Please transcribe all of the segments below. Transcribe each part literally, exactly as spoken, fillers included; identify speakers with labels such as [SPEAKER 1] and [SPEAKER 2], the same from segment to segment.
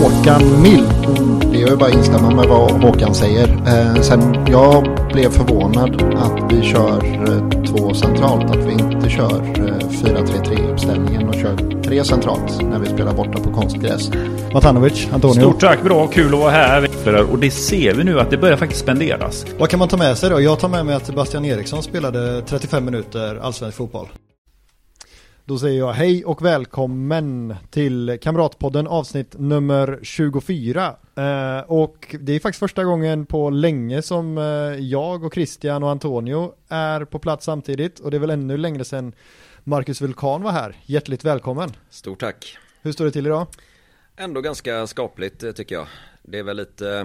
[SPEAKER 1] Håkan Mild. Det är ju bara att instämma med vad Håkan säger. Eh, sen jag blev förvånad att vi kör eh, två centralt. Att vi inte kör eh, fyra tre tre-uppställningen och kör tre centralt när vi spelar borta på konstgräs.
[SPEAKER 2] Matanovic, Antonio.
[SPEAKER 3] Stort tack, bra, kul att vara här. Och det ser vi nu att det börjar faktiskt spenderas.
[SPEAKER 2] Vad kan man ta med sig då? Jag tar med mig att Sebastian Eriksson spelade trettiofem minuter allsvensk fotboll. Då säger jag hej och välkommen till Kamratpodden avsnitt nummer tjugofyra. Eh, och det är faktiskt första gången på länge som eh, jag och Christian och Antonio är på plats samtidigt. Och det är väl ännu längre sedan Marcus Vulkan var här. Hjärtligt välkommen.
[SPEAKER 4] Stort tack.
[SPEAKER 2] Hur står det till idag?
[SPEAKER 4] Ändå ganska skapligt tycker jag. Det är väl lite...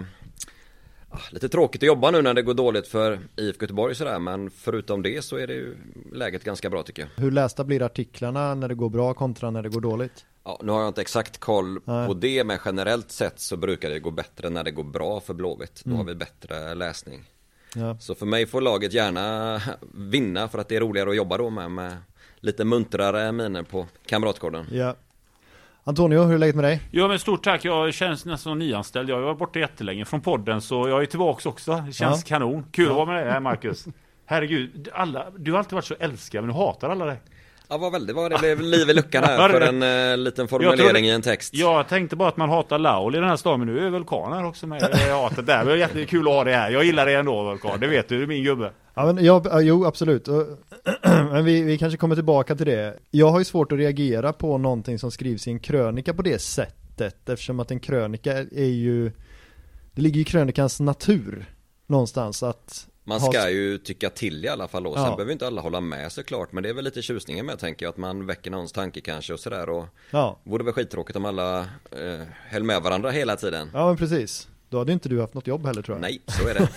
[SPEAKER 4] Lite tråkigt att jobba nu när det går dåligt för I F K Göteborg sådär, men förutom det så är det ju läget ganska bra tycker jag.
[SPEAKER 2] Hur lästa blir artiklarna när det går bra kontra när det går dåligt?
[SPEAKER 4] Ja, nu har jag inte exakt koll
[SPEAKER 2] Nej.
[SPEAKER 4] på det, men generellt sett så brukar det gå bättre när det går bra för Blåvitt. Då
[SPEAKER 2] Mm.
[SPEAKER 4] har vi bättre läsning.
[SPEAKER 2] Ja.
[SPEAKER 4] Så för mig får laget gärna vinna för att det är roligare att jobba då med, med lite muntrare miner på kamratgården.
[SPEAKER 2] Ja. Antonio, hur är läget med dig?
[SPEAKER 3] Ja, men stort tack. Jag känns nästan nyanställd. Jag var borta jättelänge från podden, så jag är tillbaka också. Det känns
[SPEAKER 2] Ja.
[SPEAKER 3] kanon. Kul ja. att vara med dig här, Marcus. Herregud, alla, du har alltid varit så älskad, men du hatar alla dig.
[SPEAKER 4] Ja, vad väldigt vad det blev liv i luckan här för en uh, liten formulering
[SPEAKER 3] trodde,
[SPEAKER 4] i en text.
[SPEAKER 3] Jag tänkte bara att man hatar Laul i den här staden, men nu är Vulkan här också med. Jag hatar det. Det är jättekul att ha det här. Jag gillar det ändå, Vulkan. Det vet du, du är min gubbe.
[SPEAKER 2] Ja, men jag, jo, absolut. Men vi, vi kanske kommer tillbaka till det. Jag har ju svårt att reagera på någonting som skrivs i en krönika på det sättet. Eftersom att en krönika är ju... Det ligger i krönikans natur någonstans att...
[SPEAKER 4] Man ska ha... ju tycka till i alla fall då. Sen
[SPEAKER 2] ja.
[SPEAKER 4] behöver inte alla hålla med såklart. Men det är väl lite tjusningen med, tänker jag. Att man väcker någons tanke kanske och sådär. Och
[SPEAKER 2] ja.
[SPEAKER 4] vore väl skittråkigt om alla eh, höll med varandra hela tiden.
[SPEAKER 2] Ja, men precis. Då hade inte du haft något jobb heller, tror jag.
[SPEAKER 4] Nej, så är det.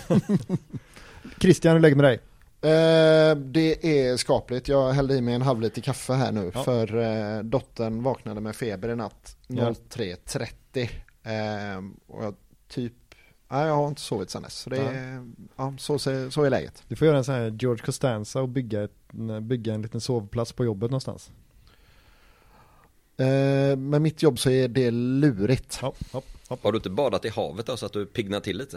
[SPEAKER 2] Christian, hur lägger med dig?
[SPEAKER 1] Eh, det är skapligt. Jag hällde i mig en halv liter kaffe här nu.
[SPEAKER 2] Ja.
[SPEAKER 1] För eh, dottern vaknade med feber i natt tre trettio. Eh, och jag typ... Nej, jag har inte sovit sen dess. Så, det är, ja, så, så är läget.
[SPEAKER 2] Du får göra en sån här George Costanza och bygga, ett, bygga en liten sovplats på jobbet någonstans.
[SPEAKER 1] Eh, med mitt jobb så är det lurigt.
[SPEAKER 2] Hopp, hopp, hopp.
[SPEAKER 4] Har du inte badat i havet då, så att du piggnar till lite?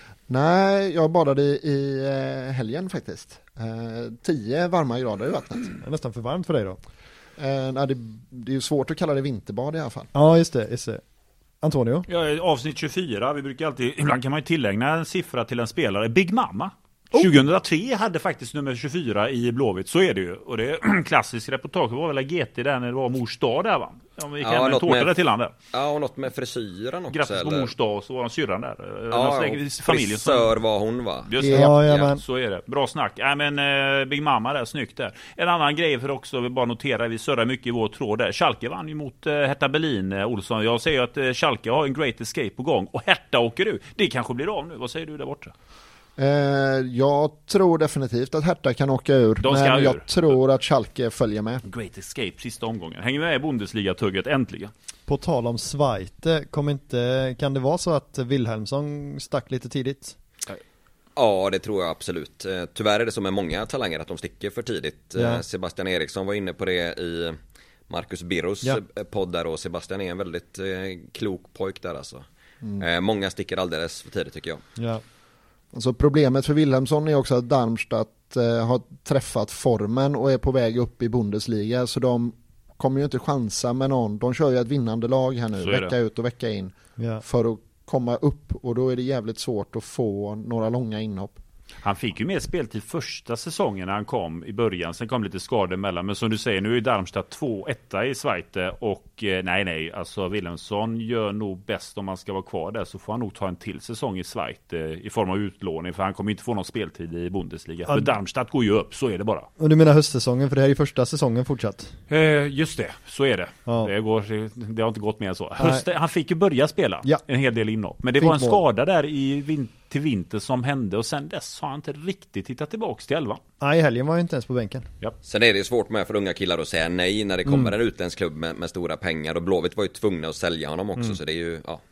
[SPEAKER 1] Nej, jag badade i, i eh, helgen faktiskt. Eh, tio varma grader i vattnet.
[SPEAKER 2] Det är nästan för varmt för dig då.
[SPEAKER 1] Eh, nej, det, det är ju svårt att kalla det vinterbad i alla fall.
[SPEAKER 2] Ja, just det. Just det. Antonio?
[SPEAKER 3] Ja, avsnitt tjugofyra. Vi brukar alltid, ibland kan man ju tillägna en siffra till en spelare. Big Mama. Oh. tjugohundratre hade faktiskt nummer tjugofyra i Blåvitt, så är det ju. Och det är klassisk reportage. Det var väl G T där när det var mors dag där, va? Om vi kan ja, en tårta där till han där.
[SPEAKER 4] Ja, och något med frisyren också.
[SPEAKER 3] Grattis på
[SPEAKER 4] eller?
[SPEAKER 3] mors dag, så var han syrran där.
[SPEAKER 4] Ja,
[SPEAKER 3] familjen
[SPEAKER 4] frisör som... var hon, va?
[SPEAKER 3] Just det.
[SPEAKER 2] Ja, ja,
[SPEAKER 3] ja, så är det. Bra snack. Ja, men eh, Big Mama där, snyggt där. En annan grej för också, vi bara notera, vi surrar mycket i vår tråd där. Schalke vann ju mot eh, Hertha Berlin, eh, Olsson. Jag säger att eh, Schalke har en great escape på gång. Och Hertha åker ut. Det kanske blir av nu. Vad säger du där borta?
[SPEAKER 1] Eh, jag tror definitivt att Hertha kan åka ur.
[SPEAKER 3] De ska
[SPEAKER 1] men jag
[SPEAKER 3] ur.
[SPEAKER 1] tror att Schalke följer med.
[SPEAKER 3] Great escape, sista omgången. Hänger med i Bundesliga-tugget, äntligen.
[SPEAKER 2] På tal om Zweite, kom inte, kan det vara så att Wilhelmsson stack lite tidigt?
[SPEAKER 4] Ja, det tror jag absolut. Tyvärr är det som med många talanger att de sticker för tidigt.
[SPEAKER 2] Ja.
[SPEAKER 4] Sebastian Eriksson var inne på det i Marcus Birros
[SPEAKER 2] ja.
[SPEAKER 4] podd där, och Sebastian är en väldigt eh, klok pojk där alltså.
[SPEAKER 1] Mm.
[SPEAKER 4] Eh, många sticker alldeles för tidigt tycker jag.
[SPEAKER 2] Ja.
[SPEAKER 1] Alltså problemet för Wilhelmsson är också att Darmstadt eh, har träffat formen och är på väg upp i Bundesliga, så de kommer ju inte chansa med någon. De kör ju ett vinnande lag här nu, vecka det. ut och vecka in
[SPEAKER 2] Ja.
[SPEAKER 1] för att komma upp, och då är det jävligt svårt att få några långa inhopp.
[SPEAKER 3] Han fick ju mer speltid första säsongen när han kom i början. Sen kom lite skador emellan. Men som du säger, nu är Darmstadt två etta i Zweite. Och eh, nej, nej. Alltså Wilhelmsson gör nog bäst om man ska vara kvar där. Så får han nog ta en till säsong i Zweite eh, i form av utlåning. För han kommer inte få någon speltid i Bundesliga. Ja. För Darmstadt går ju upp, så är det bara.
[SPEAKER 2] Och du menar höstsäsongen, för det här är ju första säsongen fortsatt.
[SPEAKER 3] Eh, just det, så är det.
[SPEAKER 2] Ja.
[SPEAKER 3] Det, går, det har inte gått mer än så. Höst, han fick ju börja spela
[SPEAKER 2] ja.
[SPEAKER 3] en hel del inhopp. Men det
[SPEAKER 2] Fint
[SPEAKER 3] var en
[SPEAKER 2] mål.
[SPEAKER 3] skada där i vinter. Till vinter som hände, och sen dess har han inte riktigt tittat tillbaks till elva.
[SPEAKER 2] Nej, helgen var ju inte ens på bänken.
[SPEAKER 3] Ja.
[SPEAKER 4] Sen är det svårt med för unga killar att säga nej när det kommer
[SPEAKER 2] Mm.
[SPEAKER 4] en utländsk klubb med, med stora pengar, och Blåvitt var ju tvungna att sälja honom också, mm. så det är ju, ja,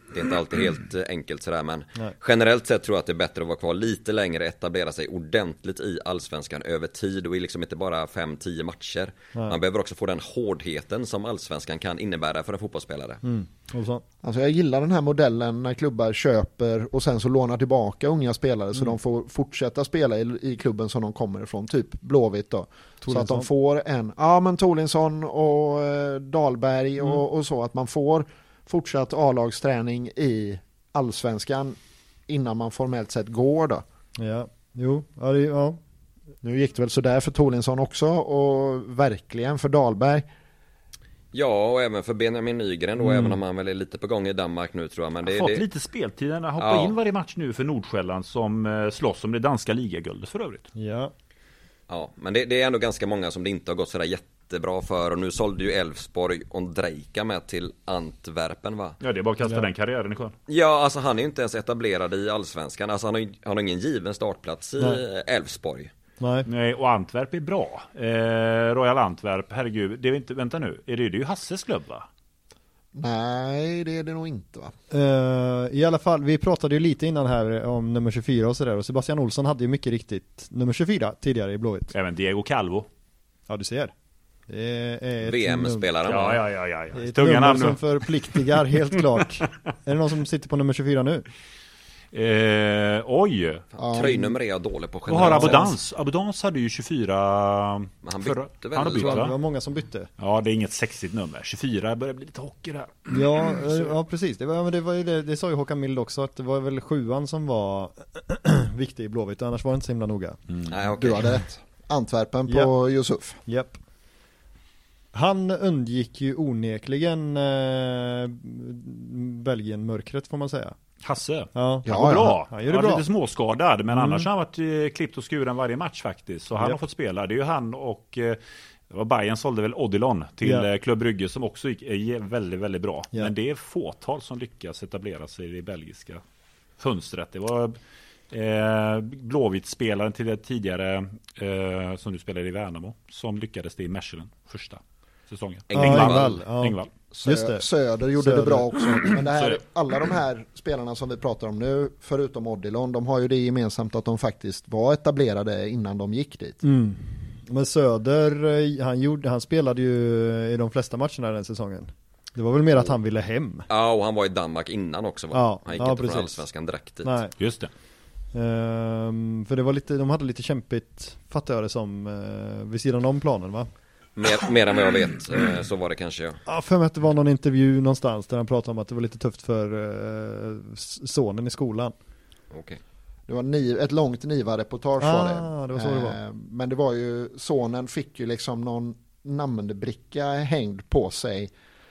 [SPEAKER 4] Det är inte alltid helt enkelt sådär, men
[SPEAKER 2] Nej.
[SPEAKER 4] generellt sett tror jag att det är bättre att vara kvar lite längre, etablera sig ordentligt i allsvenskan över tid och i liksom inte bara fem tio matcher.
[SPEAKER 2] Nej.
[SPEAKER 4] Man behöver också få den hårdheten som allsvenskan kan innebära för en fotbollsspelare.
[SPEAKER 2] Mm. Och så.
[SPEAKER 1] Alltså jag gillar den här modellen när klubbar köper och sen så lånar tillbaka unga spelare så de får fortsätta spela i, i klubben som de kommer ifrån, typ Blåvitt då. Så att de får en, ja men Tolinsson och eh, Dahlberg och,
[SPEAKER 2] Mm.
[SPEAKER 1] och så, att man får fortsatt A-lagsträning i allsvenskan innan man formellt sett går då.
[SPEAKER 2] Ja, jo, ja, det, ja.
[SPEAKER 1] Nu gick det väl så där för Tolinsson också och verkligen för Dahlberg.
[SPEAKER 4] Ja, och även för Benjamin Nygren då,
[SPEAKER 2] Mm.
[SPEAKER 4] även om han väl är lite på gång i Danmark nu tror jag. Men det,
[SPEAKER 3] har fått
[SPEAKER 4] det...
[SPEAKER 3] lite speltid. Han har hoppat
[SPEAKER 4] Ja.
[SPEAKER 3] in varje match nu för Nordsjälland som eh, slåss om det danska ligaguldet för övrigt.
[SPEAKER 2] Ja.
[SPEAKER 4] Ja, men det, det är ändå ganska många som det inte har gått sådär jättebra för. Och nu sålde ju Elfsborg Ondrejka med till Antwerpen, va?
[SPEAKER 3] Ja, det är bara att kasta
[SPEAKER 2] Ja.
[SPEAKER 3] den karriären i sjön.
[SPEAKER 4] Ja, alltså han är ju inte ens etablerad i allsvenskan. Alltså han har, ju- han har ingen given startplats i
[SPEAKER 2] Nej.
[SPEAKER 4] Elfsborg.
[SPEAKER 2] Nej.
[SPEAKER 3] Nej, och Antwerp är bra. Eh, Royal Antwerp, herregud. Det är inte, vänta nu, är det, det är ju Hasses klubb, va?
[SPEAKER 1] Nej, det är det nog inte, va?
[SPEAKER 2] Uh, I alla fall, vi pratade ju lite innan här om nummer tjugofyra och sådär, och Sebastian Olsson hade ju mycket riktigt nummer tjugofyra tidigare i Blåvitt.
[SPEAKER 3] Även Diego Calvo.
[SPEAKER 2] Ja, du ser. Det är ett
[SPEAKER 4] V M-spelaren.
[SPEAKER 3] Ja,
[SPEAKER 4] va?
[SPEAKER 3] ja, ja, ja.
[SPEAKER 2] num- det är
[SPEAKER 3] ja.
[SPEAKER 2] ett
[SPEAKER 3] Tunga
[SPEAKER 2] nummer
[SPEAKER 3] namn
[SPEAKER 2] som
[SPEAKER 3] nu.
[SPEAKER 2] förpliktigar, helt klart. Är det någon som sitter på nummer tjugofyra nu?
[SPEAKER 3] Eh, oj.
[SPEAKER 1] Ja.
[SPEAKER 4] Tröjnummer är jag dålig på
[SPEAKER 3] Vad har
[SPEAKER 4] generellt sett.
[SPEAKER 3] Abudans? Abudans hade ju tjugofyra.
[SPEAKER 4] Men han
[SPEAKER 3] förra-
[SPEAKER 4] bytte väl?
[SPEAKER 3] Han har bytt,
[SPEAKER 2] Så det
[SPEAKER 3] va?
[SPEAKER 2] var många som bytte.
[SPEAKER 3] Ja, det är inget sexigt nummer. tjugofyra börjar bli lite hockey där.
[SPEAKER 2] Ja, eh, ja precis. Det, var, ja, men det, var ju det, det sa ju Håkan Mild också, att det var väl sjuan som var viktig i Blåvitt, annars var det inte så himla noga.
[SPEAKER 4] Nej, okej.
[SPEAKER 1] Du hade rätt. Antwerpen på
[SPEAKER 2] Ja.
[SPEAKER 1] Yusuf.
[SPEAKER 2] Japp. Han undgick ju onekligen eh, Belgien-mörkret, får man säga.
[SPEAKER 3] Hasse.
[SPEAKER 2] Ja,
[SPEAKER 3] Han
[SPEAKER 1] Ja,
[SPEAKER 3] går
[SPEAKER 1] ja.
[SPEAKER 3] bra.
[SPEAKER 2] Han gör det
[SPEAKER 3] Han är
[SPEAKER 2] bra.
[SPEAKER 3] lite småskadad, men
[SPEAKER 2] Mm.
[SPEAKER 3] annars har han varit eh, klippt och skuren varje match faktiskt. Så han
[SPEAKER 2] Japp.
[SPEAKER 3] har fått spela. Det är ju han och eh, det var Bayern sålde väl Odilon till
[SPEAKER 2] Ja.
[SPEAKER 3] eh, Club Brugge som också gick är väldigt, väldigt bra.
[SPEAKER 2] Ja.
[SPEAKER 3] Men det är fåtal som lyckas etablera sig i det belgiska fönstret. Det var eh, Blåvitt-spelaren till det tidigare eh, som du spelade i Värnamo som lyckades det i Mechelen första säsongen.
[SPEAKER 2] Ja,
[SPEAKER 4] Engvall.
[SPEAKER 2] Engvall, ja.
[SPEAKER 3] Engvall.
[SPEAKER 1] Sö-
[SPEAKER 2] Just det.
[SPEAKER 1] Söder gjorde
[SPEAKER 2] Söder.
[SPEAKER 1] det bra också. Men det
[SPEAKER 3] Så är
[SPEAKER 1] här,
[SPEAKER 3] det.
[SPEAKER 1] alla de här spelarna som vi pratar om nu, förutom Odilon, de har ju det gemensamt att de faktiskt var etablerade innan de gick dit.
[SPEAKER 2] Mm. Men Söder, eh, han, gjorde, han spelade ju i de flesta matcherna den säsongen. Det var väl mer att han ville hem.
[SPEAKER 4] Ja, och han var i Danmark innan också, va?
[SPEAKER 2] Ja,
[SPEAKER 4] Han gick
[SPEAKER 2] ja,
[SPEAKER 4] inte
[SPEAKER 2] precis.
[SPEAKER 4] från allsvenskan direkt dit.
[SPEAKER 3] Mm.
[SPEAKER 2] Nej.
[SPEAKER 3] Just det.
[SPEAKER 2] Ehm, för det var lite, de hade lite kämpigt, fattar jag det som, uh, vid sidan om planen, va?
[SPEAKER 4] Mer, mer än vad jag vet, eh, så var det kanske jag.
[SPEAKER 2] Ja, för mig att det var någon intervju någonstans där han pratade om att det var lite tufft för uh, sonen i skolan.
[SPEAKER 4] Okej.
[SPEAKER 1] Det var ni, ett långt Niva-reportage
[SPEAKER 2] Ah,
[SPEAKER 1] var det.
[SPEAKER 2] det var så det var.
[SPEAKER 1] Eh, Men det var ju, sonen fick ju liksom någon namnbricka hängd på sig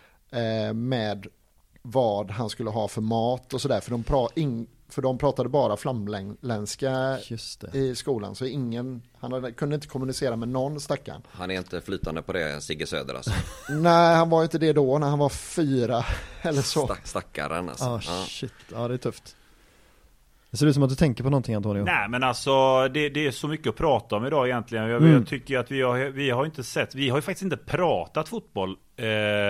[SPEAKER 1] eh, med vad han skulle ha för mat och sådär. För de, pra, in, för de pratade bara flamländska
[SPEAKER 2] Just det.
[SPEAKER 1] i skolan. Så ingen, han hade, kunde inte kommunicera med någon stackaren.
[SPEAKER 4] Han är inte flytande på det, Sigge Söder alltså.
[SPEAKER 1] Nej, han var inte det då när han var fyra eller så.
[SPEAKER 4] Stack, stackaren alltså.
[SPEAKER 2] Ah,
[SPEAKER 4] Ja.
[SPEAKER 2] shit. Ja, det är tufft. Det ser ut som att du tänker på någonting, Antonio.
[SPEAKER 3] Nej, men alltså det, det är så mycket att prata om idag egentligen. Jag,
[SPEAKER 2] Mm.
[SPEAKER 3] jag tycker att vi har, vi har inte sett, vi har ju faktiskt inte pratat fotboll eh,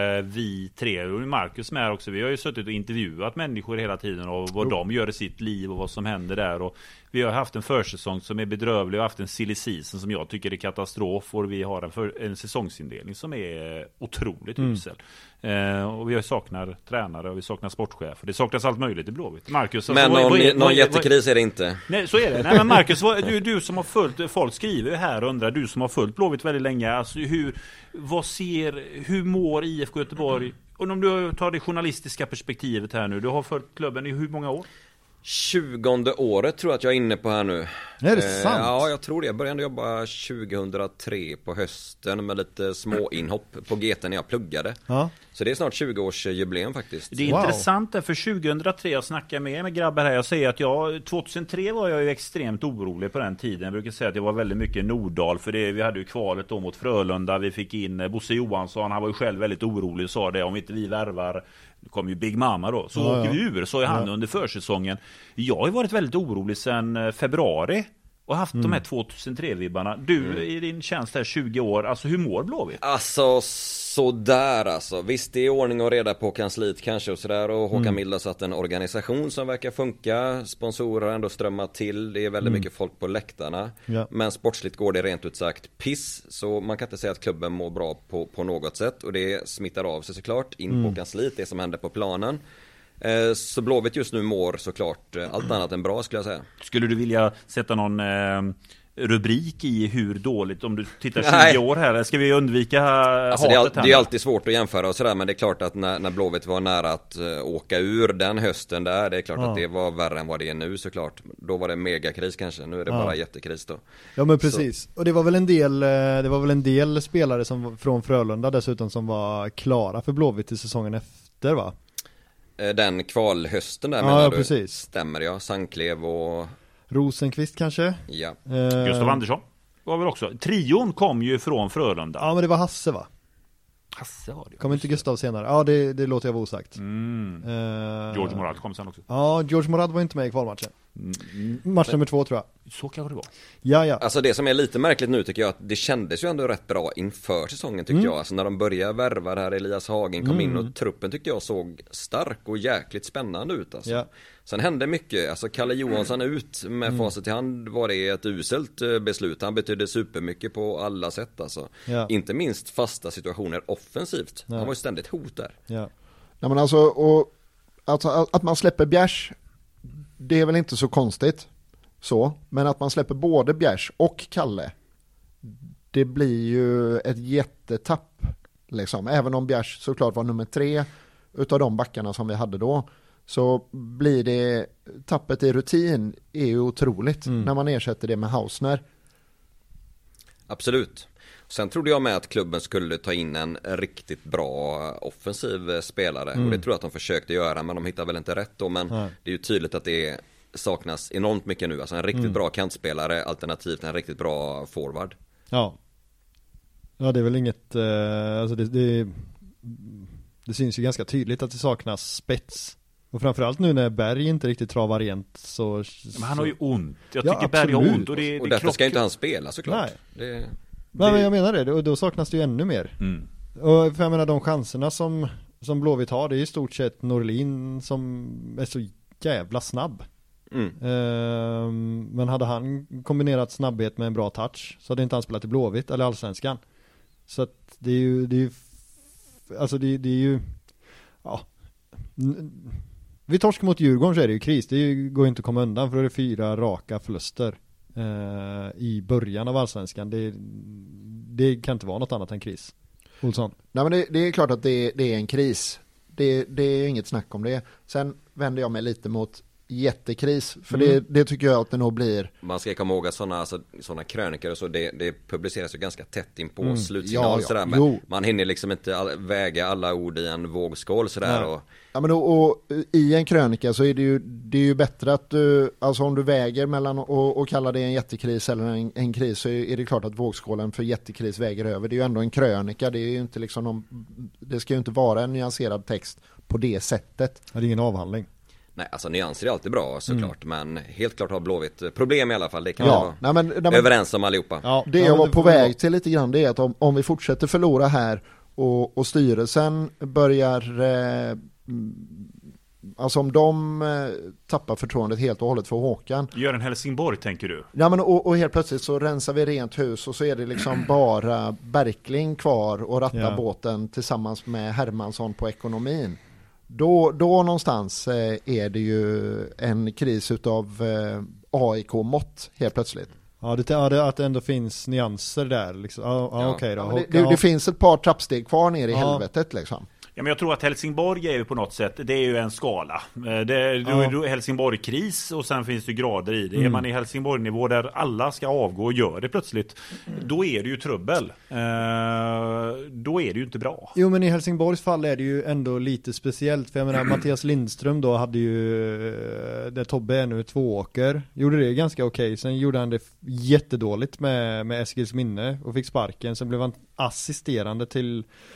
[SPEAKER 3] vi tre, och Marcus med också. Vi har ju suttit och intervjuat människor hela tiden och vad
[SPEAKER 2] Jo.
[SPEAKER 3] de gör i sitt liv och vad som händer där. Och vi har haft en försäsong som är bedrövlig och haft en silly season som jag tycker är katastrof, och vi har en, för, en säsongsindelning som är otroligt
[SPEAKER 2] Mm.
[SPEAKER 3] usel. Eh, och vi saknar tränare och vi saknar sportchef. Och det saknas allt möjligt i Blåvitt. Marcus,
[SPEAKER 4] Men
[SPEAKER 3] alltså, vad-
[SPEAKER 4] någon,
[SPEAKER 3] vad är-
[SPEAKER 4] någon
[SPEAKER 3] vad är-
[SPEAKER 4] jättekris är det inte.
[SPEAKER 3] Nej, så är det. Nej, men Marcus, vad- du, du som har följt, folk skriver ju här och undrar, du som har följt Blåvitt väldigt länge, alltså hur, vad ser, hur mår I F K Göteborg? Och om du tar det journalistiska perspektivet här nu, du har följt klubben i hur många år?
[SPEAKER 4] Tjugonde året tror jag att jag är inne på här nu.
[SPEAKER 2] Är det
[SPEAKER 4] Eh,
[SPEAKER 2] sant?
[SPEAKER 4] Ja, jag tror det. Jag började jobba tjugohundratre på hösten med lite små inhopp på G T när jag pluggade.
[SPEAKER 2] Ja.
[SPEAKER 4] Så det är snart tjugo-årsjubileum faktiskt.
[SPEAKER 3] Det är
[SPEAKER 2] Wow.
[SPEAKER 3] intressant där, för tjugohundratre, jag snackar med med grabbar här, jag säger att jag, tjugohundratre var jag ju extremt orolig på den tiden. Jag brukar säga att jag var väldigt mycket Nordahl, för det, vi hade ju kvalet då mot Frölunda, vi fick in eh, Bosse Johansson, han var ju själv väldigt orolig och sa det, om inte vi värvar, nu kom ju Big Mama då, så
[SPEAKER 2] Ja,
[SPEAKER 3] åker
[SPEAKER 2] ja.
[SPEAKER 3] vi ur, så är han
[SPEAKER 2] Ja.
[SPEAKER 3] under försäsongen. Jag har ju varit väldigt orolig sedan eh, februari. och haft mm. de här tjugohundratre-vibbarna. Du mm. i din tjänst här tjugo år, alltså hur mår Blåvitt?
[SPEAKER 4] Alltså sådär alltså. Visst, det är ordning och reda på kansliet kanske och sådär. Och Håkan mm. Mild har satt en organisation som verkar funka. Sponsorer har ändå strömmat till. Det är väldigt mm. mycket folk på läktarna. Ja. Men sportsligt går det rent ut sagt piss. Så man kan inte säga att klubben mår bra på, på något sätt. Och det smittar av sig såklart in mm. på kansliet, det som händer på planen. Eh, så Blåvitt just nu mår såklart eh, allt annat än bra skulle jag säga.
[SPEAKER 3] Skulle du vilja sätta någon... Eh... rubrik i hur dåligt, om du tittar tjugo år här, ska vi undvika
[SPEAKER 4] alltså
[SPEAKER 3] hatet
[SPEAKER 4] det, är, det är alltid svårt att jämföra och sådär, men det är klart att när, när Blåvitt var nära att uh, åka ur den hösten där, det är klart ja. att det var värre än vad det är nu såklart. Då var det megakris kanske, nu är det ja. bara jättekris då.
[SPEAKER 2] Ja men precis, så. Och det var väl en del det var väl en del spelare som från Frölunda dessutom som var klara för Blåvitt i säsongen efter, va?
[SPEAKER 4] Den kvalhösten där
[SPEAKER 2] ja,
[SPEAKER 4] menar
[SPEAKER 2] ja,
[SPEAKER 4] du?
[SPEAKER 2] Precis.
[SPEAKER 4] Stämmer jag, Sanklev och
[SPEAKER 2] Rosenqvist kanske?
[SPEAKER 4] Ja.
[SPEAKER 2] Eh...
[SPEAKER 3] Gustav Andersson var väl också. Trion kom ju från Frölunda.
[SPEAKER 2] Ja, men det var Hasse, va?
[SPEAKER 3] Hasse var det.
[SPEAKER 2] Kom inte Gustav senare? Ja, det, det låter jag vara osagt.
[SPEAKER 3] Mm.
[SPEAKER 2] Eh...
[SPEAKER 3] George Morad kom sen också.
[SPEAKER 2] Ja, George Morad var inte med i kvalmatchen. Mm. Match nummer två tror jag.
[SPEAKER 3] Så kanske det var.
[SPEAKER 2] Ja, ja.
[SPEAKER 4] Alltså det som är lite märkligt nu tycker jag att det kändes ju ändå rätt bra inför säsongen tyckte mm. jag. Alltså när de började värva här, Elias Hagen kom mm. in och truppen tyckte jag såg stark och jäkligt spännande ut alltså. Ja. Sen hände mycket, alltså Kalle Johansson ut med mm. facit i hand var det ett uselt beslut. Han betydde supermycket på alla sätt alltså. Ja. Inte minst fasta situationer offensivt. Ja. Han var ju ständigt hot där.
[SPEAKER 1] Ja. Ja men alltså, och, alltså att man släpper Bjärs, det är väl inte så konstigt så, men att man släpper både Bjärs och Kalle, det blir ju ett jättetapp liksom. Även om Bjärs såklart var nummer tre utav de backarna som vi hade då, så blir det tappet i rutin är ju otroligt mm. när man ersätter det med Hausner.
[SPEAKER 4] Absolut. Sen trodde jag med att klubben skulle ta in en riktigt bra offensiv spelare mm. och det tror jag att de försökte göra, men de hittade väl inte rätt då, men mm. det är ju tydligt att det saknas enormt mycket nu, alltså en riktigt mm. bra kantspelare alternativt en riktigt bra forward.
[SPEAKER 2] Ja. Ja, det är väl inget eh, alltså det, det det syns ju ganska tydligt att det saknas spets. Och framförallt nu när Berg inte riktigt travar rent så...
[SPEAKER 3] Men han har ju ont. Jag
[SPEAKER 2] ja,
[SPEAKER 3] tycker Berg har ont. Och, det,
[SPEAKER 4] och
[SPEAKER 3] det
[SPEAKER 4] därför ska inte han spela såklart.
[SPEAKER 2] Nej.
[SPEAKER 4] Det,
[SPEAKER 2] Nej, men jag menar det. Och då saknas det ju ännu mer. Mm. Och för jag menar de chanserna som, som Blåvitt har, det är i stort sett Norlin som är så jävla snabb. Mm. Ehm, men hade han kombinerat snabbhet med en bra touch så hade inte han spelat i Blåvitt eller Allsvenskan. Så att det är ju... Det är ju alltså det, det är ju... Ja... Vi torsk mot Djurgården så är det ju kris. Det går inte att komma undan för det är fyra raka förluster eh, i början av Allsvenskan. Det, det kan inte vara något annat än kris. Olsson.
[SPEAKER 1] Nej men det, det är klart att det, det är en kris. Det, det är inget snack om det. Sen vänder jag mig lite mot jättekris. För mm. det, det tycker jag att det nog blir.
[SPEAKER 4] Man ska komma ihåg att sådana alltså, såna krönikor och så, det, det publiceras ju ganska tätt in på mm. slutsignal.
[SPEAKER 1] Ja, ja.
[SPEAKER 4] Sådär, men man hinner liksom inte all, väga alla ord i en vågskål sådär. Ja. Och,
[SPEAKER 1] ja, men och, och i en krönika så är det ju, det är ju bättre att du, alltså om du väger mellan och, och kallar det en jättekris eller en, en kris, så är det klart att vågskålen för jättekris väger över. Det är ju ändå en krönika, det är ju inte liksom någon, det ska ju inte vara en nyanserad text på det sättet.
[SPEAKER 2] Det är ingen avhandling.
[SPEAKER 4] Nej, alltså nyanser är alltid bra såklart, mm. men helt klart har Blåvitt problem i alla fall, det kan
[SPEAKER 1] ja,
[SPEAKER 4] vi vara
[SPEAKER 1] nej, men, nej, men,
[SPEAKER 4] överens om allihopa.
[SPEAKER 1] Ja, det jag var på väg till lite grann, det är att om, om vi fortsätter förlora här och, och styrelsen börjar eh, alltså om de eh, tappar förtroendet helt och hållet för Håkan.
[SPEAKER 3] Gör en Helsingborg tänker du?
[SPEAKER 1] Ja, men och, och helt plötsligt så rensar vi rent hus och så är det liksom bara Berkling kvar och ratta ja. båten tillsammans med Hermansson på ekonomin. Då, då någonstans eh, är det ju en kris utav eh, A I K-mått helt plötsligt.
[SPEAKER 2] Ja, det, ja, det, att det ändå finns nyanser där. Liksom. Ja, ja, okej då.
[SPEAKER 1] Ja, det, det, det finns ett par trappsteg kvar ner i ja. helvetet liksom.
[SPEAKER 3] Ja, men jag tror att Helsingborg är ju på något sätt, det är ju en skala. Det, då är det Helsingborg-kris och sen finns det grader i det. Mm. Är man i Helsingborg-nivå där alla ska avgå och gör det plötsligt, då är det ju trubbel. Eh, då är det ju inte bra.
[SPEAKER 2] Jo, men i Helsingborgs fall är det ju ändå lite speciellt. För jag menar, Mattias Lindström då hade ju, där Tobbe är nu två åker, gjorde det ganska okej. Sen gjorde han det jättedåligt med, med Eskils minne och fick sparken. Sen blev han assisterande till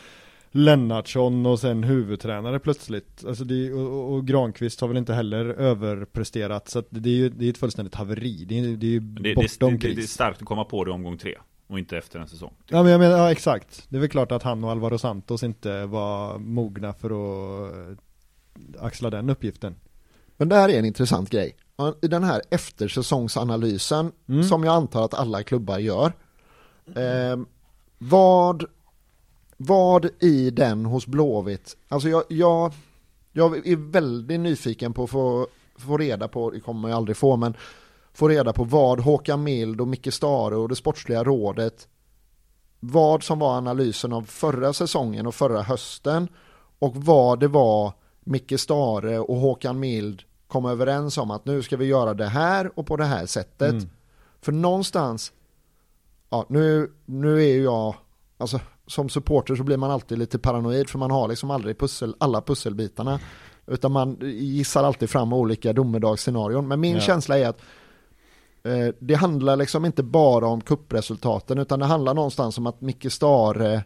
[SPEAKER 2] Lennartsson och sen huvudtränare plötsligt. Alltså det, och, och Granqvist har väl inte heller överpresterat, så att det är ju det är ett fullständigt haveri. Det är, det är ju
[SPEAKER 3] det,
[SPEAKER 2] bortom
[SPEAKER 3] det,
[SPEAKER 2] kris.
[SPEAKER 3] det är starkt att komma på det omgång tre och inte efter en säsong.
[SPEAKER 2] Ja, men jag menar, ja, exakt. Det är väl klart att han och Alvaro Santos inte var mogna för att axla den uppgiften.
[SPEAKER 1] Men det här är en intressant grej. I den här eftersäsongsanalysen mm. som jag antar att alla klubbar gör. Eh, vad, vad i den hos Blåvitt? Alltså jag, jag, jag är väldigt nyfiken på att få, få reda på, det kommer jag aldrig få, men få reda på vad Håkan Mild och Micke Stare och det sportsliga rådet, vad som var analysen av förra säsongen och förra hösten, och vad det var Micke Stare och Håkan Mild kom överens om att nu ska vi göra det här och på det här sättet. Mm. För någonstans, ja, nu, nu är ju jag, alltså som supporter så blir man alltid lite paranoid, för man har liksom aldrig pussel, alla pusselbitarna, utan man gissar alltid fram olika domedagsscenarion. Men min ja. känsla är att eh, det handlar liksom inte bara om kuppresultaten, utan det handlar någonstans om att Micke Stare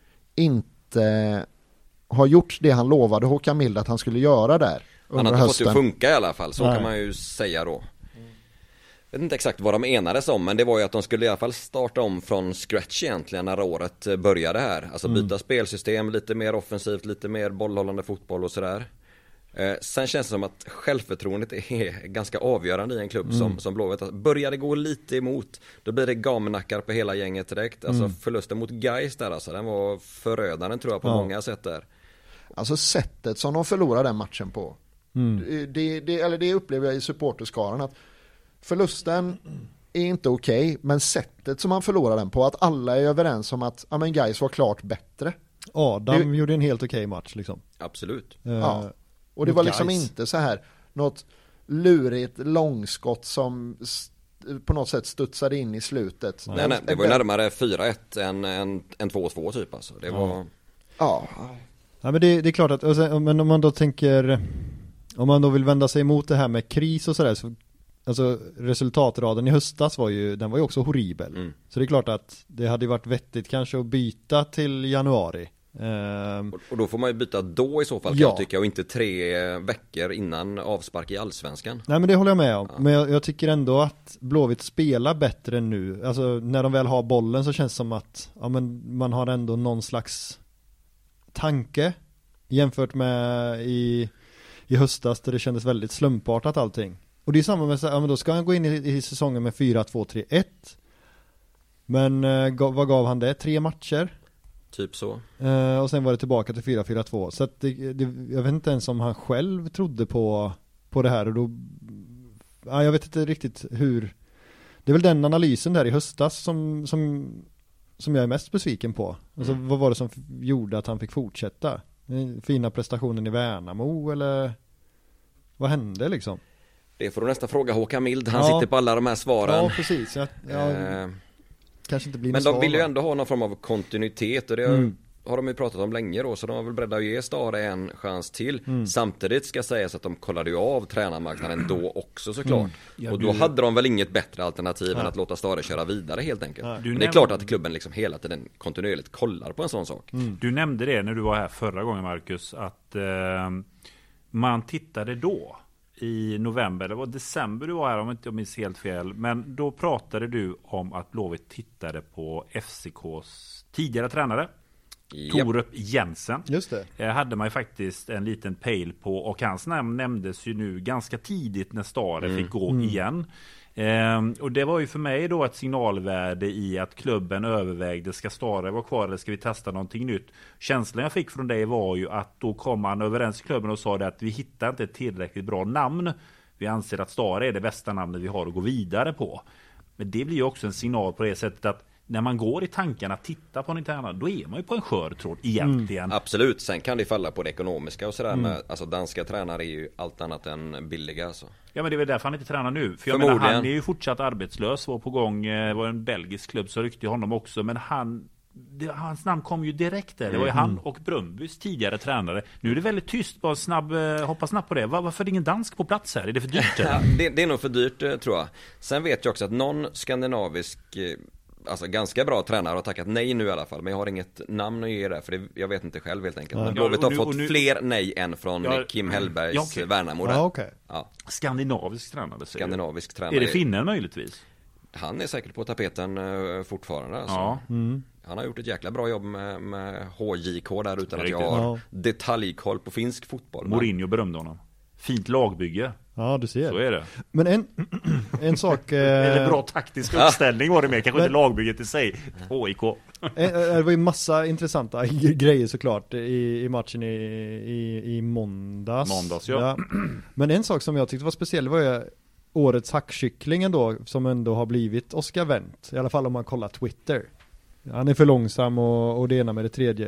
[SPEAKER 1] inte har gjort det han lovade Håkan Mild att han skulle göra där.
[SPEAKER 4] Han har inte fått det att funka i alla fall, så Nej. kan man ju säga då. Jag vet inte exakt vad de enades om, men det var ju att de skulle i alla fall starta om från scratch egentligen när året började här. Alltså byta mm. spelsystem, lite mer offensivt, lite mer bollhållande fotboll och sådär. Eh, sen känns det som att självförtroendet är ganska avgörande i en klubb mm. som, som Blåvitt. Börjar det gå lite emot, då blir det gamnackar på hela gänget direkt. Alltså mm. förlusten mot Gais där, alltså, den var förödande tror jag på ja. många sätt där.
[SPEAKER 1] Alltså sättet som de förlorade den matchen på. Mm. Det, det, eller det upplever jag i supporterskaran, att förlusten är inte okej, okay, men sättet som man förlorar den på, att alla är överens om att ja, men Gais var klart bättre.
[SPEAKER 2] Adam
[SPEAKER 1] det,
[SPEAKER 2] gjorde en helt okej okay match liksom.
[SPEAKER 4] Absolut.
[SPEAKER 2] Uh,
[SPEAKER 1] ja. Och det var liksom Gais. Inte så här något lurigt långskott som st- på något sätt studsade in i slutet.
[SPEAKER 4] Nej, nej, det var ju närmare fyra ett än, än, än två två typ alltså. Det var...
[SPEAKER 1] Ja. Ja.
[SPEAKER 2] Ja, men det, det är klart att, alltså, men om man då tänker, om man då vill vända sig emot det här med kris och sådär, så alltså resultatraden i höstas var ju, den var ju också horribel. Mm. Så det är klart att det hade varit vettigt kanske att byta till januari. Um,
[SPEAKER 4] och, och då får man ju byta då i så fall, kan ja. jag tycka, och inte tre veckor innan avspark i Allsvenskan.
[SPEAKER 2] Nej, men det håller jag med om. Ja. Men jag, jag tycker ändå att Blåvitt spelar bättre nu. Alltså när de väl har bollen så känns det som att ja, men man har ändå någon slags tanke jämfört med i, i höstas där det kändes väldigt slumpartat allting. Och det är samma med, ja, men då ska han gå in i, i säsongen med fyra två tre ett. Men eh, gav, vad gav han det? Tre matcher?
[SPEAKER 4] Typ så.
[SPEAKER 2] Eh, och sen var det tillbaka till fyra fyra två. Så att det, det, jag vet inte ens om han själv trodde på, på det här. Och då, ja, jag vet inte riktigt hur. Det är väl den analysen där i höstas som, som, som jag är mest besviken på. Alltså, mm. vad var det som gjorde att han fick fortsätta? Fina prestationen i Värnamo, eller vad hände liksom?
[SPEAKER 4] Det får du nästa fråga Håkan Mild. Han ja. sitter på alla de här svaren.
[SPEAKER 2] Ja, precis. Jag, jag, eh. kanske inte blir
[SPEAKER 4] Men de
[SPEAKER 2] svar,
[SPEAKER 4] vill ju
[SPEAKER 2] va?
[SPEAKER 4] ändå ha någon form av kontinuitet, och det
[SPEAKER 2] mm.
[SPEAKER 4] har de ju pratat om länge då, så de har väl beredda att ge Stare en chans till. Mm. Samtidigt ska sägas att de kollade ju av tränarmarknaden då också såklart. Mm. Ja, och då du... hade de väl inget bättre alternativ ja. än att låta Stare köra vidare helt enkelt. Ja. Men det är klart att klubben liksom hela tiden kontinuerligt kollar på en sån sak.
[SPEAKER 3] Mm. Du nämnde det när du var här förra gången, Marcus, att eh, man tittade då i november, det var december du var här om inte jag minns helt fel, men då pratade du om att Blåvitt tittade på F C K:s tidigare tränare Torup Jensen.
[SPEAKER 2] Just
[SPEAKER 3] det. Hade man ju faktiskt en liten pejl på, och hans namn nämndes ju nu ganska tidigt när Stare mm. fick gå mm. igen. Ehm, och det var ju för mig då ett signalvärde i att klubben övervägde, ska Stare vara kvar eller ska vi testa någonting nytt? Känslan jag fick från dig var ju att då kom man överens i klubben och sa det att vi hittar inte ett tillräckligt bra namn. Vi anser att Stare är det bästa namnet vi har att gå vidare på. Men det blir ju också en signal på det sättet att när man går i tankarna att titta på en tränare, då är man ju på en skör tråd egentligen.
[SPEAKER 4] Mm. Absolut, sen kan det falla på det ekonomiska och sådär. Mm. Med, alltså danska tränare är ju allt annat än billiga alltså.
[SPEAKER 3] Ja, men det är väl därför han inte tränar nu. För jag menar, han är ju fortsatt arbetslös, var på gång, var en belgisk klubb så ryckte honom också. Men han, det, hans namn kom ju direkt där. Det var ju mm. han och Brömbys tidigare tränare. Nu är det väldigt tyst, bara snabb, hoppa snabbt på det. Var, varför är det ingen dansk på plats här? Är det för dyrt?
[SPEAKER 4] Ja, det, det är nog för dyrt, tror jag. Sen vet jag också att någon skandinavisk alltså ganska bra tränare och har tackat nej nu i alla fall. Men jag har inget namn att ge där, för det, jag vet inte själv helt enkelt. Men Blåvitt har
[SPEAKER 3] nu,
[SPEAKER 4] fått
[SPEAKER 3] nu,
[SPEAKER 4] fler nej än från
[SPEAKER 3] ja,
[SPEAKER 4] Kim Hellbergs
[SPEAKER 3] ja, okay.
[SPEAKER 4] Värnamo.
[SPEAKER 2] Ja, okay.
[SPEAKER 4] Ja.
[SPEAKER 3] Skandinavisk tränare,
[SPEAKER 4] Skandinavisk tränare.
[SPEAKER 3] Är det finnen möjligtvis?
[SPEAKER 4] Han är säkert på tapeten uh, fortfarande alltså.
[SPEAKER 3] Ja.
[SPEAKER 2] Mm.
[SPEAKER 4] Han har gjort ett jäkla bra jobb med, med H J K där utan att jag
[SPEAKER 2] ja.
[SPEAKER 4] har detaljkoll på finsk fotboll.
[SPEAKER 3] Mourinho berömde honom. Fint lagbygge.
[SPEAKER 2] Ja, du ser.
[SPEAKER 3] Så är det.
[SPEAKER 2] Men en, en sak... Eh...
[SPEAKER 3] Eller bra taktisk uppställning var det med. Kanske men... inte lagbygget i sig. H I K.
[SPEAKER 2] Det var ju massa intressanta grejer såklart i, i matchen i, i, i måndags.
[SPEAKER 3] Måndags, ja.
[SPEAKER 2] ja. Men en sak som jag tyckte var speciell var ju årets hackkyckling ändå, som ändå har blivit Oscar Wendt. I alla fall om man kollar Twitter. Han är för långsam och, och det ena med det tredje.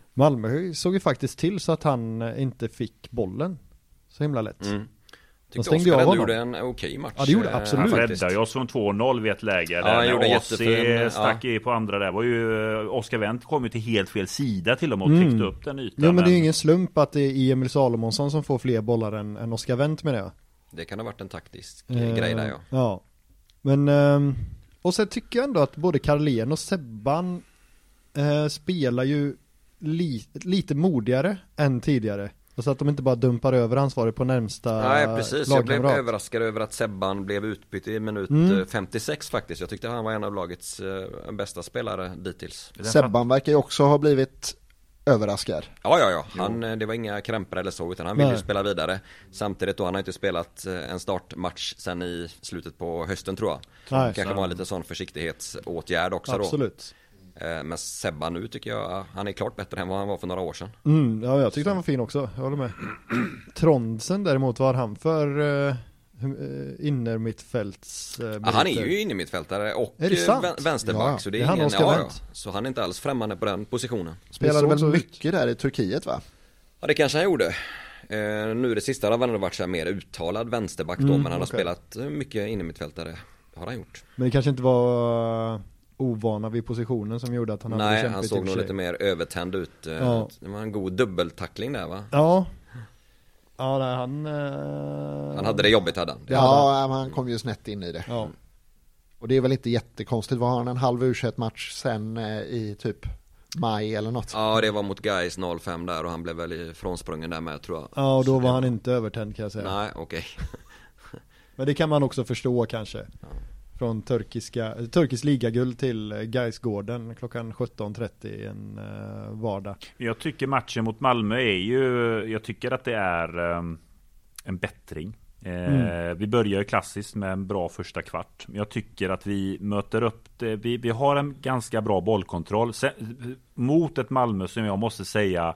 [SPEAKER 2] Malmö såg ju faktiskt till så att han inte fick bollen så himla lätt.
[SPEAKER 4] Mm. Tyckte Oskar ändå gjorde en okej okay match.
[SPEAKER 2] Ja, det gjorde absolut.
[SPEAKER 3] Han räddade jag som två noll vid ett läge.
[SPEAKER 4] Ja, han gjorde jättefin.
[SPEAKER 3] Stack ja. på andra där. Var ju Oskar Wendt kom ju till helt fel sida till dem och tryckte mm. upp den ytan.
[SPEAKER 2] Ja, men det är ju ingen slump att det är Emil Salomonsson som får fler bollar än, än Oskar Wendt med det.
[SPEAKER 4] Det kan ha varit en taktisk
[SPEAKER 2] uh,
[SPEAKER 4] grej där, ja.
[SPEAKER 2] Ja. Men um, och sen tycker jag ändå att både Carlén och Sebban uh, spelar ju li- lite modigare än tidigare. Så att de inte bara dumpar över ansvaret på närmsta.
[SPEAKER 4] Nej, precis.
[SPEAKER 2] lagkamrat.
[SPEAKER 4] Jag blev överraskad över att Sebban blev utbytt i minut mm. femtiosex faktiskt. Jag tyckte han var en av lagets uh, bästa spelare dittills.
[SPEAKER 1] Sebban verkar ju också ha blivit överraskad.
[SPEAKER 4] Ja, ja, ja. Han, det var inga krämpor eller så, utan han ville ju spela vidare. Samtidigt då, han har inte spelat en startmatch sen i slutet på hösten, tror jag.
[SPEAKER 2] Nej,
[SPEAKER 4] kanske var en lite sån försiktighetsåtgärd också.
[SPEAKER 2] Absolut.
[SPEAKER 4] Då. Men Sebban nu tycker jag, han är klart bättre än vad han var för några år sedan.
[SPEAKER 2] Mm, ja, jag tyckte han var fin också. Jag håller med. Trondsen däremot, var han för uh, innermittfälts uh,
[SPEAKER 4] ja, han är ju innermittfältare och
[SPEAKER 2] vä-
[SPEAKER 4] vänsterback.
[SPEAKER 2] Ja,
[SPEAKER 4] så det är,
[SPEAKER 2] det är
[SPEAKER 4] ingen,
[SPEAKER 2] ja,
[SPEAKER 4] ja, så han är inte alls främmande på den positionen.
[SPEAKER 1] Spelade väl mycket där i Turkiet, va?
[SPEAKER 4] Ja, det kanske han gjorde. Uh, nu det sista har han varit så här mer uttalad vänsterback då, mm, men han har okay. spelat mycket innermittfältare. Har han gjort.
[SPEAKER 2] Men det kanske inte var uh, ovana vid positionen som gjorde att han
[SPEAKER 4] Nej,
[SPEAKER 2] hade
[SPEAKER 4] han såg nog lite mer övertänd ut.
[SPEAKER 2] Ja.
[SPEAKER 4] Det var en god dubbeltackling där, va?
[SPEAKER 2] Ja. Ja, nej, han... Uh...
[SPEAKER 4] Han hade det jobbigt, hade han.
[SPEAKER 1] Ja, men han kom ju snett in i det.
[SPEAKER 2] Ja.
[SPEAKER 1] Och det är väl inte jättekonstigt. Var han en halv U tjugoett-match sen eh, i typ maj eller något?
[SPEAKER 4] Ja, det var mot Gais noll fem där och han blev väl frånsprungen där med, tror jag.
[SPEAKER 2] Ja, och då
[SPEAKER 4] Så
[SPEAKER 2] var
[SPEAKER 4] det...
[SPEAKER 2] han inte övertänd, kan jag säga.
[SPEAKER 4] Nej, okej. Okay.
[SPEAKER 2] Men det kan man också förstå kanske. Ja. Från turkiska, turkisk ligaguld till Gaisgården klockan sjutton trettio en uh, vardag.
[SPEAKER 3] Jag tycker matchen mot Malmö är ju, jag tycker att det är um, en bättring. Mm. Eh, vi börjar ju klassiskt med en bra första kvart. Jag tycker att vi möter upp det. Vi, vi har en ganska bra bollkontroll sen, mot ett Malmö som jag måste säga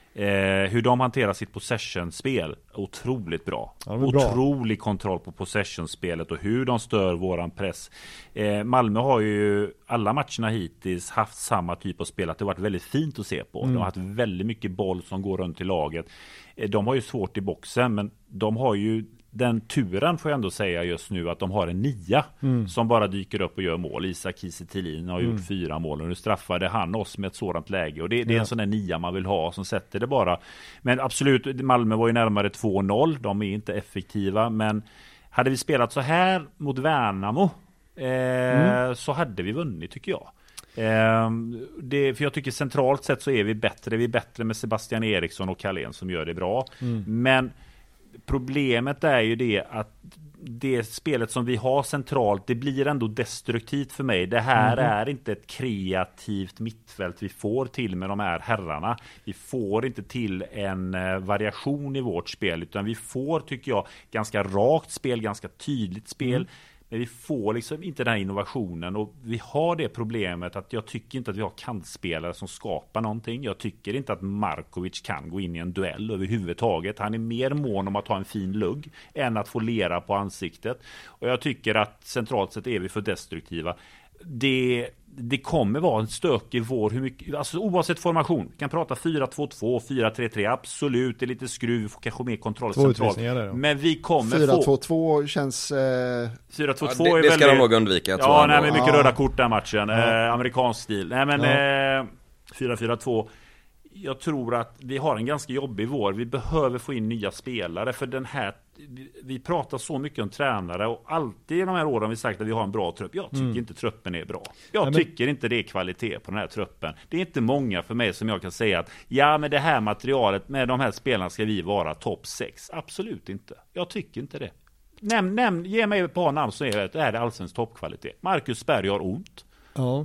[SPEAKER 3] Eh, hur de hanterar sitt possession-spel otroligt bra.
[SPEAKER 2] Ja,
[SPEAKER 3] otrolig
[SPEAKER 2] bra.
[SPEAKER 3] kontroll på possession-spelet och hur de stör våran press. eh, Malmö har ju alla matcherna hittills haft samma typ av spel, att det har varit väldigt fint att se på. mm. De har haft väldigt mycket boll som går runt i laget. eh, De har ju svårt i boxen, men de har ju den turen, får jag ändå säga just nu, att de har en nia mm. som bara dyker upp och gör mål. Isak Kiese Thelin har mm. gjort fyra mål och nu straffade han oss med ett sådant läge. Och det, det är en sån där nia man vill ha som sätter det bara. Men absolut, Malmö var ju närmare två noll. De är inte effektiva, men hade vi spelat så här mot Värnamo eh, mm. så hade vi vunnit, tycker jag. Eh, det, för jag tycker centralt sett så är vi bättre. Vi är bättre med Sebastian Eriksson och Carlén som gör det bra. Mm. Men problemet är ju det att det spelet som vi har centralt, det blir ändå destruktivt för mig. Det här mm. är inte ett kreativt mittfält vi får till med de här herrarna. Vi får inte till en eh, variation i vårt spel, utan vi får, tycker jag, ganska rakt spel, ganska tydligt spel. Mm. Men vi får liksom inte den här innovationen, och vi har det problemet att jag tycker inte att vi har kantspelare som skapar någonting. Jag tycker inte att Markovic kan gå in i en duell överhuvudtaget. Han är mer mån om att ha en fin lugg än att få lera på ansiktet. Och jag tycker att centralt sett är vi för destruktiva. Det, det kommer vara en stök i vår, hur mycket, alltså oavsett formation. Vi kan prata fyra två två, fyra tre tre, absolut, det är lite skruv, får kanske mer kontroll centralt. Men vi kommer
[SPEAKER 1] fyra
[SPEAKER 3] få
[SPEAKER 1] fyra två två känns eh...
[SPEAKER 3] fyra två två
[SPEAKER 4] ja, det,
[SPEAKER 3] är
[SPEAKER 4] det ska
[SPEAKER 3] väldigt...
[SPEAKER 4] de nog undvika.
[SPEAKER 3] Ja, nej, men mycket
[SPEAKER 1] ja.
[SPEAKER 3] röda kort den matchen. Ja. Eh, amerikansk stil. Nej, men ja. eh, fyra fyra två. jag tror att vi har en ganska jobbig vår. Vi behöver få in nya spelare för den här, vi pratar så mycket om tränare och alltid i de här åren har vi sagt att vi har en bra trupp. Jag tycker mm. inte truppen är bra. Jag ja, men... tycker inte det är kvalitet på den här truppen. Det är inte många för mig som jag kan säga att ja, med det här materialet, med de här spelarna ska vi vara topp sex. Absolut inte. Jag tycker inte det. Näm, näm, ge mig ett par namn så är det, det här är allsvensk toppkvalitet. Marcus Berg har ont.
[SPEAKER 2] Ja.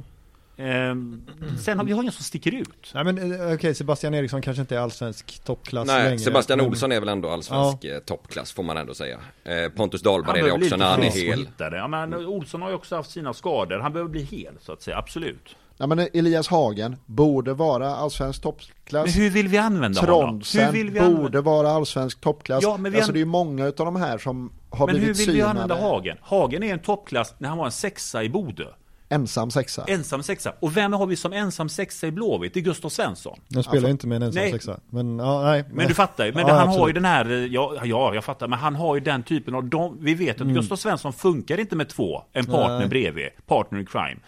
[SPEAKER 3] Um, sen har vi har ingen som sticker ut.
[SPEAKER 2] Nej men okej, okay, Sebastian Eriksson kanske inte är allsvensk toppklass
[SPEAKER 4] Nej,
[SPEAKER 2] längre.
[SPEAKER 4] Sebastian Olsson är väl ändå allsvensk ja. toppklass får man ändå säga. eh, Pontus Dahlberg är det också när han är hel.
[SPEAKER 3] Ja, men Olsson har ju också haft sina skador. Han behöver bli hel så att säga, absolut.
[SPEAKER 1] Ja, men Elias Hagen borde vara allsvensk toppklass.
[SPEAKER 3] Men hur vill vi använda
[SPEAKER 1] Tronsen
[SPEAKER 3] honom? Hur vill vi
[SPEAKER 1] borde
[SPEAKER 3] använda?
[SPEAKER 1] vara allsvensk toppklass. Ja, men vi alltså an... det är ju många av de här som har
[SPEAKER 3] men
[SPEAKER 1] blivit synade.
[SPEAKER 3] Men hur vill vi använda Hagen? Hagen är en toppklass när han var en sexa i Bodø.
[SPEAKER 1] Ensam sexa.
[SPEAKER 3] Ensam sexa. Och vem har vi som ensam sexa i Blåvitt? Det är Gustav Svensson.
[SPEAKER 2] Jag spelar alltså, inte med en ensam nej. sexa. Men, ja, nej.
[SPEAKER 3] men du fattar ju. Men ja, han absolut. har ju den här, ja, ja jag fattar. Men han har ju den typen av, de, vi vet att mm. Gustav Svensson funkar inte med två. En partner nej. bredvid. Partner in crime.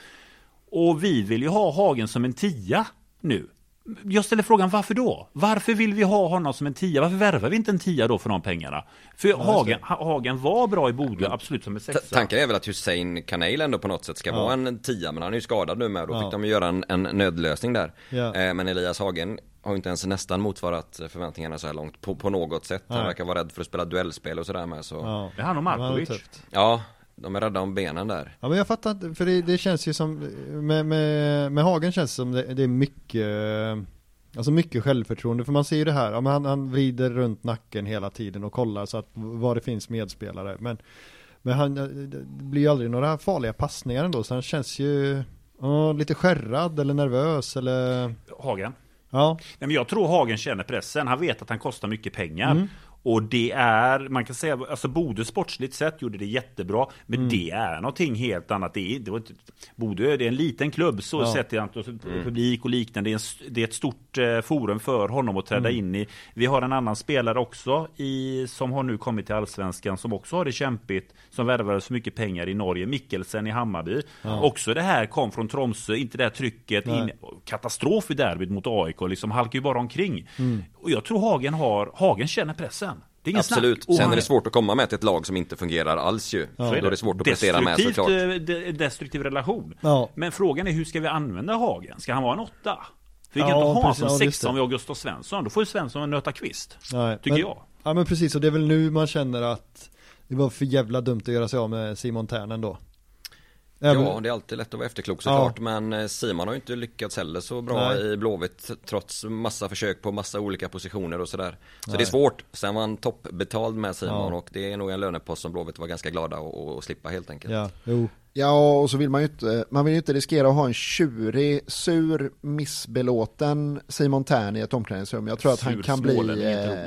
[SPEAKER 3] Och vi vill ju ha Hagen som en tia nu. Jag ställer frågan, varför då? Varför vill vi ha honom som en tia? Varför värvar vi inte en tia då för de pengarna? För ja, Hagen, Hagen var bra i Bodø, absolut som en sexa.
[SPEAKER 4] T- tanken är väl att Hussein Kanel ändå på något sätt ska ja. vara en tia, men han är ju skadad nu med. Då ja. fick de ju göra en, en nödlösning där. Ja. Eh, men Elias Hagen har ju inte ens nästan motsvarat förväntningarna så här långt på, på något sätt. Han verkar vara rädd för att spela duellspel och sådär med. Så.
[SPEAKER 3] Ja. Det är han och Markovic.
[SPEAKER 4] Ja, de är rädda om benen där.
[SPEAKER 2] Ja, men jag fattar inte, för det, det känns ju som med, med, med Hagen känns det som det, det är mycket alltså mycket självförtroende, för man ser ju det här, ja, men han, han vrider runt nacken hela tiden och kollar så att var det finns medspelare, men, men han, det blir ju aldrig några farliga passningar ändå, så han känns ju ja, lite skärrad eller nervös eller...
[SPEAKER 3] Hagen?
[SPEAKER 2] Ja.
[SPEAKER 3] Nej, men jag tror Hagen känner pressen, han vet att han kostar mycket pengar. Mm. Och det är, man kan säga, alltså Bodø sportsligt sett gjorde det jättebra, men mm. det är någonting helt annat. Det är, det var inte, Bodø, det är en liten klubb, så ja. sett jag inte, mm. publik och liknande. Det är, en, det är ett stort eh, forum för honom att träda mm. in i. Vi har en annan spelare också i, som har nu kommit till Allsvenskan, som också har det kämpigt, som värvade så mycket pengar i Norge, Mikkelsen i Hammarby. Ja. Också det här kom från Tromsø, inte det här trycket, in, katastrof i derbyt mot A I K, liksom halkar ju bara omkring. Mm. Och jag tror Hagen har, Hagen känner pressen.
[SPEAKER 4] Absolut, sen han... är det svårt att komma med till ett lag som inte fungerar alls ju. Ja. Då är det svårt att prestera med såklart.
[SPEAKER 3] Destruktiv relation.
[SPEAKER 2] Ja.
[SPEAKER 3] Men frågan är, hur ska vi använda Hagen? Ska han vara en åtta? För vi kan
[SPEAKER 2] ja,
[SPEAKER 3] inte ha
[SPEAKER 2] precis,
[SPEAKER 3] som
[SPEAKER 2] ja,
[SPEAKER 3] sexa om vi har Gustav Svensson. Då får ju Svensson en nöta kvist.
[SPEAKER 2] Nej,
[SPEAKER 3] tycker
[SPEAKER 2] men,
[SPEAKER 3] jag.
[SPEAKER 2] Ja men precis, och det är väl nu man känner att det var för jävla dumt att göra sig av med Simon Tärnen då.
[SPEAKER 4] Även... Ja, det är alltid lätt att vara efterklok såklart, ja. Men Simon har ju inte lyckats heller så bra Nej. i Blåvitt trots massa försök på massa olika positioner och sådär. Så Nej. det är svårt. Sen var han toppbetald med Simon, ja. och det är nog en lönepost som Blåvitt var ganska glada att slippa helt enkelt.
[SPEAKER 2] Ja, jo.
[SPEAKER 1] Ja, och så vill man ju inte, man vill ju inte riskera att ha en tjurig, sur, missbelåten Simon Tern i ett omklädningsrum. Jag tror att han kan bli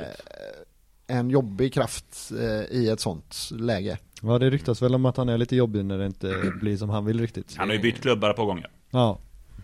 [SPEAKER 1] eh, en jobbig kraft eh, i ett sånt läge.
[SPEAKER 2] Ja, det ryktas väl om att han är lite jobbig när det inte blir som han vill riktigt.
[SPEAKER 3] Han har ju bytt klubbar på gånger.
[SPEAKER 2] Ja.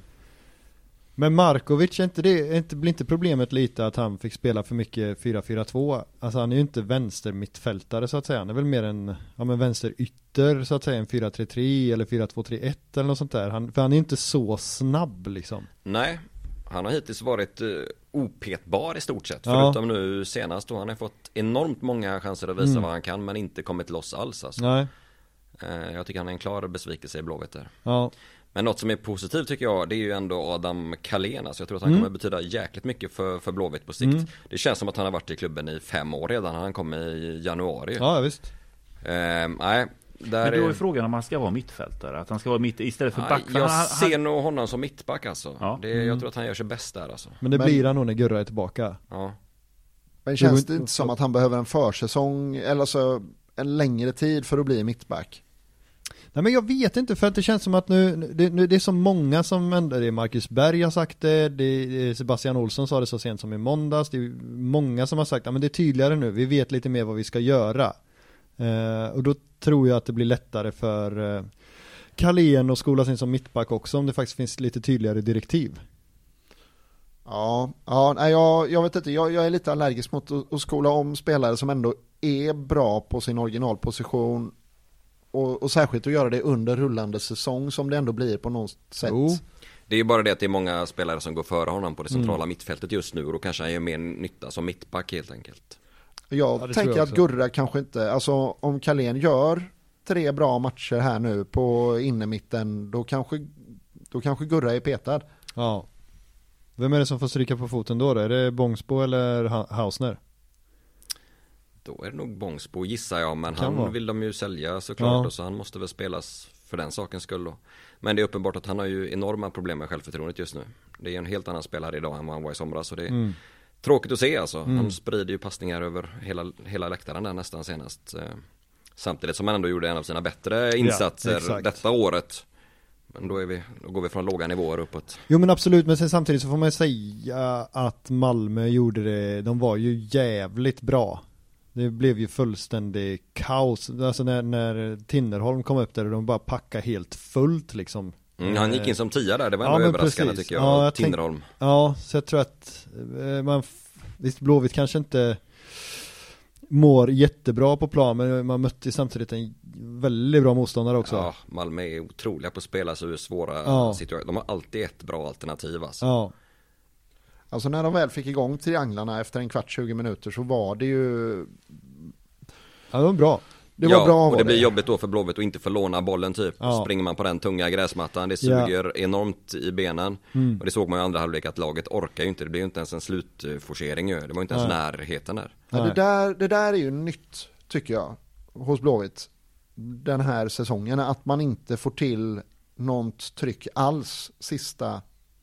[SPEAKER 2] Men Markovic, är inte det, är inte, blir inte problemet lite att han fick spela för mycket fyra fyra två? Alltså han är ju inte vänster mittfältare så att säga. Han är väl mer en ja, men vänster ytter så att säga, en fyra tre tre eller fyra två tre ett eller något sånt där. Han, för han är ju inte så snabb liksom.
[SPEAKER 4] Nej, han har hittills varit uh, opetbar i stort sett. Ja. Förutom nu senast då han har fått enormt många chanser att visa mm. vad han kan, men inte kommit loss alls alltså.
[SPEAKER 2] Nej.
[SPEAKER 4] Uh, jag tycker han är en klar besvikelse i Blåvitt där.
[SPEAKER 2] Ja.
[SPEAKER 4] Men något som är positivt tycker jag, det är ju ändå Adam Kalén. Alltså jag tror att han mm. kommer betyda jäkligt mycket för, för Blåvitt på sikt. Mm. Det känns som att han har varit i klubben i fem år redan. Han kom i januari.
[SPEAKER 2] Ja, visst.
[SPEAKER 4] Uh, nej. Där
[SPEAKER 3] Men då är frågan om han ska vara mittfältare, att han ska vara mitt istället för back.
[SPEAKER 4] Jag
[SPEAKER 3] han,
[SPEAKER 4] ser
[SPEAKER 3] han...
[SPEAKER 4] nog honom som mittback alltså.
[SPEAKER 3] Ja.
[SPEAKER 4] Det, jag tror att han gör sig bäst där alltså.
[SPEAKER 2] Men det
[SPEAKER 1] Men...
[SPEAKER 2] blir han nog när Gurra är tillbaka.
[SPEAKER 4] Ja.
[SPEAKER 1] Men känns det inte som att han behöver en försäsong eller så en längre tid för att bli mittback?
[SPEAKER 2] Nej, men jag vet inte, för att det känns som att nu det, nu, det är så många som ändå, det är Marcus Berg har sagt det, det är Sebastian Olsson sa det så sent som i måndags, det är många som har sagt ja, men det är tydligare nu, vi vet lite mer vad vi ska göra. Uh, och då tror jag att det blir lättare för uh, Kalén och skolas in som mittback också, om det faktiskt finns lite tydligare direktiv.
[SPEAKER 1] Ja, ja nej, jag, jag vet inte, jag, jag är lite allergisk mot att, att skola om spelare som ändå är bra på sin originalposition och, och särskilt att göra det under rullande säsong som det ändå blir på något sätt.
[SPEAKER 2] Jo.
[SPEAKER 4] Det är ju bara det att det är många spelare som går före honom på det centrala
[SPEAKER 2] Mm.
[SPEAKER 4] mittfältet just nu och då kanske han gör mer nytta som mittback helt enkelt.
[SPEAKER 1] Jag
[SPEAKER 2] Ja, det
[SPEAKER 1] tänker
[SPEAKER 2] tror jag
[SPEAKER 1] att Gurra kanske inte, alltså om Carlén gör tre bra matcher här nu på innermitten, då kanske, då kanske Gurra är petad.
[SPEAKER 2] Ja. Vem är det som får stryka på foten då? då? Är det Bångsbo eller Ha- Hausner?
[SPEAKER 4] Då är det nog Bångsbo gissar jag, men
[SPEAKER 2] Kan
[SPEAKER 4] han
[SPEAKER 2] vara.
[SPEAKER 4] vill de ju sälja såklart
[SPEAKER 2] Ja.
[SPEAKER 4] och så han måste väl spelas för den sakens skull då. Men det är uppenbart att han har ju enorma problem med självförtroendet just nu. Det är en helt annan spelare idag än vad han var i somras och det är
[SPEAKER 2] Mm.
[SPEAKER 4] tråkigt att se alltså.
[SPEAKER 2] Mm.
[SPEAKER 4] Han sprider ju passningar över hela, hela läktaren där nästan senast. Eh, Samtidigt som han ändå gjorde en av sina bättre insatser
[SPEAKER 2] exakt.
[SPEAKER 4] detta året. Men då, är vi, då går vi från låga nivåer uppåt.
[SPEAKER 2] Jo men absolut, men sen samtidigt så får man ju säga att Malmö gjorde det, de var ju jävligt bra. Det blev ju fullständig kaos, alltså när, när Tinnerholm kom upp där och de bara packade helt fullt liksom.
[SPEAKER 4] Mm, han gick in som tia där, det var
[SPEAKER 2] Ja,
[SPEAKER 4] ändå
[SPEAKER 2] men
[SPEAKER 4] överraskande
[SPEAKER 2] precis.
[SPEAKER 4] tycker jag,
[SPEAKER 2] Ja, jag tänk-
[SPEAKER 4] Tinnerholm.
[SPEAKER 2] Ja, så jag tror att eh, man, f- visst Blåvitt kanske inte mår jättebra på plan, men man mötte ju samtidigt en väldigt bra motståndare också.
[SPEAKER 4] Ja, Malmö är otroliga på att spela så ur svåra
[SPEAKER 2] Ja.
[SPEAKER 4] situationer. De har alltid ett bra alternativ alltså.
[SPEAKER 2] Ja.
[SPEAKER 1] Alltså när de väl fick igång trianglarna efter en kvart, tjugo minuter så var det ju,
[SPEAKER 2] Ja, det var bra.
[SPEAKER 1] det
[SPEAKER 4] ja,
[SPEAKER 1] var bra
[SPEAKER 4] och
[SPEAKER 1] var
[SPEAKER 4] det blir jobbigt då för Blåvitt att inte få låna bollen typ.
[SPEAKER 2] Ja.
[SPEAKER 4] Springer man på den tunga gräsmattan, det suger enormt i benen.
[SPEAKER 2] Mm.
[SPEAKER 4] Och det såg man ju i andra halvlek att laget orkar ju inte. Det blir ju inte ens en slutforcering ju. Det var ju inte ens
[SPEAKER 2] Nej.
[SPEAKER 4] närheten där.
[SPEAKER 1] ja, det,
[SPEAKER 2] Nej.
[SPEAKER 1] där, det där är ju nytt tycker jag hos Blåvitt den här säsongen, att man inte får till något tryck alls sista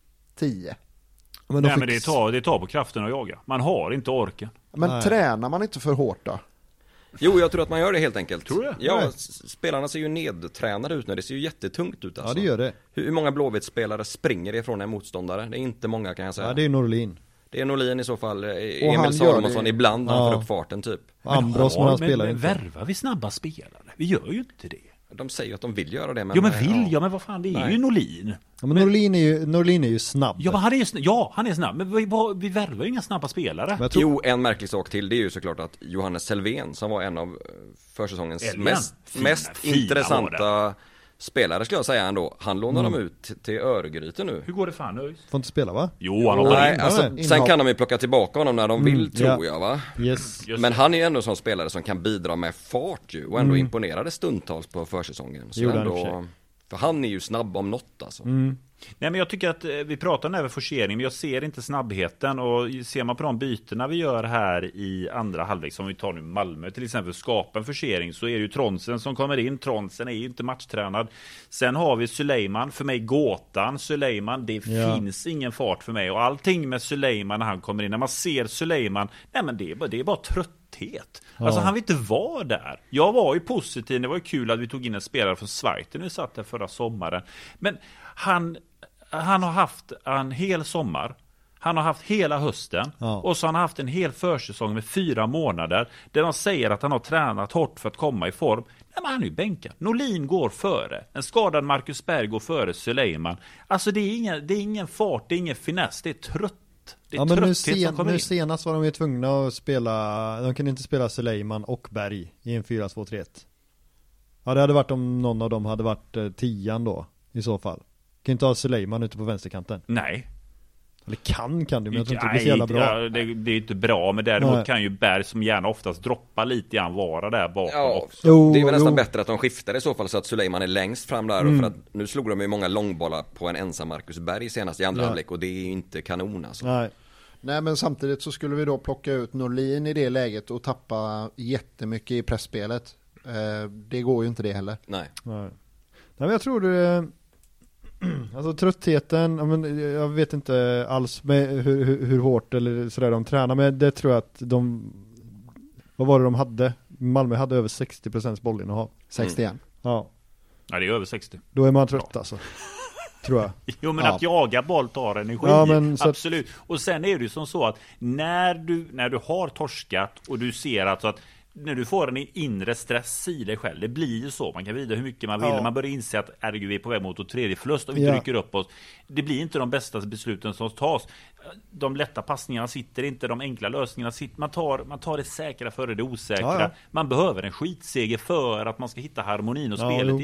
[SPEAKER 1] tio.
[SPEAKER 2] Men de
[SPEAKER 3] Nej,
[SPEAKER 2] fick-
[SPEAKER 3] men det tar, det tar på kraften att jaga. Man har inte orken.
[SPEAKER 1] Men
[SPEAKER 2] Nej.
[SPEAKER 1] tränar man inte för hårt då?
[SPEAKER 4] Jo, jag tror att man gör det helt enkelt.
[SPEAKER 3] Tror du?
[SPEAKER 4] Ja,
[SPEAKER 2] Nej.
[SPEAKER 4] s- spelarna ser ju nedtränade ut nu. Det ser ju jättetungt ut alltså.
[SPEAKER 2] Ja, det gör det.
[SPEAKER 4] Hur hur många Blåvitt-spelare springer ifrån en motståndare? Det är inte många kan jag säga.
[SPEAKER 2] Ja, det är Norlin.
[SPEAKER 4] Det är Norlin i så fall, eh,
[SPEAKER 1] han
[SPEAKER 4] Emil
[SPEAKER 1] gör
[SPEAKER 4] Salomonsson
[SPEAKER 1] det-
[SPEAKER 4] ibland när han
[SPEAKER 2] Ja.
[SPEAKER 4] får upp farten typ.
[SPEAKER 2] Ambros, men han spelar
[SPEAKER 3] men
[SPEAKER 2] inte.
[SPEAKER 3] värvar vi snabba spelare? Vi gör ju inte det.
[SPEAKER 4] De säger ju att de vill göra det men...
[SPEAKER 3] Jo men
[SPEAKER 4] eh,
[SPEAKER 3] vill jag, men vad fan, det är
[SPEAKER 4] Nej.
[SPEAKER 3] ju Norlin.
[SPEAKER 2] Ja, men Norlin är ju, Norlin är ju snabb.
[SPEAKER 3] Ja, men han är ju snabb. Ja, han är snabb. Men vi, vad- vi värvar ju inga snabba spelare.
[SPEAKER 2] Men jag tror,
[SPEAKER 4] Jo, en märklig sak till, det är ju såklart att Johannes Selvén som var en av eh, försäsongens
[SPEAKER 3] Älgen.
[SPEAKER 4] mest,
[SPEAKER 3] Fina,
[SPEAKER 4] mest
[SPEAKER 3] fina
[SPEAKER 4] intressanta spelare skulle jag säga ändå. Han lånar
[SPEAKER 2] Mm.
[SPEAKER 4] dem ut till- till Örgryte nu.
[SPEAKER 3] Hur går det fan nu?
[SPEAKER 2] får inte spela va?
[SPEAKER 3] Jo, han hoppar
[SPEAKER 4] Nej,
[SPEAKER 3] in.
[SPEAKER 4] alltså,
[SPEAKER 2] Ja,
[SPEAKER 4] sen kan de ju plocka tillbaka honom när de
[SPEAKER 2] Mm,
[SPEAKER 4] vill tror
[SPEAKER 2] ja.
[SPEAKER 4] jag va.
[SPEAKER 2] Yes.
[SPEAKER 3] Just
[SPEAKER 4] Men
[SPEAKER 3] det.
[SPEAKER 4] han är ju ändå som spelare som kan bidra med fart ju och ändå
[SPEAKER 2] Mm.
[SPEAKER 4] imponerade stundtals på försäsongen. Så
[SPEAKER 2] Gjorde han i och för
[SPEAKER 4] ändå,
[SPEAKER 2] sig.
[SPEAKER 4] för han är ju snabb om något alltså.
[SPEAKER 2] Mm.
[SPEAKER 3] Nej, men jag tycker att eh, vi pratar nu över forcering, men jag ser inte snabbheten. Och ser man på de bytena vi gör här i andra halvlek, som vi tar nu Malmö till exempel, skapa en forcering, så är det ju Tronsen som kommer in. Tronsen är ju inte matchtränad. Sen har vi Suleiman, för mig gåtan Suleiman, det
[SPEAKER 2] Ja.
[SPEAKER 3] finns ingen fart för mig. Och allting med Suleiman när han kommer in, när man ser Suleiman, nej men det är bara, det är bara trötthet. Alltså han vill inte vara där. Jag var ju positiv, det var ju kul att vi tog in en spelare från Schweiz när vi satt där förra sommaren. Men han, han har haft en hel sommar. Han har haft hela hösten.
[SPEAKER 2] Ja.
[SPEAKER 3] Och så har han haft en hel försäsong med fyra månader. Där de säger att han har tränat hårt för att komma i form. Nej, men han är ju bänkad. Norlin går före. En skadad Marcus Berg går före Suleiman. Alltså det är ingen, det är ingen fart, det är ingen finess. Det är trött. Det är
[SPEAKER 2] Ja, men nu,
[SPEAKER 3] trötthet som
[SPEAKER 2] sen,
[SPEAKER 3] kommer
[SPEAKER 2] nu
[SPEAKER 3] in.
[SPEAKER 2] senast var de ju tvungna att spela, de kunde inte spela Suleiman och Berg i en fyra två tre ett. Ja, det hade varit om någon av dem hade varit eh, tian då, i så fall. Kan inte ha Suleiman ute på vänsterkanten.
[SPEAKER 3] Nej.
[SPEAKER 2] Eller kan kan du, men jag tror inte det blir så jävla bra.
[SPEAKER 3] Ja, det, det är inte bra, men däremot
[SPEAKER 2] Nej.
[SPEAKER 3] kan ju Berg, som gärna oftast droppar lite grann, vara där bakom
[SPEAKER 4] Ja,
[SPEAKER 3] också.
[SPEAKER 2] Jo,
[SPEAKER 4] det är väl nästan
[SPEAKER 2] jo.
[SPEAKER 4] bättre att de skiftar i så fall så att Suleiman är längst fram där.
[SPEAKER 2] Mm.
[SPEAKER 4] För att nu slog de ju många långbollar på en ensam Marcus Berg senast i andra
[SPEAKER 2] Ja.
[SPEAKER 4] halvlek och det är ju inte kanon alltså.
[SPEAKER 2] Nej.
[SPEAKER 1] Nej, men samtidigt så skulle vi då plocka ut Norlin i det läget och tappa jättemycket i pressspelet. Eh, det går ju inte det heller.
[SPEAKER 4] Nej.
[SPEAKER 2] Nej. Nej, men jag tror det, alltså tröttheten, ja, men jag vet inte alls med hur, hur, hur hårt eller sådär de tränar, men det tror jag att de, vad var det de hade? Malmö hade över sextio procent bollinnehav.
[SPEAKER 1] sextioen.
[SPEAKER 2] Ja,
[SPEAKER 3] Ja, det är över sextio.
[SPEAKER 2] då är man trött alltså. Tror jag.
[SPEAKER 3] Jo, men
[SPEAKER 1] Ja.
[SPEAKER 3] att jaga boll tar energi.
[SPEAKER 2] Ja, men så att-
[SPEAKER 3] absolut. Och sen är det ju som så att när du, när du har torskat och du ser alltså att när du får en inre stress i dig själv, det blir ju så, man kan vrida hur mycket man vill,
[SPEAKER 2] Ja.
[SPEAKER 3] man börjar inse att R G V är på väg mot ett tredje förlust och vi inte
[SPEAKER 2] Ja.
[SPEAKER 3] rycker upp oss. Det blir inte de bästa besluten som tas. De lätta passningarna sitter inte, de enkla lösningarna sitter, man tar, man tar det säkra före det osäkra.
[SPEAKER 2] Ja, ja.
[SPEAKER 3] Man behöver en skitseger för att man ska hitta harmonin och
[SPEAKER 2] Ja,
[SPEAKER 3] spelet
[SPEAKER 2] jo.
[SPEAKER 3] igen.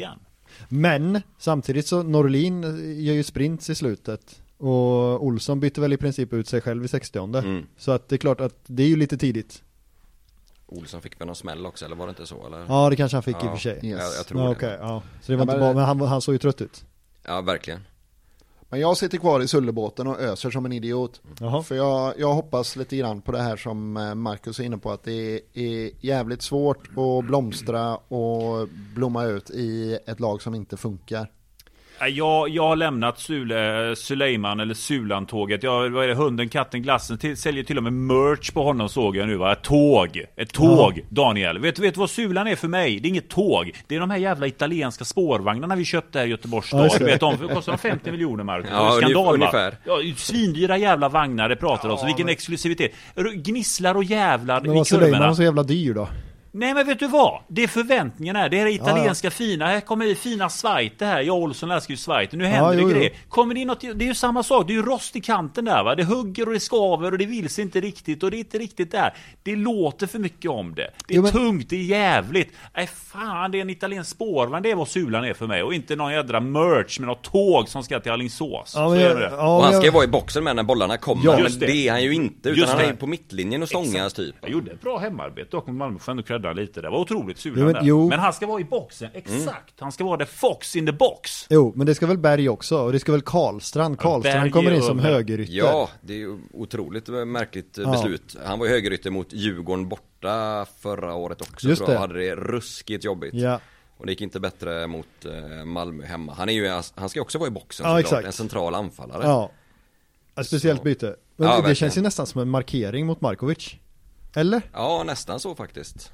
[SPEAKER 2] Men samtidigt så Norlin gör ju sprints i slutet. Och Olsson bytte väl i princip ut sig själv i sextionde. Mm. Så att det är klart att det är ju lite tidigt.
[SPEAKER 4] Olsson fick väl någon smäll också, eller var det inte så? Eller?
[SPEAKER 2] Ja, det kanske han fick
[SPEAKER 4] ja,
[SPEAKER 2] i och för sig.
[SPEAKER 4] Yes. Jag, jag tror
[SPEAKER 2] ja,
[SPEAKER 4] det.
[SPEAKER 2] Okay, ja. Så det var
[SPEAKER 1] ja,
[SPEAKER 2] inte
[SPEAKER 1] men,
[SPEAKER 2] bara, men han, han såg ju trött ut.
[SPEAKER 4] Ja, verkligen.
[SPEAKER 1] Men jag sitter kvar i Sullebåten och öser som en idiot.
[SPEAKER 2] Jaha.
[SPEAKER 1] För jag, jag hoppas lite grann på det här som Marcus är inne på, att det är jävligt svårt att blomstra och blomma ut i ett lag som inte funkar.
[SPEAKER 3] Jag, jag har lämnat Sule, Suleiman eller Sulan-tåget. Jag, vad är det, hunden, katten, glassen till, säljer till och med merch på honom, såg jag nu, va? Ett tåg, ett tåg, ja. Daniel. Vet du vet vad Sulan är för mig? Det är inget tåg. Det är de här jävla italienska spårvagnarna vi köpte här i Göteborgs stad. Ja, du vet, de kostar femtio miljoner, Marcus.
[SPEAKER 4] Ja, skandal, ungefär.
[SPEAKER 3] Ja, svindyra jävla vagnar, det pratar ja, om. Så vilken men... exklusivitet. Gnisslar och jävlar
[SPEAKER 2] men i kurvorna. Men var så jävla dyr då?
[SPEAKER 3] Nej, men vet du vad? Det är förväntningarna här. Det är det italienska ja, ja. fina. Här kommer det fina Schweiz här. Jag och Olsson älskar ju Schweiz. Nu händer ja, det grejer. Kommer det in något, det är ju samma sak. Det är ju rost i kanten där, va? Det hugger och det skaver och det vill sig inte riktigt. Och det är inte riktigt där. Det låter för mycket om det. Det är jo, men... tungt, det är jävligt. Nej fan, det är en italiensk spårvagn. Det är vad Sulan är för mig. Och inte någon jädra merch med något tåg som ska till Alingsås.
[SPEAKER 2] Ja, men,
[SPEAKER 3] det.
[SPEAKER 2] Ja,
[SPEAKER 4] och han ska ju
[SPEAKER 2] jag...
[SPEAKER 4] vara i boxen med när bollarna kommer.
[SPEAKER 3] Ja,
[SPEAKER 4] men det. det är han ju inte. Utan
[SPEAKER 3] just
[SPEAKER 4] han är
[SPEAKER 3] det.
[SPEAKER 4] på mittlinjen och stångas typ.
[SPEAKER 3] Jag gjorde ett bra hemarbete och Malmö får ändå credda lite. Det var otroligt. Jo,
[SPEAKER 2] men,
[SPEAKER 3] men han ska vara i boxen, exakt. Mm. Han ska vara the fox in the box.
[SPEAKER 2] Jo, men det ska väl Berg också. Och det ska väl Karlstrand. Karlstrand ja, kommer in som högerytter.
[SPEAKER 4] Ja, det är ju otroligt märkligt ja. beslut. Han var ju högerytter mot Djurgården borta förra året också.
[SPEAKER 2] Just det.
[SPEAKER 4] Hade det ruskigt jobbigt.
[SPEAKER 2] Ja.
[SPEAKER 4] Och det gick inte bättre mot Malmö hemma. Han är ju, han ska också vara i boxen,
[SPEAKER 2] ja,
[SPEAKER 4] såklart. En central anfallare.
[SPEAKER 2] Ja, ett speciellt så. byte. Men
[SPEAKER 4] ja,
[SPEAKER 2] det
[SPEAKER 4] verkligen.
[SPEAKER 2] Känns ju nästan som en markering mot Markovic. Eller?
[SPEAKER 4] Ja, nästan så faktiskt.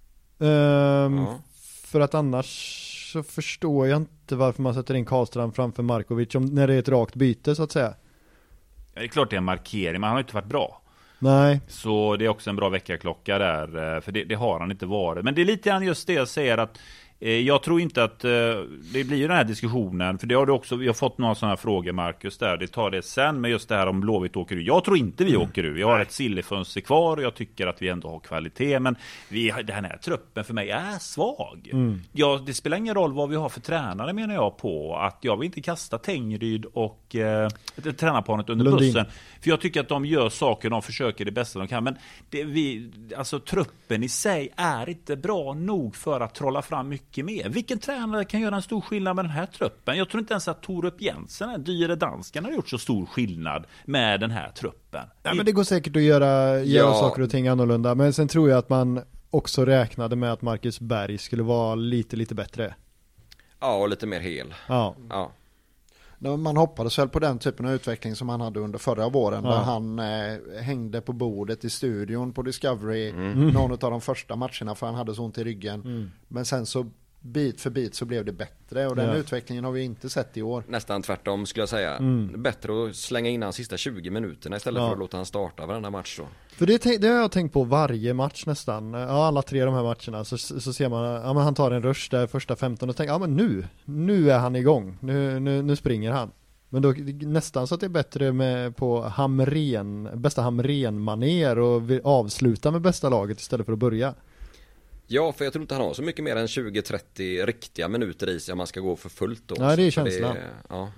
[SPEAKER 2] Um,
[SPEAKER 4] ja.
[SPEAKER 2] För att annars så förstår jag inte varför man sätter in Karlstrand framför Markovic om, när det är ett rakt byte så att säga.
[SPEAKER 3] Ja, det är klart det är en markering, men han har inte varit bra.
[SPEAKER 2] Nej.
[SPEAKER 3] Så det är också en bra veckaklocka där, för det, det har han inte varit. Men det är lite grann just det jag säger att eh, jag tror inte att eh, det blir ju den här diskussionen, för det har du också, vi har fått några sådana här frågor, Marcus, där, det tar det sen, men just det här om Blåvitt åker ur. Jag tror inte vi mm. åker ur, vi har ett sillefönster kvar och jag tycker att vi ändå har kvalitet, men vi, den här truppen för mig är svag. Mm. Ja, det spelar ingen roll vad vi har för tränare, menar jag på, att jag vill inte kasta Tengryd och eh, tränarparet under
[SPEAKER 2] Lundin.
[SPEAKER 3] bussen, för jag tycker att de gör saker, de försöker det bästa de kan, men det, vi, alltså truppen i sig är inte bra nog för att trolla fram mycket mer. Vilken tränare kan göra en stor skillnad med den här truppen? Jag tror inte ens att Torup Jensen, den dyre dansken, har gjort så stor skillnad med den här truppen.
[SPEAKER 2] Ja, men det går säkert att göra, göra ja. saker och ting annorlunda, men sen tror jag att man också räknade med att Marcus Berg skulle vara lite, lite bättre.
[SPEAKER 4] Ja, och lite mer hel.
[SPEAKER 2] Ja.
[SPEAKER 4] Ja.
[SPEAKER 1] Man hoppades väl på den typen av utveckling som han hade under förra våren,
[SPEAKER 2] ja.
[SPEAKER 1] där han eh, hängde på bordet i studion på Discovery
[SPEAKER 4] mm.
[SPEAKER 1] någon av de första matcherna för han hade så ont i ryggen.
[SPEAKER 2] Mm.
[SPEAKER 1] Men sen så bit för bit så blev det bättre och den
[SPEAKER 2] ja.
[SPEAKER 1] utvecklingen har vi inte sett i år.
[SPEAKER 4] Nästan tvärtom skulle jag säga.
[SPEAKER 2] Mm.
[SPEAKER 4] Bättre att slänga in han sista tjugo minuterna istället
[SPEAKER 2] ja.
[SPEAKER 4] för att låta han starta varenda match så.
[SPEAKER 2] För det, det har jag tänkt på varje match nästan. Ja, alla tre de här matcherna så, så ser man, ja men han tar en rush där första femton och tänker, ja men nu, nu är han igång. Nu, nu, nu springer han. Men då nästan så att det är bättre med på Hamren, bästa Hamren-maner och avsluta med bästa laget istället för att börja.
[SPEAKER 4] Ja, för jag tror inte han har så mycket mer än tjugo trettio riktiga minuter i sig om man ska gå för fullt då.
[SPEAKER 2] Nej, det är känslan.
[SPEAKER 4] Det, ja.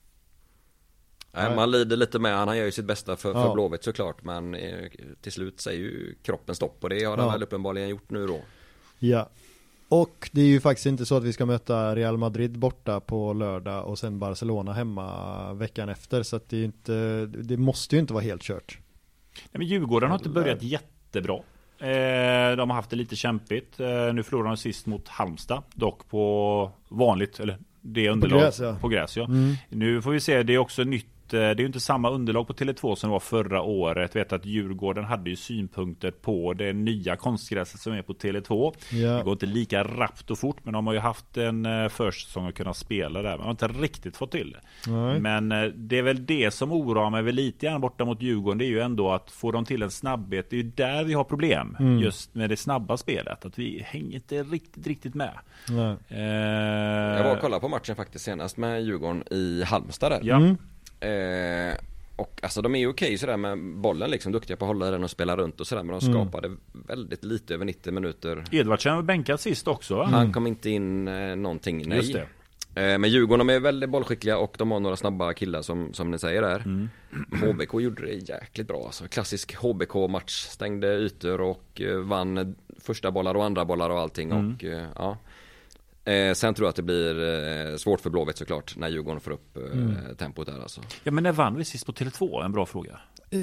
[SPEAKER 4] Nej, man lider lite med, han gör ju sitt bästa för, för
[SPEAKER 2] ja.
[SPEAKER 4] Blåvitt såklart, men eh, till slut säger ju kroppen stopp och det har han
[SPEAKER 2] ja.
[SPEAKER 4] väl uppenbarligen gjort nu då.
[SPEAKER 2] Ja. Och det är ju faktiskt inte så att vi ska möta Real Madrid borta på lördag och sen Barcelona hemma veckan efter, så att det är inte, det måste ju inte vara helt kört.
[SPEAKER 3] Nej, men Djurgården har inte börjat jättebra. Eh, de har haft det lite kämpigt. Eh, nu förlorade de sist mot Halmstad, dock på vanligt, eller det underlag
[SPEAKER 2] på gräs, ja.
[SPEAKER 3] På gräs, ja.
[SPEAKER 2] Mm.
[SPEAKER 3] Nu får vi se, det är också nytt. Det är ju inte samma underlag på Tele två som det var förra året. Jag vet att Djurgården hade ju synpunkter på det nya konstgräset som är på Tele två.
[SPEAKER 2] Ja.
[SPEAKER 3] Det går inte lika rappt och fort, men de har ju haft en försäsong att kunna spela där. Man har inte riktigt fått till det.
[SPEAKER 2] Nej.
[SPEAKER 3] Men det är väl det som oroar mig väl lite grann borta mot Djurgården. Det är ju ändå att få dem till en snabbhet. Det är ju där vi har problem.
[SPEAKER 2] Mm.
[SPEAKER 3] Just med det snabba spelet. Att vi hänger inte riktigt, riktigt med.
[SPEAKER 2] Nej.
[SPEAKER 3] Eh...
[SPEAKER 4] Jag var och kollade på matchen faktiskt senast med Djurgården i Halmstad där.
[SPEAKER 3] Ja.
[SPEAKER 2] Mm.
[SPEAKER 4] Eh, och alltså de är ju okej sådär med bollen liksom, duktiga på att hålla den och spela runt och sådär, men de skapade mm. väldigt lite över nittio minuter.
[SPEAKER 3] Edvardsen var bänkad sist också, va?
[SPEAKER 4] Han kom inte in eh, någonting, nej.
[SPEAKER 3] Just det.
[SPEAKER 4] Men Djurgården de är väldigt bollskickliga och de har några snabba killar som, som ni säger där. Mm. H B K gjorde det jäkligt bra. Alltså, klassisk H B K-match. Stängde ytor och vann första bollar och andra bollar och allting. Mm. Och, ja. Sen tror jag att det blir svårt för Blåvitt såklart när Djurgården får upp mm. tempot där. Alltså.
[SPEAKER 3] Ja, men när vann vi sist på Tele två? En bra fråga.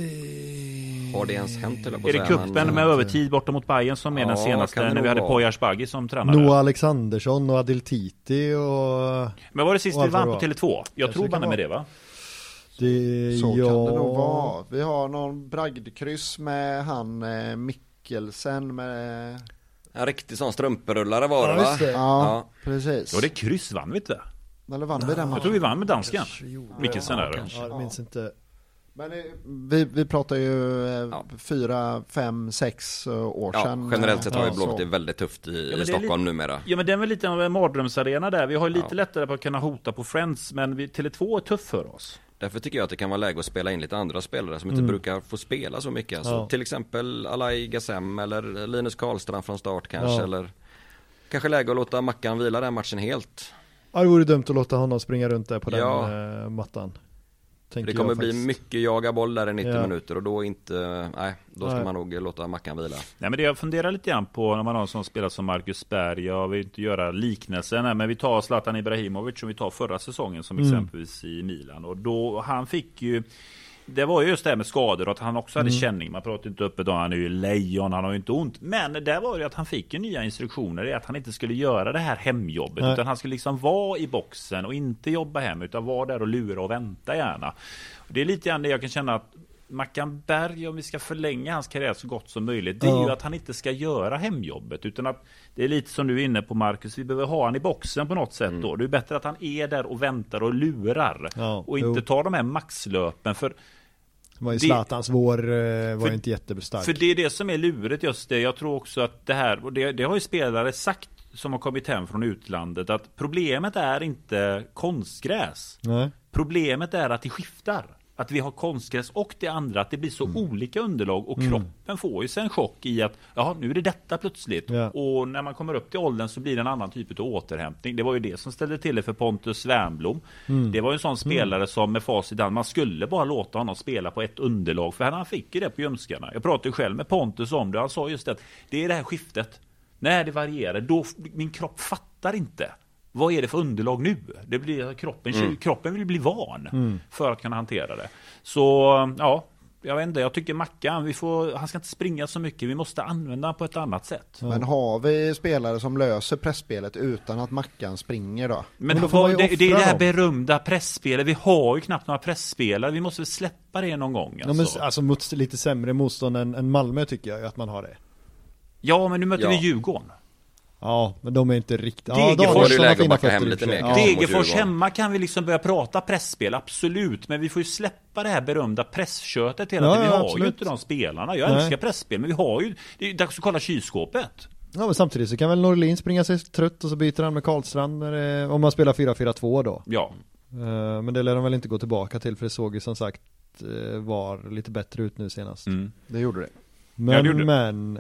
[SPEAKER 4] Har det ens hänt? Eller
[SPEAKER 3] är det kuppen man, med övertid borta mot Bayern som är ja, den senaste när vi hade Poyars Baggi som tränare?
[SPEAKER 2] Noah Alexandersson och Adil Titi och...
[SPEAKER 3] Men var det sist vi vann på Tele två? Jag, jag tror bara med det va?
[SPEAKER 1] Det, så ja. Kan det nog vara. Vi har någon bragdkryss med han eh, Mikkelsen med...
[SPEAKER 4] En riktig sån strumperullare var det ja, va?
[SPEAKER 1] Det. Ja, ja, precis.
[SPEAKER 3] Ja, det kryss vann vi inte.
[SPEAKER 1] Eller vann vi den?
[SPEAKER 3] Jag tror vi vann med dansken. Mikkelsen där.
[SPEAKER 2] Ja, jag minns inte.
[SPEAKER 1] Men vi, vi pratar ju eh, ja. fyra, fem, sex år
[SPEAKER 4] ja,
[SPEAKER 1] sedan.
[SPEAKER 4] Generellt sett har ju Blåvitt det väldigt tufft i, ja, i Stockholm
[SPEAKER 3] lite,
[SPEAKER 4] numera.
[SPEAKER 3] Ja, men det är väl lite av en mardrömsarena där. Vi har ju lite ja. lättare på att kunna hota på Friends, men vi, Tele två är tuff för oss.
[SPEAKER 4] Därför tycker jag att det kan vara läge att spela in lite andra spelare som mm. inte brukar få spela så mycket. Alltså, ja. Till exempel Alai Gassem eller Linus Karlstrand från start kanske. Ja. Eller kanske läge att låta Mackan vila den matchen helt.
[SPEAKER 2] Ja, det vore dumt att låta honom springa runt där på den ja. äh, mattan.
[SPEAKER 4] Det kommer bli mycket jaga boll där i nittio ja. minuter och då inte, nej, då ska nej. man nog låta Mackan vila.
[SPEAKER 3] Nej, men det jag funderar lite grann på när man har en sån spelare som Marcus Berg, jag vill inte göra liknelsen här, men vi tar Zlatan Ibrahimovic som vi tar förra säsongen som mm. exempelvis i Milan och då, han fick ju det var ju just det här med skador och att han också hade mm. känning. Man pratar inte uppe då, han är ju lejon, han har ju inte ont. Men det var ju att han fick ju nya instruktioner i att han inte skulle göra det här hemjobbet. Nej. Utan han skulle liksom vara i boxen och inte jobba hem utan vara där och lura och vänta gärna. Och det är lite grann det jag kan känna att Mackan Berg, om vi ska förlänga hans karriär så gott som möjligt, det är ja. ju att han inte ska göra hemjobbet utan att det är lite som du är inne på Marcus, vi behöver ha han i boxen på något sätt mm. då. Det är bättre att han är där och väntar och lurar ja, och inte jo. tar de här maxlöpen för
[SPEAKER 2] var ju Zlatans vår var för, inte jättestark.
[SPEAKER 3] För det är det som är luret just det. Jag tror också att det här, och det, det har ju spelare sagt som har kommit hem från utlandet, att problemet är inte konstgräs. Nej. Problemet är att det skiftar. Att vi har konstgräs och det andra, att det blir så mm. olika underlag och mm. kroppen får ju sig en chock i att ja, nu är det detta plötsligt. Ja. Och när man kommer upp till åldern så blir det en annan typ av återhämtning. Det var ju det som ställde till det för Pontus Svärnblom. Mm. Det var ju en sån spelare mm. som med facit man skulle bara låta honom spela på ett underlag för han fick ju det på ljumskarna. Jag pratade själv med Pontus om det. Han sa just att det är det här skiftet. När det varierar, då min kropp fattar inte. Vad är det för underlag nu? Det blir kroppen, mm. kroppen vill bli van mm. för att kunna hantera det. Så ja, jag vet inte, jag tycker Mackan, vi får, han ska inte springa så mycket, vi måste använda på ett annat sätt.
[SPEAKER 1] Men har vi spelare som löser pressspelet utan att Mackan springer då?
[SPEAKER 3] Men, Men då får det, det är det här berömda pressspelet, vi har ju knappt några pressspelare, vi måste väl släppa det någon gång.
[SPEAKER 2] Alltså, ja, men, alltså mot lite sämre motstånd än, än Malmö tycker jag att man har det.
[SPEAKER 3] Ja, men nu möter ja. vi Djurgården.
[SPEAKER 2] Ja, men de är inte riktigt...
[SPEAKER 3] Degerfors,
[SPEAKER 2] ja,
[SPEAKER 4] de backa hem lite mer.
[SPEAKER 3] Ja. Degerfors hemma kan vi liksom börja prata pressspel, absolut. Men vi får ju släppa det här berömda presskötet hela tiden. Ja, vi har absolut. ju inte de spelarna. Jag Nej. älskar pressspel, men vi har ju... Det är dags att kolla kylskåpet.
[SPEAKER 2] Ja, men samtidigt så kan väl Norlin springa sig trött och så byter han med Karlstrand det, om man spelar fyra fyra två då.
[SPEAKER 3] Ja.
[SPEAKER 2] Uh, men det lär de väl inte gå tillbaka till, för det såg ju som sagt uh, var lite bättre ut nu senast.
[SPEAKER 1] Mm. Det gjorde det.
[SPEAKER 2] Men, ja, men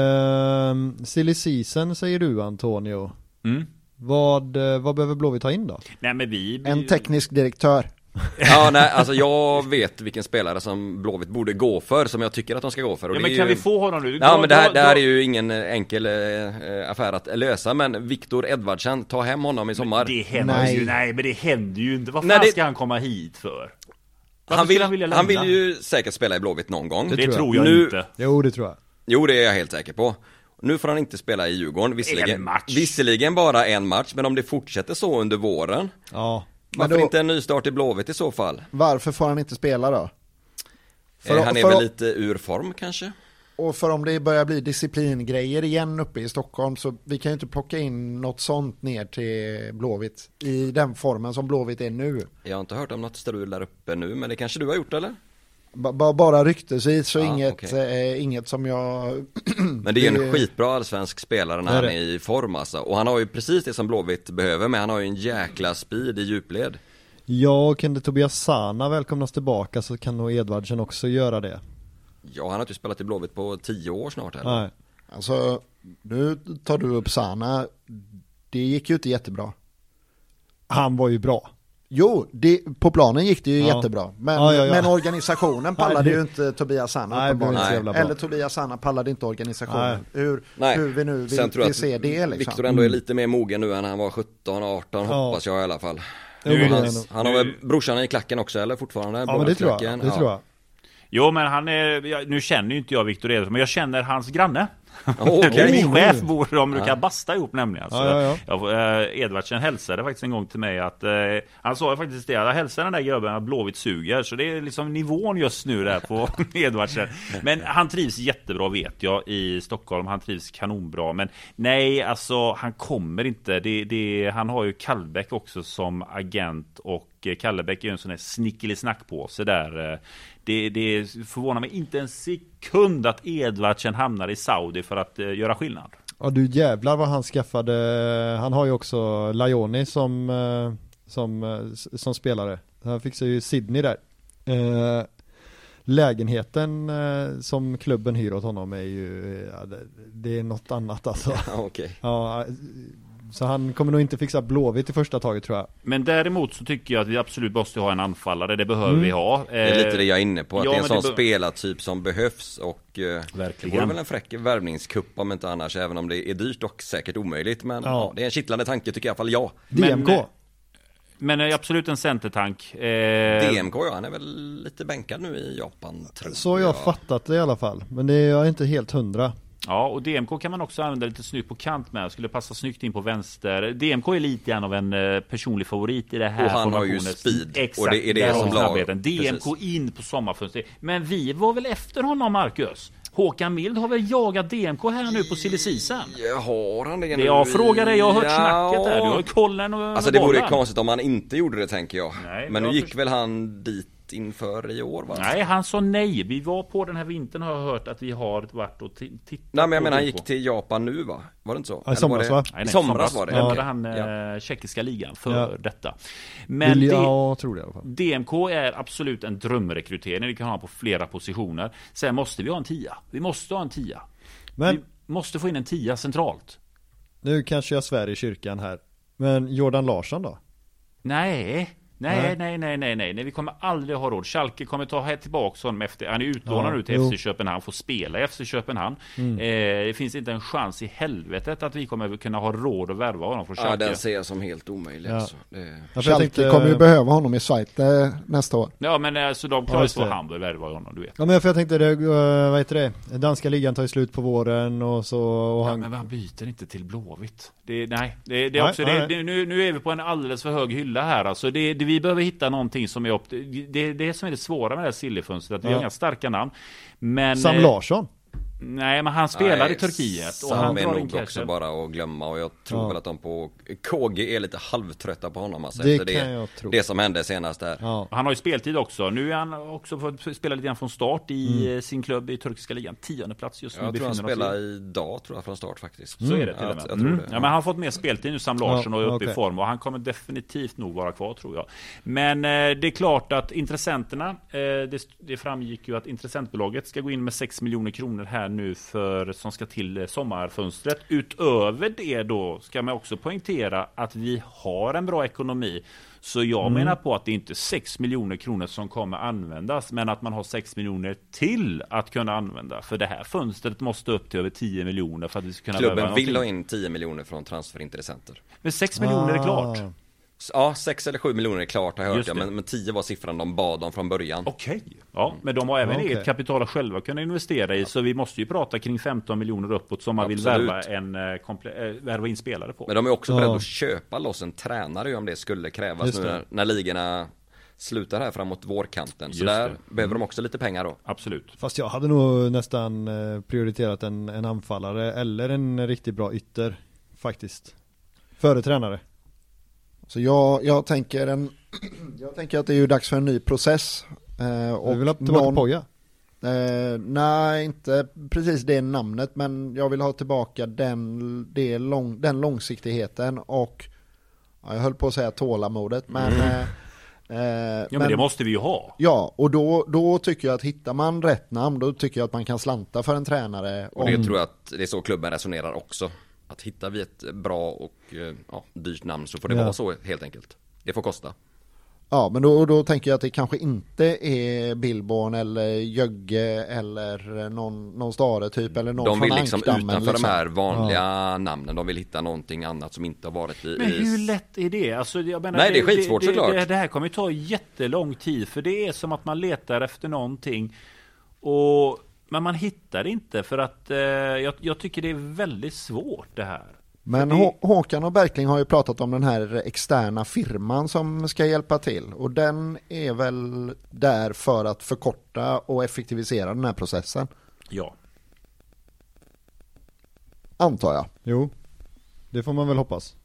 [SPEAKER 2] uh, silly season säger du, Antonio. Mm. Vad, vad behöver Blåvitt ta in då?
[SPEAKER 3] Nej, men vi, vi...
[SPEAKER 1] En teknisk direktör.
[SPEAKER 4] Ja, nej, alltså jag vet vilken spelare som Blåvitt borde gå för, som jag tycker att de ska gå för. Och
[SPEAKER 3] ja,
[SPEAKER 4] det
[SPEAKER 3] men kan
[SPEAKER 4] ju...
[SPEAKER 3] vi få honom nu?
[SPEAKER 4] Ja, men det här, det här är ju ingen enkel äh, affär att lösa, men Viktor Edvardsen, ta hem honom i sommar.
[SPEAKER 3] Men det händer nej. ju, nej, men det händer ju inte. Vad fan nej, det... ska han komma hit för?
[SPEAKER 4] Han vill, han, han vill ju säkert spela i Blåvitt någon gång.
[SPEAKER 3] Det, det tror jag, tror jag
[SPEAKER 4] nu...
[SPEAKER 3] inte.
[SPEAKER 2] Jo, det tror jag.
[SPEAKER 4] Jo, det är jag helt säker på. Nu får han inte spela i Djurgården. Visserligen, visserligen bara en match, men om det fortsätter så under våren.
[SPEAKER 2] Ja.
[SPEAKER 4] Varför då, inte en ny start i Blåvitt i så fall?
[SPEAKER 1] Varför får han inte spela då?
[SPEAKER 4] För, eh, han är för, väl lite ur form kanske?
[SPEAKER 1] Och för om det börjar bli disciplingrejer igen uppe i Stockholm, så vi kan ju inte plocka in något sånt ner till Blåvitt i den formen som Blåvitt är nu.
[SPEAKER 4] Jag har inte hört om något strul där uppe nu, men det kanske du har gjort, eller?
[SPEAKER 1] B- bara ryktesvis, så ja, inget, okay. eh, inget som jag...
[SPEAKER 4] Men det är ju en skitbra allsvensk spelare när han är i form alltså. Och han har ju precis det som Blåvitt behöver, men han har ju en jäkla speed i djupled.
[SPEAKER 2] Ja, och kan det Tobias Sana välkomnas tillbaka, så kan nog Edvardsen också göra det.
[SPEAKER 4] Ja, han har inte spelat i Blåvitt på tio år snart heller.
[SPEAKER 1] Nej. Alltså, nu tar du upp Sana. Det gick ju inte jättebra.
[SPEAKER 2] han var ju bra.
[SPEAKER 1] Jo, det, på planen gick det ju
[SPEAKER 2] ja.
[SPEAKER 1] jättebra. Men,
[SPEAKER 2] ja, ja, ja.
[SPEAKER 1] men organisationen pallade ju inte Tobias Sanna.
[SPEAKER 2] Nej,
[SPEAKER 1] på
[SPEAKER 2] nej.
[SPEAKER 1] Eller Tobias Sanna pallade inte organisationen. Nej. Hur,
[SPEAKER 4] nej.
[SPEAKER 1] hur vi nu vill,
[SPEAKER 4] Sen tror jag
[SPEAKER 1] vill se det. Liksom.
[SPEAKER 4] Viktor ändå är lite mer mogen nu än han var sjutton arton, ja. hoppas jag i alla fall.
[SPEAKER 2] Nu,
[SPEAKER 4] han, han har väl brorsan i klacken också, eller fortfarande?
[SPEAKER 2] Ja, men det tror jag. Det ja. tror jag.
[SPEAKER 3] Jo, men han är, nu känner ju inte jag Viktor Edvardsson, men jag känner hans granne.
[SPEAKER 4] Oh, okay.
[SPEAKER 3] Min chef bor, de brukar ja. basta ihop nämligen. Så
[SPEAKER 2] ja, ja,
[SPEAKER 3] ja. Jag, eh, Edvardsen hälsade faktiskt en gång till mig att eh, han sa faktiskt det, jag hälsar den där grabben att Blåvitt suger. Så det är liksom nivån just nu där på Edvardsen. Men han trivs jättebra vet jag i Stockholm, han trivs kanonbra. Men nej, alltså han kommer inte, det, det, han har ju Kallbäck också som agent och Kallebäck är ju en sån här snickelig-snack på så där. Det, det förvånar mig inte en sekund att Edvardsen hamnar i Saudi för att uh, göra skillnad.
[SPEAKER 2] Ja, du jävlar vad han skaffade. Han har ju också Lajoni som, uh, som, uh, som spelare. Han fixar ju Sydney där. Uh, lägenheten uh, som klubben hyr åt honom är ju uh, det, det är något annat alltså.
[SPEAKER 4] Ja, okay.
[SPEAKER 2] Ja, så han kommer nog inte fixa Blåvitt i första taget tror jag.
[SPEAKER 3] Men däremot så tycker jag att vi absolut måste ha en anfallare. Det behöver
[SPEAKER 2] mm.
[SPEAKER 3] vi ha.
[SPEAKER 4] Det är lite det jag är inne på. Att
[SPEAKER 3] ja,
[SPEAKER 4] det är en sån
[SPEAKER 3] be-
[SPEAKER 4] spelartyp som behövs. Och verkligen. Det vore väl en fräck värvningskupp om inte annars. Även om det är dyrt och säkert omöjligt. Men ja. Ja, det är en kittlande tanke tycker jag i alla fall jag.
[SPEAKER 2] D M K.
[SPEAKER 3] Men, men absolut en centertank. Eh...
[SPEAKER 4] D M K ja, han är väl lite bänkad nu i Japan. Tror
[SPEAKER 2] så jag har fattat det i alla fall. Men det är jag inte helt hundra.
[SPEAKER 3] Ja, och D M K kan man också använda lite snyggt på kant med. Skulle passa snyggt in på vänster. D M K är lite grann av en uh, personlig favorit i det här.
[SPEAKER 4] Och han har ju speed.
[SPEAKER 3] Exakt,
[SPEAKER 4] och det är det som lag.
[SPEAKER 3] D M K in på sommarfönstret. Men vi var väl efter honom, Marcus? Håkan Mild har väl jagat D M K här nu på silly season?
[SPEAKER 4] Jag har han det nu?
[SPEAKER 3] Jag frågar dig, jag har hört ja. snacket där. Du har kollen och
[SPEAKER 4] alltså det vore ju konstigt om han inte gjorde det tänker jag.
[SPEAKER 3] Nej,
[SPEAKER 4] men nu gick
[SPEAKER 3] först...
[SPEAKER 4] väl han dit inför i år va?
[SPEAKER 3] Nej, han sa nej. Vi var på den här vintern har jag hört att vi har varit och t- tittat.
[SPEAKER 4] Nej, men jag menar han gick till Japan nu va? Var det inte så?
[SPEAKER 2] Ja, i somras va?
[SPEAKER 3] Nej, nej,
[SPEAKER 4] somras, somras var det.
[SPEAKER 3] Ja.
[SPEAKER 4] Okay.
[SPEAKER 3] han
[SPEAKER 4] ja.
[SPEAKER 3] eh, tjeckiska ligan för
[SPEAKER 2] ja.
[SPEAKER 3] detta. Men
[SPEAKER 2] Vill
[SPEAKER 3] jag
[SPEAKER 2] jag tror det i alla fall.
[SPEAKER 3] D M K är absolut en drömrekrytering. Vi kan ha på flera positioner. Sen måste vi ha en tia. Vi måste ha en tia. Men vi måste få in en tia centralt.
[SPEAKER 2] Nu kanske jag svär i kyrkan här. Men Jordan Larsson då?
[SPEAKER 3] Nej. Nej, nej, nej, nej, nej, nej. Vi kommer aldrig ha råd. Schalke kommer ta här tillbaka honom efter. Han är utlånad ja, nu till jo. F C Köpenhamn. Får spela i F C Köpenhamn. Mm. Eh, det finns inte en chans i helvetet att vi kommer kunna ha råd att värva honom från Schalke.
[SPEAKER 4] Ja, den ser jag som helt omöjlig. Ja. Alltså. Det...
[SPEAKER 1] Ja, Schalke tänkte... kommer ju behöva honom i Schweiz eh, nästa år.
[SPEAKER 3] Ja, men alltså de klarar sig ja, Hamburg värva honom, du vet.
[SPEAKER 2] Ja, men för jag tänkte, det, uh, vad heter det? Danska ligan tar ju slut på våren och så... Och han...
[SPEAKER 3] Ja, men han byter inte till Blåvitt. Det, nej, det, det är också... Nej, det, nej. Det, nu, nu är vi på en alldeles för hög hylla här. Alltså, det, det, vi behöver hitta någonting som är upp... Det är det som är det svåra med det här sillifönstret. Att vi ja. har inga starka namn. Men,
[SPEAKER 2] Sam Larsson?
[SPEAKER 3] Nej, men han spelar nej, i Turkiet.
[SPEAKER 4] Sam och han är nog också bara att glömma. Och jag tror ja. väl att de på K G är lite halvtrötta på honom. Alltså,
[SPEAKER 2] det
[SPEAKER 4] efter
[SPEAKER 2] kan
[SPEAKER 4] det,
[SPEAKER 2] jag tro.
[SPEAKER 4] Det som hände senast där.
[SPEAKER 3] Ja. Han har ju speltid också. Nu är han också fått spela lite grann från start i mm. sin klubb i turkiska ligan. Tionde plats just nu.
[SPEAKER 4] Jag tror han spelar idag tror jag från start faktiskt.
[SPEAKER 3] Mm. Så är det till och med.
[SPEAKER 4] Jag, jag tror
[SPEAKER 3] mm.
[SPEAKER 4] det.
[SPEAKER 3] Ja, men han har fått mer speltid nu, Sam Larsson, ja, och är uppe okay. i form. Och han kommer definitivt nog vara kvar tror jag. Men eh, det är klart att intressenterna, eh, det, det framgick ju att intressentbolaget ska gå in med sex miljoner kronor här nu för som ska till sommarfönstret. Utöver det då ska man också poängtera att vi har en bra ekonomi. Så jag mm. menar på att det inte är sex miljoner kronor som kommer användas, men att man har sex miljoner till att kunna använda. För det här fönstret måste upp till över tio miljoner för att vi ska kunna
[SPEAKER 4] klubben vill ha in tio miljoner från transferintressenter.
[SPEAKER 3] Men sex miljoner är klart.
[SPEAKER 4] Ja, sex eller sju miljoner är klart har jag hört jag, men, men tio var siffran de bad om från början.
[SPEAKER 3] Okej, okay. ja, men de har även okay. eget kapital att själva kunna investera i, ja. Så vi måste ju prata kring femton miljoner uppåt som man absolut. vill värva, en, komple- äh, värva in spelare på.
[SPEAKER 4] Men de är också ja. beredda att köpa loss en tränare om det skulle krävas Just nu när, när ligorna slutar här framåt vårkanten. Så där mm. behöver de också lite pengar då.
[SPEAKER 3] Absolut.
[SPEAKER 2] Fast jag hade nog nästan prioriterat en, en anfallare eller en riktigt bra ytter faktiskt. Före tränare.
[SPEAKER 1] Så jag, jag, tänker en, jag tänker att det är ju dags för en ny process.
[SPEAKER 2] Eh, och du vill ha tillbaka någon, Poja?
[SPEAKER 1] Eh, nej, inte precis det namnet, men jag vill ha tillbaka den, det lång, den långsiktigheten och ja, jag höll på att säga tålamodet, men... Mm. Eh,
[SPEAKER 3] Eh, ja men, men det måste vi ju ha.
[SPEAKER 1] Ja, och då, då tycker jag att hittar man rätt namn, då tycker jag att man kan slanta för en tränare.
[SPEAKER 4] Och det om... tror jag att det är så klubben resonerar också. att hitta vi ett bra och ja, dyrt namn så får det
[SPEAKER 2] ja.
[SPEAKER 4] vara så helt enkelt. Det får kosta.
[SPEAKER 1] Ja, men då, då tänker jag att det kanske inte är Billborn eller Jögge eller någon, någon stare typ eller någon
[SPEAKER 4] de vill
[SPEAKER 1] från
[SPEAKER 4] liksom
[SPEAKER 1] Ankdammen,
[SPEAKER 4] utanför
[SPEAKER 1] liksom.
[SPEAKER 4] de här vanliga
[SPEAKER 2] ja.
[SPEAKER 4] namnen. De vill hitta någonting annat som inte har varit i...
[SPEAKER 3] Men hur lätt är det? Alltså, jag menar,
[SPEAKER 4] Nej, det är skitsvårt
[SPEAKER 3] det, det,
[SPEAKER 4] såklart.
[SPEAKER 3] Det, det här kommer ju ta jättelång tid, för det är som att man letar efter någonting och, men man hittar det inte, för att eh, jag, jag tycker det är väldigt svårt det här.
[SPEAKER 1] Men
[SPEAKER 3] det...
[SPEAKER 1] Hå- Håkan och Berkling har ju pratat om den här externa firman som ska hjälpa till. Och den är väl där för att förkorta och effektivisera den här processen.
[SPEAKER 3] Ja.
[SPEAKER 1] Antar jag.
[SPEAKER 2] Jo, det får man väl hoppas.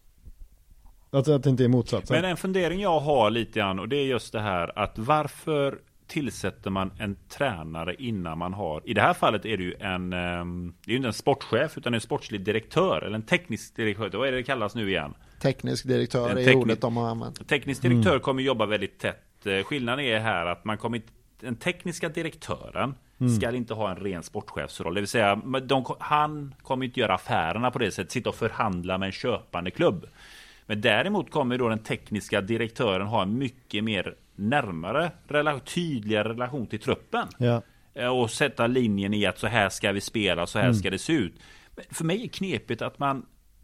[SPEAKER 2] Att, att det inte är motsatsen.
[SPEAKER 3] Men en fundering jag har lite grann, och det är just det här att varför tillsätter man en tränare innan man har, i det här fallet är det ju en, det är ju inte en sportchef utan en sportslig direktör eller en teknisk direktör, vad är det det kallas nu igen?
[SPEAKER 1] Teknisk direktör är
[SPEAKER 3] tekni-
[SPEAKER 1] ordet de har använt.
[SPEAKER 3] Teknisk direktör mm. kommer jobba väldigt tätt. Skillnaden är här att man kommer inte, den tekniska direktören mm. ska inte ha en ren sportchefsroll, det vill säga de, han kommer inte göra affärerna på det sättet, sitta och förhandla med en köpande klubb. Men däremot kommer då den tekniska direktören ha en mycket mer närmare, rela- tydligare relation till truppen.
[SPEAKER 2] Ja.
[SPEAKER 3] Och sätta linjen i att så här ska vi spela, så här mm. ska det se ut. Men för mig är knepigt att man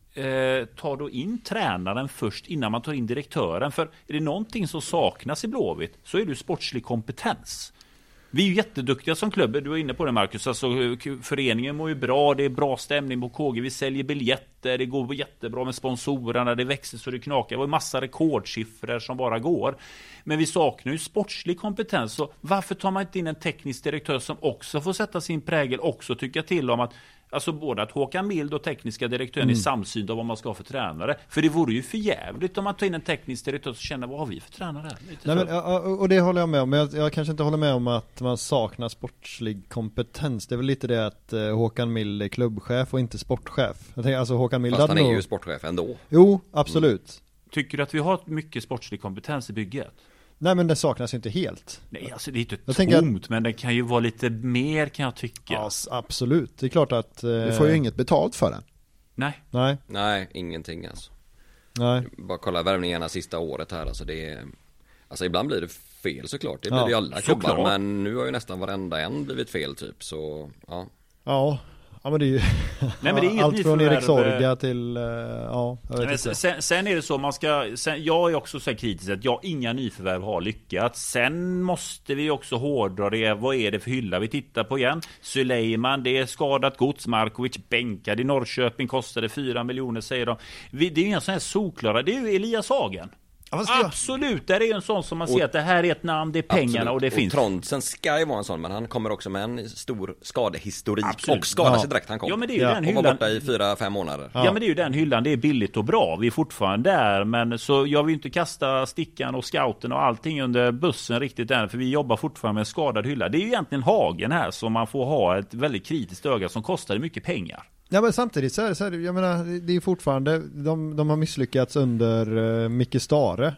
[SPEAKER 3] eh, tar då in tränaren först innan man tar in direktören. För är det någonting som saknas i Blåvitt så är det sportslig kompetens. Vi är ju jätteduktiga som klubb, du var inne på det Marcus, alltså, föreningen mår ju bra, det är bra stämning på K G, vi säljer biljetter, det går jättebra med sponsorerna, det växer så det knakar, det var en massa rekordsiffror som bara går. Men vi saknar ju sportslig kompetens, så varför tar man inte in en teknisk direktör som också får sätta sin prägel, också tycka till om att, alltså både att Håkan Mild och tekniska direktören mm. är samsyn om vad man ska ha för tränare. För det vore ju för jävligt om man tar in en teknisk direktör och känner vad har vi för tränare?
[SPEAKER 2] Nej, men, och det håller jag med om, men jag, jag kanske inte håller med om att man saknar sportslig kompetens. Det är väl lite det att uh, Håkan Mild är klubbchef och inte sportchef. Jag tänker, alltså, Håkan Mild
[SPEAKER 4] Fast han är
[SPEAKER 2] nog...
[SPEAKER 4] ju sportchef ändå.
[SPEAKER 2] Jo, absolut. Mm.
[SPEAKER 3] Tycker du att vi har mycket sportslig kompetens i bygget?
[SPEAKER 2] Nej, men det saknas inte helt.
[SPEAKER 3] Nej, alltså det är inte
[SPEAKER 2] jag
[SPEAKER 3] tomt, att... men det kan ju vara lite mer, kan jag tycka.
[SPEAKER 2] Ja, absolut. Det är klart att... Eh...
[SPEAKER 1] Du får ju inget betalt för den.
[SPEAKER 3] Nej.
[SPEAKER 2] Nej.
[SPEAKER 4] Nej, ingenting alltså.
[SPEAKER 2] Nej.
[SPEAKER 4] Bara kolla värvningarna sista året här, alltså det är... Alltså ibland blir det fel såklart, det blir
[SPEAKER 2] ja,
[SPEAKER 4] det ju alla klubbar,
[SPEAKER 3] såklart.
[SPEAKER 4] Men nu har ju nästan varenda en blivit fel typ, så ja.
[SPEAKER 2] Ja. Ja, men det är ju
[SPEAKER 3] Nej, men det är inget
[SPEAKER 2] allt från
[SPEAKER 3] nyförvärv.
[SPEAKER 2] Erik Sorga till uh, ja, jag vet
[SPEAKER 3] men
[SPEAKER 2] inte.
[SPEAKER 3] Sen, sen är det så man ska sen, jag är också så här kritisk att jag inga nyförvärv har lyckats. Sen måste vi också hårdra det. Vad är det för hylla vi tittar på igen? Suleiman, det är skadat gods. Markovic bänkad i Norrköping, kostade fyra miljoner säger de. Vi, det är ju inga sån här solklara. Det är ju Elias Hagen. Absolut, det är en sån som man ser och, att det här är ett namn, det är pengarna absolut. Och det
[SPEAKER 4] och
[SPEAKER 3] finns.
[SPEAKER 4] Trondsen ska ju vara en sån, men han kommer också med en stor skadehistorik absolut. Och skadar
[SPEAKER 2] ja.
[SPEAKER 4] sig direkt han kom.
[SPEAKER 3] Ja, men det är ju
[SPEAKER 4] ja.
[SPEAKER 3] den
[SPEAKER 4] hyllan. Och var borta i fyra, fem månader.
[SPEAKER 3] Ja. ja, men det är ju den hyllan, det är billigt och bra. Vi är fortfarande där, men så jag vill inte kasta stickan och scouten och allting under bussen riktigt än, för vi jobbar fortfarande med en skadad hylla. Det är ju egentligen Hagen här som man får ha ett väldigt kritiskt öga som kostar mycket pengar.
[SPEAKER 2] Ja, men samtidigt så är det, så är det jag menar, det är fortfarande de, de har misslyckats under uh, Micke Stare.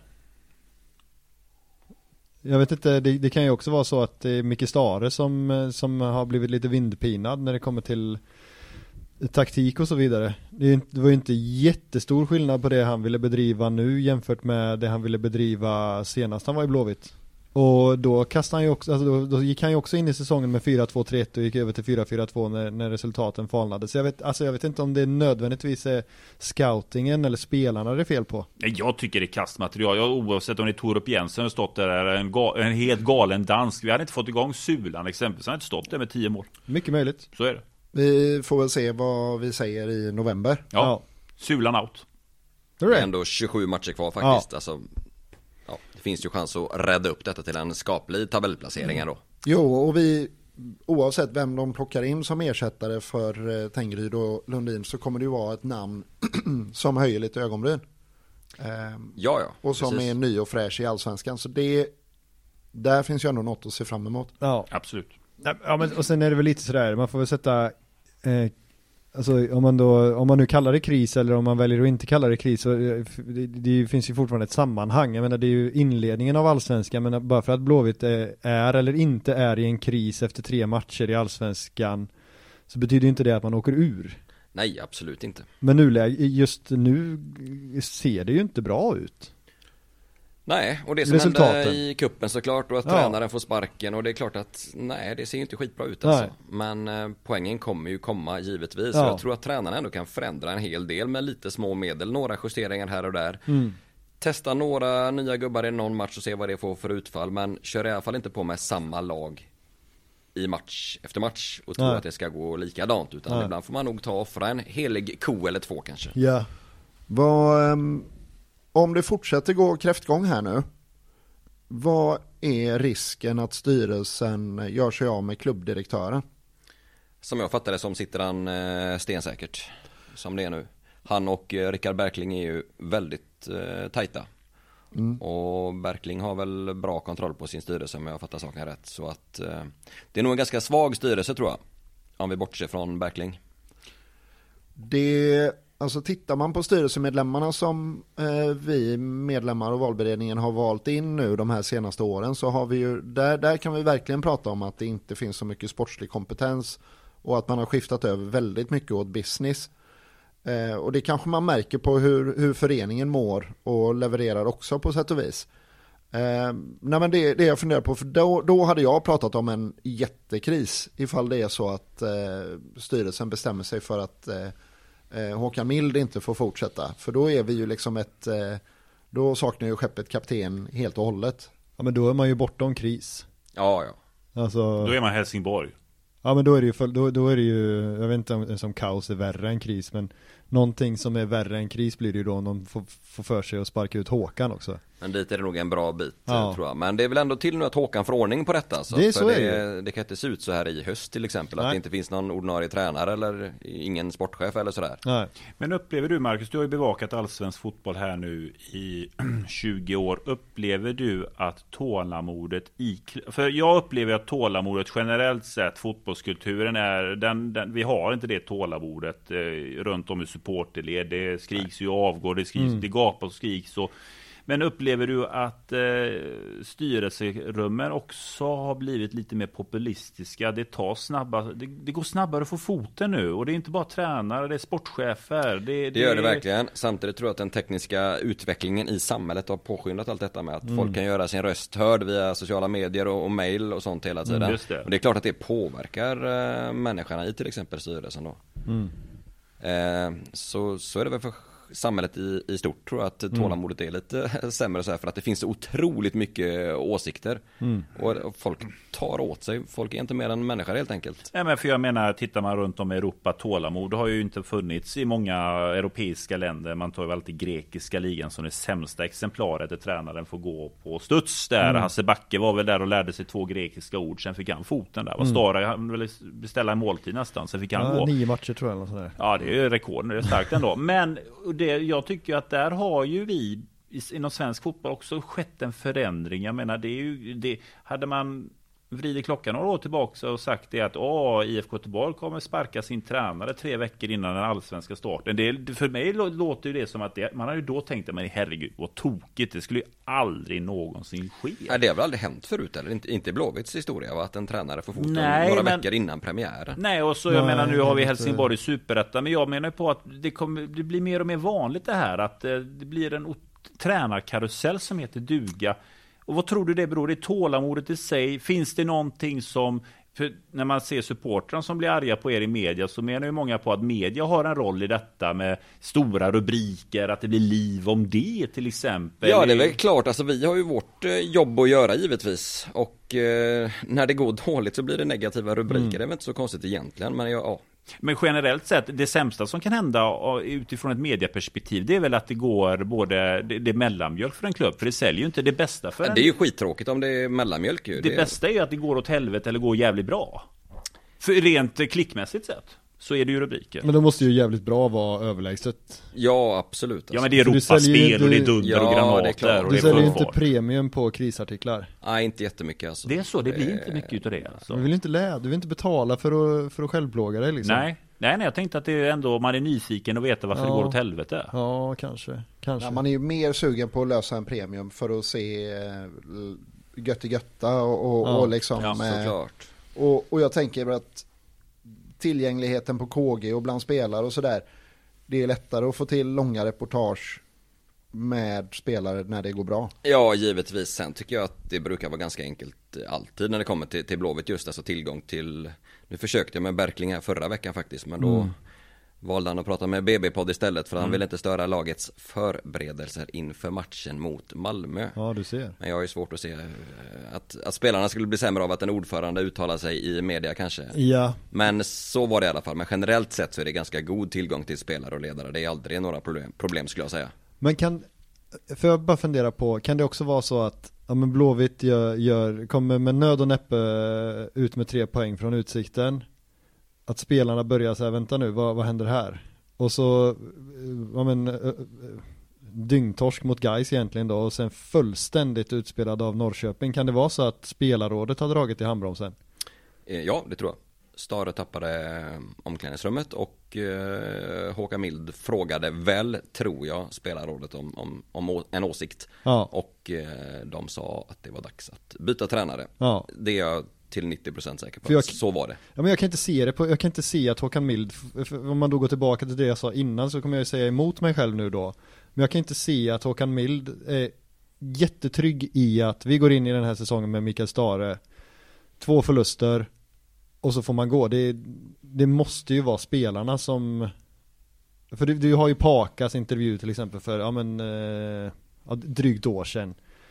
[SPEAKER 2] Jag vet inte, det, det kan ju också vara så att det är Micke Stare som, som har blivit lite vindpinad när det kommer till taktik och så vidare. Det, är, det var ju inte jättestor skillnad på det han ville bedriva nu jämfört med det han ville bedriva senast han var i Blåvitt. Och då kastade han ju också, alltså då, då gick han ju också in i säsongen med fyra två tre ett och gick över till fyra fyra två när, när resultaten falnade. Så jag vet, alltså jag vet inte om det nödvändigtvis är scoutingen eller spelarna det är fel på.
[SPEAKER 3] Jag tycker det är kastmaterial. Jag, oavsett om det är Torup Jensen har stått där eller en, ga, en helt galen dansk. Vi hade inte fått igång Sulan exempelvis. Han hade inte stått där med tio mål.
[SPEAKER 2] Mycket möjligt.
[SPEAKER 3] Så är det.
[SPEAKER 1] Vi får väl se vad vi säger i november.
[SPEAKER 3] Ja, ja. Sulan out.
[SPEAKER 4] Det är ändå tjugosju matcher kvar faktiskt.
[SPEAKER 2] Ja.
[SPEAKER 4] Alltså, ja, det finns ju chans att rädda upp detta till en skaplig tabellplacering ändå.
[SPEAKER 1] Jo, och vi, oavsett vem de plockar in som ersättare för eh, Tengryd och Lundin, så kommer det ju vara ett namn som höjer lite ögonbryn. Eh,
[SPEAKER 4] ja, ja.
[SPEAKER 1] Och som
[SPEAKER 4] precis.
[SPEAKER 1] är ny och fräsch i Allsvenskan. Så det, där finns ju ändå något att se fram emot.
[SPEAKER 2] Ja,
[SPEAKER 3] absolut.
[SPEAKER 2] Ja, men, och sen är det väl lite sådär, man får väl sätta eh, alltså om man då, om man nu kallar det kris eller om man väljer att inte kalla det kris, så det, det finns ju fortfarande ett sammanhang. Jag menar, det är ju inledningen av Allsvenskan, men bara för att Blåvitt är, är eller inte är i en kris efter tre matcher i Allsvenskan, så betyder ju inte det att man åker ur.
[SPEAKER 4] Nej, absolut inte.
[SPEAKER 2] Men nuläge, just nu ser det ju inte bra ut.
[SPEAKER 4] Nej, och det som
[SPEAKER 2] Resultaten.
[SPEAKER 4] hände i kuppen såklart, och att
[SPEAKER 2] Ja.
[SPEAKER 4] tränaren får sparken, och det är klart att nej, det ser ju inte skitbra ut alltså. Men eh, poängen kommer ju komma givetvis.
[SPEAKER 2] Ja.
[SPEAKER 4] Jag tror att tränaren ändå kan förändra en hel del med lite små medel, några justeringar här och där.
[SPEAKER 2] Mm.
[SPEAKER 4] Testa några nya gubbar i någon match och se vad det får för utfall, men kör i alla fall inte på med samma lag i match efter match och tro
[SPEAKER 2] Nej.
[SPEAKER 4] att det ska gå likadant, utan
[SPEAKER 2] Nej.
[SPEAKER 4] ibland får man nog ta och offra en helig ko eller två kanske.
[SPEAKER 2] Ja.
[SPEAKER 1] Vad, ehm, om det fortsätter gå kräftgång här nu, vad är risken att styrelsen gör sig av med klubbdirektören?
[SPEAKER 4] Som jag fattar det som sitter han eh, stensäkert som det är nu. Han och eh, Rickard Berkling är ju väldigt eh, tajta.
[SPEAKER 1] Mm.
[SPEAKER 4] Och Berkling har väl bra kontroll på sin styrelse om jag fattar saken rätt. Så att eh, det är nog en ganska svag styrelse tror jag. Om vi bortser från Berkling.
[SPEAKER 1] Det, alltså tittar man på styrelsemedlemmarna som eh, vi medlemmar och valberedningen har valt in nu de här senaste åren, så har vi ju, där, där kan vi verkligen prata om att det inte finns så mycket sportslig kompetens och att man har skiftat över väldigt mycket åt business. Eh, och det kanske man märker på hur, hur föreningen mår och levererar också på sätt och vis. Eh, nej men det, det jag funderar på, för då, då hade jag pratat om en jättekris ifall det är så att eh, styrelsen bestämmer sig för att eh, eh, Håkan Mild inte får fortsätta. För då är vi ju liksom ett, eh, då saknar ju skeppet kapten helt och hållet.
[SPEAKER 2] Ja, men då är man ju bortom kris.
[SPEAKER 4] Ja, ja.
[SPEAKER 2] Alltså,
[SPEAKER 3] Då är man Helsingborg.
[SPEAKER 2] ja, men då är det ju, för, då, då är det ju, jag vet inte om som kaos är värre än kris, men någonting som är värre än kris blir det ju då om de får, får för sig att sparka ut Håkan också.
[SPEAKER 4] Men dit är det nog en bra bit
[SPEAKER 2] Ja.
[SPEAKER 4] tror jag. Men det är väl ändå till nu att Håkan får ordning på detta alltså.
[SPEAKER 2] Det är
[SPEAKER 4] För
[SPEAKER 2] så
[SPEAKER 4] det,
[SPEAKER 2] är det
[SPEAKER 4] det kan inte se ut så här i höst till exempel. Att
[SPEAKER 2] Nej.
[SPEAKER 4] det inte finns någon ordinarie tränare eller ingen sportchef eller sådär.
[SPEAKER 2] Nej.
[SPEAKER 3] Men upplever du, Marcus, du har ju bevakat allsvensk fotboll här nu i tjugo år. Upplever du att tålamodet i... För jag upplever att tålamodet generellt sett, fotbollskulturen är... Den, den, vi har inte det tålamodet eh, runt om i supporterled. Det skriks ju och avgår, det, skriks,
[SPEAKER 2] Mm.
[SPEAKER 3] det gapas och skriks och... Men upplever du att eh, styrelserummen också har blivit lite mer populistiska? Det tar snabba, det, det går snabbare att få foten nu. Och det är inte bara tränare, det är sportchefer. Det, det,
[SPEAKER 4] Det gör det verkligen. Samtidigt tror jag att den tekniska utvecklingen i samhället har påskyndat allt detta med att
[SPEAKER 2] Mm.
[SPEAKER 4] folk kan göra sin röst hörd via sociala medier och, och mail och sånt hela tiden.
[SPEAKER 3] Mm, just det.
[SPEAKER 4] Och det är klart att det påverkar eh, människorna i till exempel styrelsen då.
[SPEAKER 2] Mm.
[SPEAKER 4] Eh, så, så är det väl för samhället i, i stort tror jag att tålamodet är lite sämre så här, för att det finns så otroligt mycket åsikter
[SPEAKER 2] Mm.
[SPEAKER 4] och, och folk tar åt sig, folk är inte mer än människor helt enkelt.
[SPEAKER 3] Nej, men för jag menar, tittar man runt om i Europa, tålamod har ju inte funnits i många europeiska länder. Man tar ju alltid grekiska ligan som det sämsta exemplaret där tränaren får gå på studs där.
[SPEAKER 2] Mm.
[SPEAKER 3] Hasse Backe var väl där och lärde sig två grekiska ord, sen fick han foten där. Vad Stara, han ville beställa en måltid nästan, sen fick han
[SPEAKER 2] Ja,
[SPEAKER 3] gå.
[SPEAKER 2] nio matcher tror jag eller sådär.
[SPEAKER 3] Ja, det är ju rekord, det är starkt ändå. Men det, jag tycker att där har ju vi inom svensk fotboll också skett en förändring. Jag menar, det är ju, det, hade man vrider klockan några år tillbaka och sagt det att åh, I F K Göteborg kommer sparka sin tränare tre veckor innan den allsvenska starten. Det, för mig låter ju det som att det, man har ju då tänkt, men herregud, vad tokigt, det skulle ju aldrig någonsin ske.
[SPEAKER 4] Ja, det har väl aldrig hänt förut, eller inte, inte i Blåvitts historia, va? Att en tränare får foten
[SPEAKER 3] Nej,
[SPEAKER 4] några
[SPEAKER 3] men-
[SPEAKER 4] veckor innan premiären.
[SPEAKER 3] Nej, och så jag
[SPEAKER 2] Nej,
[SPEAKER 3] menar, nu har vi
[SPEAKER 2] inte-
[SPEAKER 3] Helsingborg i Superettan, men jag menar ju på att det, kommer, det blir mer och mer vanligt det här, att eh, det blir en ot- tränarkarusell som heter duga. Och vad tror du det beror? Det är tålamodet i sig. Finns det någonting som, för när man ser supportrarna som blir arga på er i media, så menar ju många på att media har en roll i detta med stora rubriker, att det blir liv om det till exempel.
[SPEAKER 4] Ja, det är väl klart, alltså vi har ju vårt eh, jobb att göra givetvis. Och eh, när det går dåligt så blir det negativa rubriker.
[SPEAKER 3] Mm.
[SPEAKER 4] Det är väl inte så konstigt egentligen, men ja, ja.
[SPEAKER 3] Men generellt sett, det sämsta som kan hända utifrån ett medieperspektiv, det är väl att det går både, det, det är mellanmjölk för en klubb, för det säljer ju inte det bästa för en.
[SPEAKER 4] Det är ju skittråkigt om det är mellanmjölk ju.
[SPEAKER 3] Det,
[SPEAKER 4] är...
[SPEAKER 3] bästa är ju att det går åt helvete eller går jävligt bra. För rent klickmässigt sett så är det ju rubriker.
[SPEAKER 2] Men då måste ju jävligt bra vara överlägset.
[SPEAKER 4] Ja, absolut alltså.
[SPEAKER 3] Ja, men det är
[SPEAKER 2] För du säljer ju
[SPEAKER 3] Europaspel och det är
[SPEAKER 2] inte-
[SPEAKER 3] dunder
[SPEAKER 4] Ja,
[SPEAKER 3] och
[SPEAKER 4] det är
[SPEAKER 3] granater
[SPEAKER 4] klart.
[SPEAKER 3] och
[SPEAKER 2] Du
[SPEAKER 3] det är
[SPEAKER 2] säljer ju
[SPEAKER 3] full
[SPEAKER 2] inte
[SPEAKER 3] fart.
[SPEAKER 2] premium på krisartiklar.
[SPEAKER 4] Nej, inte jättemycket alltså.
[SPEAKER 3] Det är så, det blir
[SPEAKER 4] Eh,
[SPEAKER 3] inte mycket utav det alltså.
[SPEAKER 2] Du vill inte lä, du vill inte betala för att, för att självplåga dig liksom.
[SPEAKER 3] Nej, nej, nej, jag tänkte att det är ändå, man är nyfiken och veta varför
[SPEAKER 2] Ja.
[SPEAKER 3] det går åt helvete.
[SPEAKER 2] Ja, kanske. kanske.
[SPEAKER 1] Ja, man är ju mer sugen på att lösa en premium för att se eh, gött i götta och, och,
[SPEAKER 2] Ja.
[SPEAKER 1] och liksom
[SPEAKER 3] Ja,
[SPEAKER 1] eh,
[SPEAKER 4] Såklart.
[SPEAKER 1] och, och jag tänker att tillgängligheten på K G och bland spelare och sådär. Det är lättare att få till långa reportage med spelare när det går bra.
[SPEAKER 4] Ja, givetvis. Sen tycker jag att det brukar vara ganska enkelt alltid när det kommer till, till Blåvitt, just alltså tillgång till, nu försökte jag med Berkling här förra veckan faktiskt, men då mm. valde han att prata med B B-podd istället för han mm. vill inte störa lagets förberedelser inför matchen mot Malmö.
[SPEAKER 2] Ja, du ser.
[SPEAKER 4] Men jag har ju svårt att se att, att spelarna skulle bli sämre av att en ordförande uttalar sig i media kanske.
[SPEAKER 2] Ja.
[SPEAKER 4] Men så var det i alla fall. Men generellt sett så är det ganska god tillgång till spelare och ledare. Det är aldrig några problem, problem skulle jag säga.
[SPEAKER 2] Men kan, för jag bara fundera på, kan det också vara så att ja, men Blåvitt gör, gör, kommer med nöd och näppe ut med tre poäng från Utsikten? Att spelarna börjar säga, vänta nu, vad, vad händer här? Och så ja, men, dyngtorsk mot Gais egentligen då, och sen fullständigt utspelad av Norrköping. Kan det vara så att spelarrådet har dragit i handbromsen?
[SPEAKER 4] Ja, det tror jag. Stare tappade omklädningsrummet och eh, Håkan Mild frågade väl, tror jag, spelarrådet om, om, om en åsikt.
[SPEAKER 2] Ja.
[SPEAKER 4] Och eh, de sa att det var dags att byta tränare.
[SPEAKER 2] Ja.
[SPEAKER 4] Det är jag till nittio procent säker på.
[SPEAKER 2] För jag,
[SPEAKER 4] så var det.
[SPEAKER 2] Ja, men jag kan inte se det på, jag kan inte se att Håkan Mild, om man då går tillbaka till det jag sa innan, så kommer jag säga emot mig själv nu då. Men jag kan inte se att Håkan Mild är jättetrygg i att vi går in i den här säsongen med Mikael Stare, två förluster och så får man gå. Det, det måste ju vara spelarna som, för du, du har ju Pakas intervju till exempel för ja, men, eh, drygt år sedan.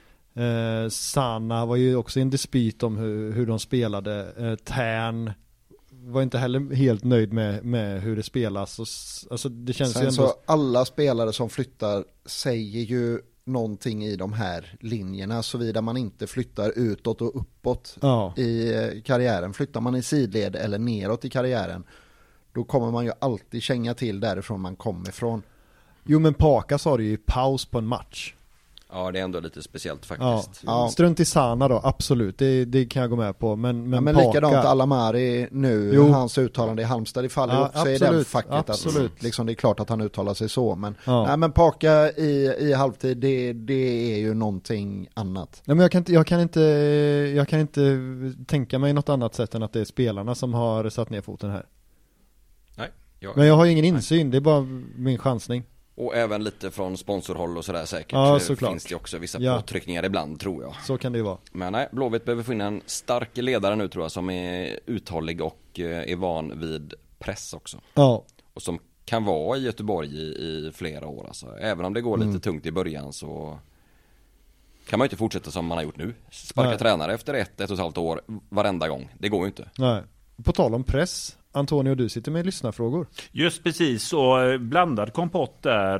[SPEAKER 2] Eh, Sana var ju också i en dispyt om hur, hur de spelade. eh, Tärn var inte heller helt nöjd med, med hur det spelas. Och, alltså, det känns
[SPEAKER 1] Sen
[SPEAKER 2] ju ändå...
[SPEAKER 1] så alla spelare som flyttar säger ju någonting i de här linjerna, såvida man inte flyttar utåt och uppåt
[SPEAKER 2] ja.
[SPEAKER 1] i karriären. Flyttar man i sidled eller neråt i karriären, då kommer man ju alltid känga till därifrån man kommer ifrån.
[SPEAKER 2] Jo, men Pakas har ju paus på en match.
[SPEAKER 4] Ja, det är ändå lite speciellt faktiskt.
[SPEAKER 2] Ja. Ja. Strunt i Sana då, absolut. Det, det kan jag gå med på. Men, men,
[SPEAKER 1] ja, men
[SPEAKER 2] Paka...
[SPEAKER 1] likadant Alamari nu, jo. Hans uttalande i Halmstad, det faller ju ja, också absolut, i den facket.
[SPEAKER 2] Absolut.
[SPEAKER 1] Att, liksom, det är klart att han uttalar sig så. Men,
[SPEAKER 2] ja.
[SPEAKER 1] nej, men Paka i, i halvtid, det, det är ju någonting annat.
[SPEAKER 2] Nej, men jag kan, inte, jag, kan inte, jag kan inte tänka mig något annat sätt än att det är spelarna som har satt ner foten här.
[SPEAKER 4] Nej. Jag...
[SPEAKER 2] Men jag har ju ingen insyn, det är bara min chansning.
[SPEAKER 4] Och även lite från sponsorhåll och sådär säkert.
[SPEAKER 2] Ja,
[SPEAKER 4] så
[SPEAKER 2] såklart.
[SPEAKER 4] Finns det också vissa
[SPEAKER 2] ja.
[SPEAKER 4] påtryckningar ibland, tror jag.
[SPEAKER 2] Så kan det ju vara.
[SPEAKER 4] Men nej, Blåvitt behöver finna en stark ledare nu, tror jag, som är uthållig och är van vid press också.
[SPEAKER 2] Ja.
[SPEAKER 4] Och som kan vara i Göteborg i, i flera år. Alltså. Även om det går lite mm. tungt i början så kan man ju inte fortsätta som man har gjort nu. Sparka nej. tränare efter ett, ett och ett halvt år varenda gång. Det går ju inte.
[SPEAKER 2] Nej. På tal om press, Antonio, du sitter med lyssnarfrågor.
[SPEAKER 3] Just precis, och blandad kompott där.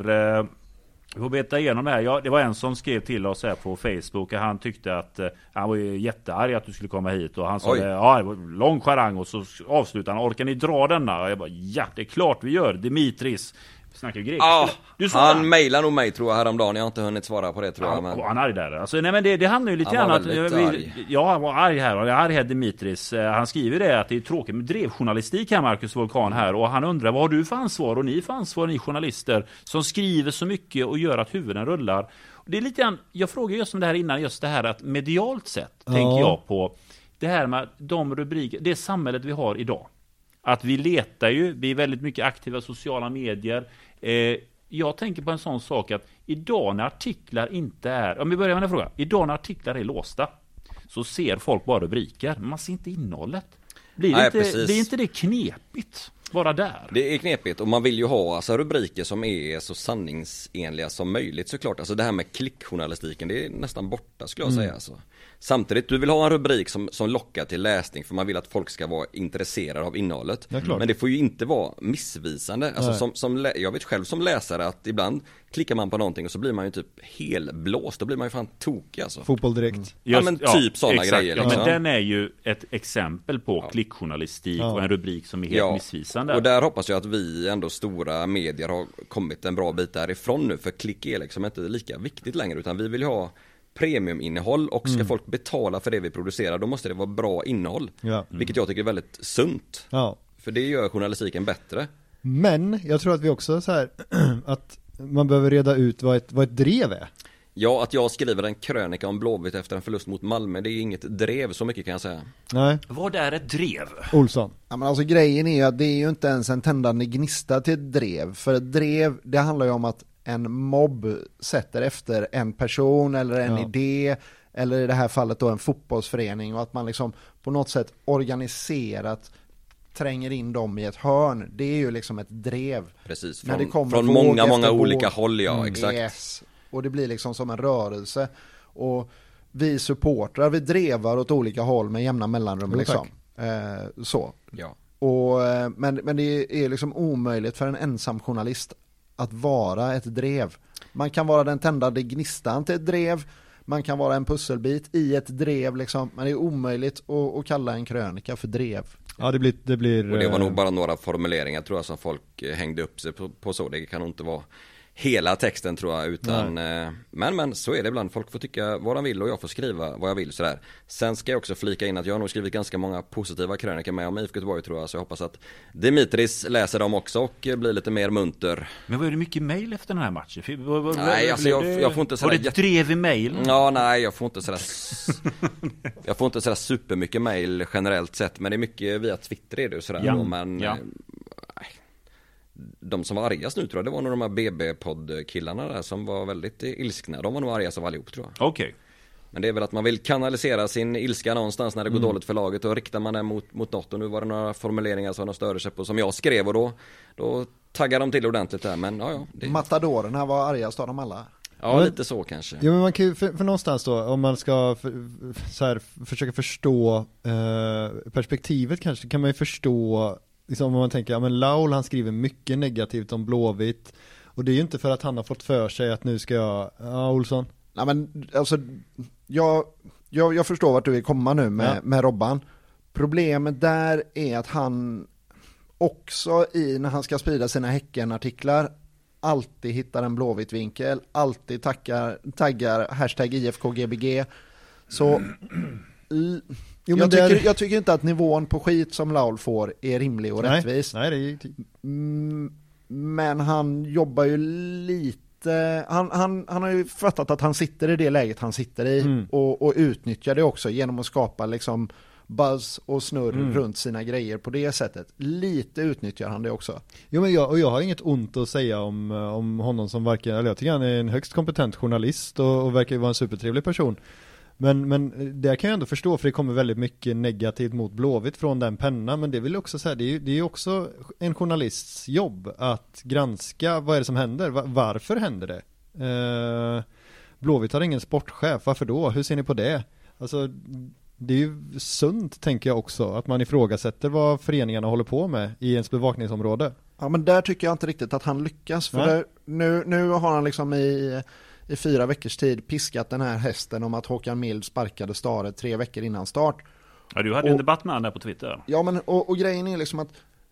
[SPEAKER 3] Vi får beta igenom det här. Ja, det var en som skrev till oss här på Facebook och han tyckte att han var ju jättearg att du skulle komma hit och han sa det, ja, det var lång charang och så avslutade han, orkar ni dra denna? Och jag bara, ja, det är klart vi gör. Dimitris snackar ju grekiska.
[SPEAKER 4] Ah,
[SPEAKER 3] du
[SPEAKER 4] han mejlar nog mig, tror jag, häromdagen. Jag har inte hunnit svara på det, tror
[SPEAKER 3] ja,
[SPEAKER 4] jag. Men...
[SPEAKER 3] Han är arg där. Alltså, nej, men det, det handlar ju lite grann att... Vi, ja, han var arg här. Och arg här, Dimitris. Han skriver det att det är tråkigt med drevjournalistik här, Marcus Vulkan här. Och han undrar, vad har du för ansvar? Och ni för ansvar, ni journalister som skriver så mycket och gör att huvuden rullar. Och det är lite grann, jag frågade just om det här innan, just det här att medialt sett, ja. tänker jag på det här med de rubriker, det samhället vi har idag. Att vi letar ju, vi är väldigt mycket aktiva i sociala medier. Eh, jag tänker på en sån sak att idag när artiklar inte är, om vi börjar med den frågan, idag när artiklar är låsta så ser folk bara rubriker, man ser inte innehållet. Blir det, Nej, inte, blir inte det knepigt bara där?
[SPEAKER 4] Det är knepigt och man vill ju ha alltså, rubriker som är så sanningsenliga som möjligt såklart. Alltså det här med klickjournalistiken, det är nästan borta skulle jag mm. säga alltså. Samtidigt, du vill ha en rubrik som, som lockar till läsning för man vill att folk ska vara intresserade av innehållet.
[SPEAKER 2] Ja,
[SPEAKER 4] men det får ju inte vara missvisande. Alltså som, som, jag vet själv som läsare att ibland klickar man på någonting och så blir man ju typ helblåst. Då blir man ju fan tokig alltså.
[SPEAKER 2] Fotboll direkt.
[SPEAKER 4] Mm. Ja, men typ ja, sådana
[SPEAKER 3] exakt,
[SPEAKER 4] grejer. Liksom.
[SPEAKER 3] Ja, men den är ju ett exempel på ja. klickjournalistik ja. och en rubrik som är helt ja. missvisande.
[SPEAKER 4] Och där hoppas jag att vi ändå stora medier har kommit en bra bit därifrån nu. För klick är liksom inte lika viktigt längre utan vi vill ju ha premiuminnehåll och ska mm. folk betala för det vi producerar då måste det vara bra innehåll. Ja. Mm. Vilket jag tycker är väldigt sunt.
[SPEAKER 2] Ja.
[SPEAKER 4] För det gör journalistiken bättre.
[SPEAKER 2] Men jag tror att vi också så här att man behöver reda ut vad ett, vad ett drev är.
[SPEAKER 4] Ja, att jag skriver en krönika om Blåvitt efter en förlust mot Malmö, det är inget drev, så mycket kan jag säga.
[SPEAKER 2] Nej.
[SPEAKER 3] Vad är ett drev?
[SPEAKER 2] Olsson.
[SPEAKER 1] Ja, men alltså grejen är ju att det är ju inte ens en tändande gnista till ett drev. För ett drev, det handlar ju om att en mobb sätter efter en person eller en
[SPEAKER 2] Ja.
[SPEAKER 1] idé, eller i det här fallet då en fotbollsförening, och att man liksom på något sätt organiserat tränger in dem i ett hörn. Det är ju liksom ett drev.
[SPEAKER 4] Precis,
[SPEAKER 1] När det
[SPEAKER 4] från,
[SPEAKER 1] kommer
[SPEAKER 4] från
[SPEAKER 1] våg
[SPEAKER 4] många,
[SPEAKER 1] efter
[SPEAKER 4] många
[SPEAKER 1] våg.
[SPEAKER 4] olika håll, ja,
[SPEAKER 1] Mm.
[SPEAKER 4] exakt.
[SPEAKER 1] Yes. Och det blir liksom som en rörelse. Och vi supportrar, vi drevar åt olika håll med jämna mellanrum.
[SPEAKER 2] Jo,
[SPEAKER 1] liksom. Eh, så.
[SPEAKER 4] Ja.
[SPEAKER 1] Och, eh, men, men det är liksom omöjligt för en ensam journalist att vara ett drev. Man kan vara den tändande gnistan till ett drev. Man kan vara en pusselbit i ett drev liksom. Men det är omöjligt att, att kalla en krönika för drev.
[SPEAKER 2] Ja, det blir, det blir...
[SPEAKER 4] Och det var
[SPEAKER 2] eh,
[SPEAKER 4] nog bara några formuleringar tror jag som folk eh, hängde upp sig på, på så. Det kan nog inte vara hela texten tror jag, utan eh, men men så är det ibland, folk får tycka vad de vill och jag får skriva vad jag vill sådär. Sen ska jag också flika in att jag har nog skrivit ganska många positiva krönikor med om I F K Göteborg tror jag, så jag hoppas att Dimitris läser dem också och eh, blir lite mer munter.
[SPEAKER 3] Men var det mycket mejl efter den här matchen? För, vad, vad,
[SPEAKER 4] Nej, alltså jag, jag får inte
[SPEAKER 3] var
[SPEAKER 4] sådär
[SPEAKER 3] det ett drev i mejl?
[SPEAKER 4] Ja, nej, jag får inte sådär jag får inte sådär supermycket mejl generellt sett, men det är mycket via Twitter är det sådär.
[SPEAKER 3] Ja.
[SPEAKER 4] Då, men
[SPEAKER 3] Ja.
[SPEAKER 4] eh, de som var argast nu tror jag, det var nog de här B B-podd-killarna där som var väldigt ilskna. De var nog argast av allihop tror jag.
[SPEAKER 3] Okej.
[SPEAKER 4] Men det är väl att man vill kanalisera sin ilska någonstans när det går
[SPEAKER 2] Mm.
[SPEAKER 4] dåligt för laget, och riktar man den mot, mot något. Och nu var det några formuleringar som de störde sig på som jag skrev, och då, då taggar de till ordentligt där. Men ja, ja, det,
[SPEAKER 1] Matadorerna var argast av dem alla.
[SPEAKER 4] ja
[SPEAKER 2] Men-
[SPEAKER 4] lite så kanske.
[SPEAKER 2] Jo, men man kan ju, för, för någonstans då, om man ska för, så här, försöka förstå eh, perspektivet kanske, kan man ju förstå, liksom om man tänker, ja men Laul han skriver mycket negativt om Blåvitt, och det är ju inte för att han har fått för sig att nu ska jag, ja Olsson.
[SPEAKER 1] Nej, men alltså jag, jag, jag förstår vart du vill komma nu med,
[SPEAKER 2] Ja.
[SPEAKER 1] med Robban. Problemet där är att han också i, när han ska sprida sina Häcken-artiklar, alltid hittar en blåvitt vinkel, alltid tackar, taggar hashtag I F K G B G. Så l-
[SPEAKER 2] Jo, men
[SPEAKER 1] jag,
[SPEAKER 2] där-
[SPEAKER 1] tycker, jag tycker inte att nivån på skit som Laul får är rimlig och
[SPEAKER 2] Nej,
[SPEAKER 1] rättvis.
[SPEAKER 2] nej det är ju,
[SPEAKER 1] Mm, men han jobbar ju lite, han, han, han har ju fattat att han sitter i det läget han sitter i,
[SPEAKER 2] Mm.
[SPEAKER 1] och, och utnyttjar det också genom att skapa liksom buzz och snurr
[SPEAKER 2] Mm.
[SPEAKER 1] runt sina grejer på det sättet. Lite utnyttjar han det också.
[SPEAKER 2] jo men jag, och jag har inget ont att säga om, om honom som varken, eller jag tycker han är en högst kompetent journalist och, och verkar vara en supertrevlig person. Men, men det kan jag ändå förstå, för det kommer väldigt mycket negativt mot Blåvitt från den pennan, men det vill också säga, det är ju det är också en journalists jobb att granska vad är det som händer, Va- varför händer det? Eh, Blåvitt har ingen sportchef, varför då? Hur ser ni på det? Alltså, det är ju sunt, tänker jag också, att man ifrågasätter vad föreningarna håller på med i ens bevakningsområde.
[SPEAKER 1] Ja, men där tycker jag inte riktigt att han lyckas, för
[SPEAKER 2] Nej.
[SPEAKER 1] där, nu, nu har han liksom i, i fyra veckors tid piskat den här hästen om att Håkan Mild sparkade Stare tre veckor innan start.
[SPEAKER 3] Ja, du hade
[SPEAKER 1] Och-
[SPEAKER 3] en debatt med han där på Twitter.
[SPEAKER 1] Ja, men och, och grejen är liksom att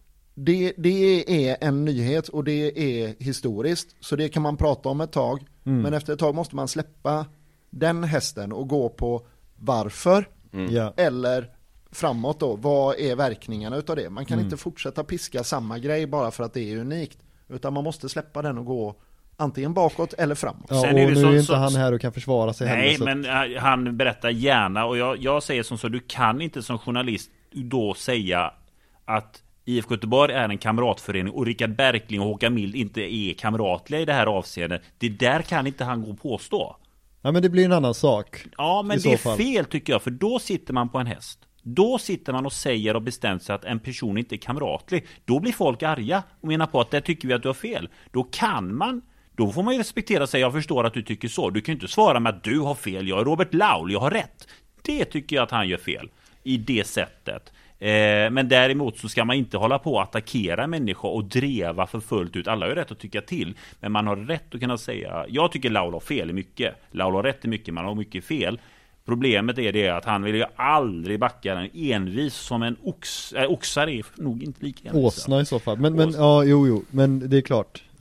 [SPEAKER 1] det, det är en nyhet och det är historiskt, så det kan man prata om ett tag,
[SPEAKER 2] Mm.
[SPEAKER 1] men efter ett tag måste man släppa den hästen och gå på varför,
[SPEAKER 2] Ja.
[SPEAKER 1] eller framåt då, vad är verkningarna utav det? Man kan
[SPEAKER 2] Mm.
[SPEAKER 1] inte fortsätta piska samma grej bara för att det är unikt, utan man måste släppa den och gå antingen bakåt eller framåt.
[SPEAKER 2] Ja,
[SPEAKER 3] Sen
[SPEAKER 2] och
[SPEAKER 3] är det
[SPEAKER 2] nu
[SPEAKER 3] så-
[SPEAKER 2] är ju inte
[SPEAKER 3] så-
[SPEAKER 2] han här och kan försvara sig
[SPEAKER 3] Nej,
[SPEAKER 2] heller, så-
[SPEAKER 3] men äh, han berättar gärna, och jag, jag säger som så, du kan inte som journalist då säga att I F K Göteborg är en kamratförening och Rickard Berkling och Håkan Mild inte är kamratliga i det här avseendet. Det där kan inte han gå och påstå.
[SPEAKER 2] Ja, men det blir en annan sak.
[SPEAKER 3] Ja, men
[SPEAKER 2] I
[SPEAKER 3] det är
[SPEAKER 2] så fall.
[SPEAKER 3] fel tycker jag, för då sitter man på en häst. Då sitter man och säger och bestämt sig att en person inte är kamratlig. Då blir folk arga och menar på att det tycker vi att du har fel. Då kan man, då får man ju respektera sig. Jag förstår att du tycker så. Du kan ju inte svara med att du har fel. Jag är Robert Laul, jag har rätt. Det tycker jag att han gör fel i det sättet. Eh, men däremot så ska man inte hålla på att attackera människor och dreva för fullt ut. Alla har ju rätt att tycka till, men man har rätt att kunna säga, jag tycker Laul har fel i mycket. Laul har rätt i mycket, man har mycket fel. Problemet är det att han vill ju aldrig backa den, envis som en ox. Äh, oxar är nog inte lika envisa.
[SPEAKER 2] Åsna i så fall. Men, men
[SPEAKER 3] Åsna.
[SPEAKER 2] ja, jo, jo. Men det är klart.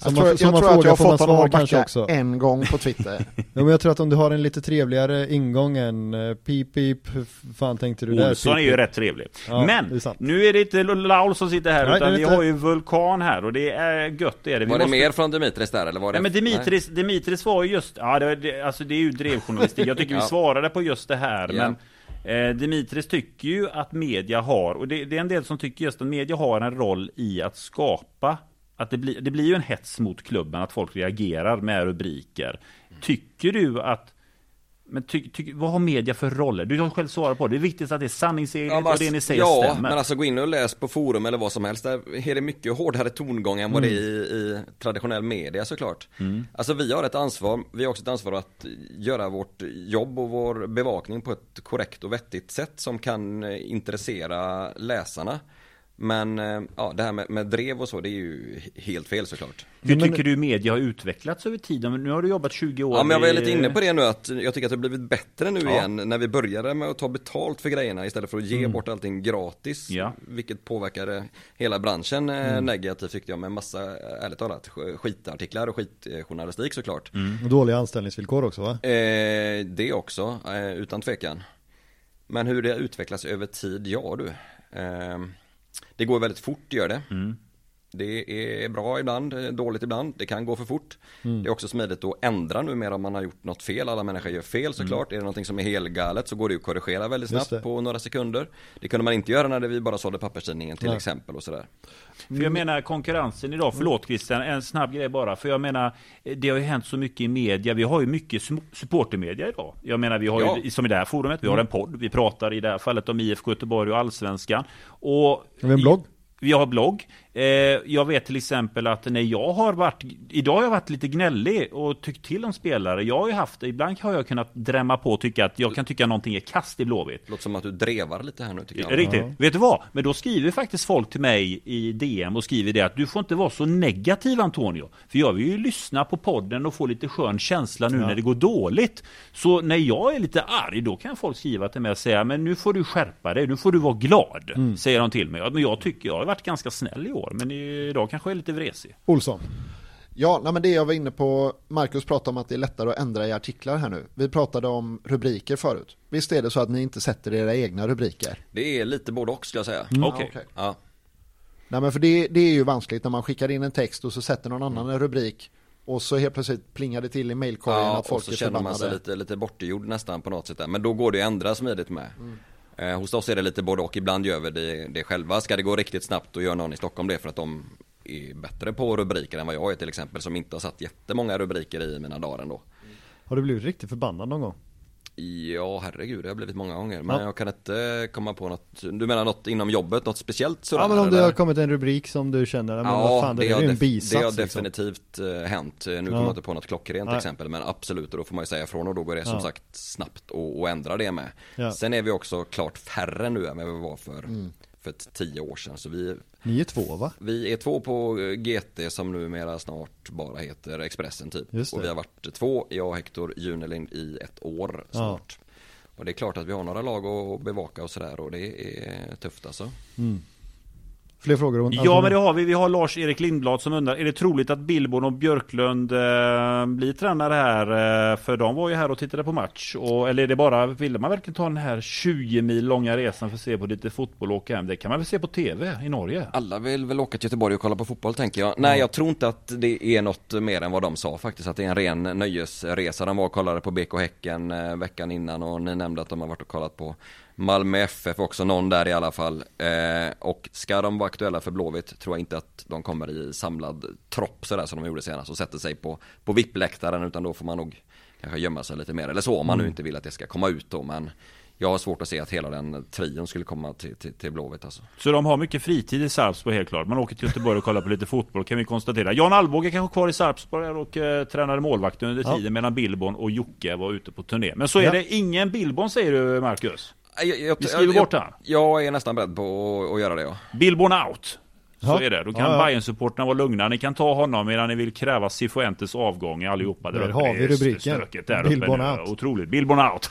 [SPEAKER 1] Jag tror, jag tror att jag har fått honom att backa också. en gång på Twitter.
[SPEAKER 2] Ja, men jag tror att om du har en lite trevligare ingång än uh, pip pip, hur fan tänkte du där?
[SPEAKER 3] Olsson
[SPEAKER 2] pip,
[SPEAKER 3] är ju rätt trevlig. Ja, men är nu är det inte Laul som sitter här. Nej, utan vi har ju Vulkan här. Och det är gött, det är det. Vi
[SPEAKER 4] var det
[SPEAKER 3] måste...
[SPEAKER 4] mer från Dimitris där? Eller var det...
[SPEAKER 3] Nej, men Dimitris, Dimitris var ju just... Ja, det, det, alltså det är ju drevjournalistik. Jag tycker ja. vi svarade på just det här. Ja. Men eh, Dimitris tycker ju att media har... Och det, det är en del som tycker just att media har en roll i att skapa... Att det, blir, det blir ju en hets mot klubben att folk reagerar med rubriker. Tycker du att... Men ty, ty, vad har media för roller? Du har själv svarat på det. Det är viktigt att det är sanningsenligt ja, och det ni säger
[SPEAKER 4] ja,
[SPEAKER 3] stämmer.
[SPEAKER 4] Men alltså gå in och läs på forum eller vad som helst. Där är det mycket hårdare tongång än vad mm. det är i, i traditionell media såklart. Mm. Alltså vi har ett ansvar. Vi har också ett ansvar att göra vårt jobb och vår bevakning på ett korrekt och vettigt sätt som kan intressera läsarna. Men ja, det här med, med drev och så, det är ju helt fel såklart.
[SPEAKER 3] Hur tycker men, du media har utvecklats över tiden? Nu har du jobbat tjugo år.
[SPEAKER 4] Ja, men jag var lite inne på det nu, att jag tycker att det har blivit bättre nu ja. igen. När vi började med att ta betalt för grejerna istället för att ge mm. bort allting gratis. Ja. Vilket påverkade hela branschen mm. negativt tyckte jag, med massa, ärligt talat, skitartiklar och skitjournalistik såklart.
[SPEAKER 2] Mm. Och dåliga anställningsvillkor också va?
[SPEAKER 4] Eh, det också, eh, utan tvekan. Men hur det utvecklas över tid, ja du. Eh, Det går väldigt fort, gör det. Mm. Det är bra ibland, dåligt ibland. Det kan gå för fort. Mm. Det är också smidigt att ändra nu mer om man har gjort något fel. Alla människor gör fel såklart. Mm. Är det någonting som är helgalet så går det att korrigera väldigt snabbt på några sekunder. Det kunde man inte göra när vi bara sålde papperstidningen till Nej. exempel och sådär.
[SPEAKER 3] För jag menar konkurrensen idag, förlåt Christian, en snabb grej bara. För jag menar, det har ju hänt så mycket i media. Vi har ju mycket supportermedia idag. Jag menar, vi har ja. ju, som i det här forumet, vi har en podd. Vi pratar i det här fallet om I F K Göteborg och Allsvenskan. Och
[SPEAKER 2] vi har en blogg.
[SPEAKER 3] Vi har blogg. Eh, jag vet till exempel att när jag har varit... Idag har jag varit lite gnällig och tyckt till om spelare. Jag har ju haft... Ibland har jag kunnat drämma på och tycka att jag kan tycka att någonting är kast i Blåvitt.
[SPEAKER 4] Låter som att du drevar lite här nu tycker jag.
[SPEAKER 3] Riktigt. Ja. Vet du vad? Men då skriver faktiskt folk till mig i D M och skriver det att du får inte vara så negativ, Antonio. För jag vill ju lyssna på podden och få lite skön känsla nu ja. när det går dåligt. Så när jag är lite arg, då kan folk skriva till mig och säga men nu får du skärpa dig, nu får du vara glad. Mm. Säger de till mig. Men jag tycker jag har varit ganska snäll i år, men idag kanske jag är lite vresig.
[SPEAKER 2] Olsson.
[SPEAKER 1] Ja, nej, men det jag var inne på, Marcus pratade om att det är lättare att ändra i artiklar här nu. Vi pratade om rubriker förut. Visst är det så att ni inte sätter era egna rubriker?
[SPEAKER 4] Det är lite både och skulle jag säga.
[SPEAKER 3] Mm. Okej.
[SPEAKER 1] Okay.
[SPEAKER 4] Ja.
[SPEAKER 1] Nej, men för det, det är ju vanskligt när man skickar in en text och så sätter någon annan en rubrik och så helt plötsligt plingar det till i mailkorgen ja, att folk är förbannade. Ja, och så känner man sig lite, lite bortgjord nästan på något sätt där. Men då går det att ändra smidigt med. Mm. Eh, hos oss är det lite både och, ibland gör vi det, det själva. Ska det gå riktigt snabbt och gör någon i Stockholm det för att de är bättre på rubriker än vad jag är till exempel, som inte har satt jättemånga rubriker i mina dagar ändå.
[SPEAKER 2] Har du blivit riktigt förbannad någon gång?
[SPEAKER 4] Ja, herregud, det har blivit många gånger. Men ja. jag kan inte komma på något. Du menar något inom jobbet, något speciellt sådär?
[SPEAKER 2] Ja, men om
[SPEAKER 4] eller?
[SPEAKER 2] det har kommit en rubrik som du känner men
[SPEAKER 4] ja,
[SPEAKER 2] vad fan, det, det är ju en bisats.
[SPEAKER 4] Det har
[SPEAKER 2] liksom.
[SPEAKER 4] definitivt uh, hänt. Nu ja. kommer jag inte på något klockrent Nej. exempel, men absolut, och då får man ju säga ifrån och då går det som ja. sagt snabbt och, och ändra det med. Ja. Sen är vi också klart färre nu än vad vi var för, mm. för tio år sedan. Så vi,
[SPEAKER 2] Ni är två va?
[SPEAKER 4] Vi är två på G T som numera snart bara heter Expressen typ. Och vi har varit två, jag och Hector Junelind i ett år snart. Ja. Och det är klart att vi har några lag att bevaka och sådär, och det är tufft alltså.
[SPEAKER 2] Mm. Fler frågor?
[SPEAKER 3] Alltså, ja, men det har vi. Vi har Lars-Erik Lindblad som undrar, är det troligt att Billborn och Björklund eh, blir tränare här? Eh, för de var ju här och tittade på match. Och, eller är det bara, ville man verkligen ta den här tjugo mil långa resan för att se på lite fotboll och åka hem? Det kan man väl se på tv i Norge?
[SPEAKER 4] Alla vill väl åka till Göteborg och kolla på fotboll, tänker jag. Nej, jag tror inte att det är något mer än vad de sa faktiskt. Att det är en ren nöjesresa. De var och kollade på B K Häcken eh, veckan innan, och ni nämnde att de har varit och kollat på Malmö F F också, någon där i alla fall. Eh, och ska de vara aktuella för Blåvitt tror jag inte att de kommer i samlad tropp sådär som de gjorde senast och sätter sig på, på V I P-läktaren, utan då får man nog kanske gömma sig lite mer. Eller så om man mm. nu inte vill att det ska komma ut då, men jag har svårt att se att hela den trion skulle komma till, till, till Blåvitt alltså.
[SPEAKER 3] Så de har mycket fritid i Sarpsborg helt klart. Man åker till Göteborg och kollar på lite fotboll, kan vi konstatera. Jan Alvbåge kanske kvar i Sarpsborg och eh, tränade målvakt under tiden ja. medan Billborn och Jocke var ute på turné. Men så är ja. det ingen Billborn, säger du, Marcus?
[SPEAKER 4] Jag, jag,
[SPEAKER 3] vi skriver
[SPEAKER 4] jag,
[SPEAKER 3] bort här.
[SPEAKER 4] Jag är nästan beredd på att, att göra det, ja.
[SPEAKER 3] Billborn out, Så
[SPEAKER 2] Ja.
[SPEAKER 3] är det. Då kan
[SPEAKER 2] Ja, ja.
[SPEAKER 3] Bayern-supporterna vara lugna. Ni kan ta honom medan ni vill kräva Cifuentes avgång allihopa.
[SPEAKER 2] Där
[SPEAKER 3] uppe.
[SPEAKER 2] har
[SPEAKER 3] Det
[SPEAKER 2] vi
[SPEAKER 3] är
[SPEAKER 2] rubriken.
[SPEAKER 3] stökigt där
[SPEAKER 2] Billborn
[SPEAKER 3] uppe nu.
[SPEAKER 2] out.
[SPEAKER 3] Otroligt. Billborn out.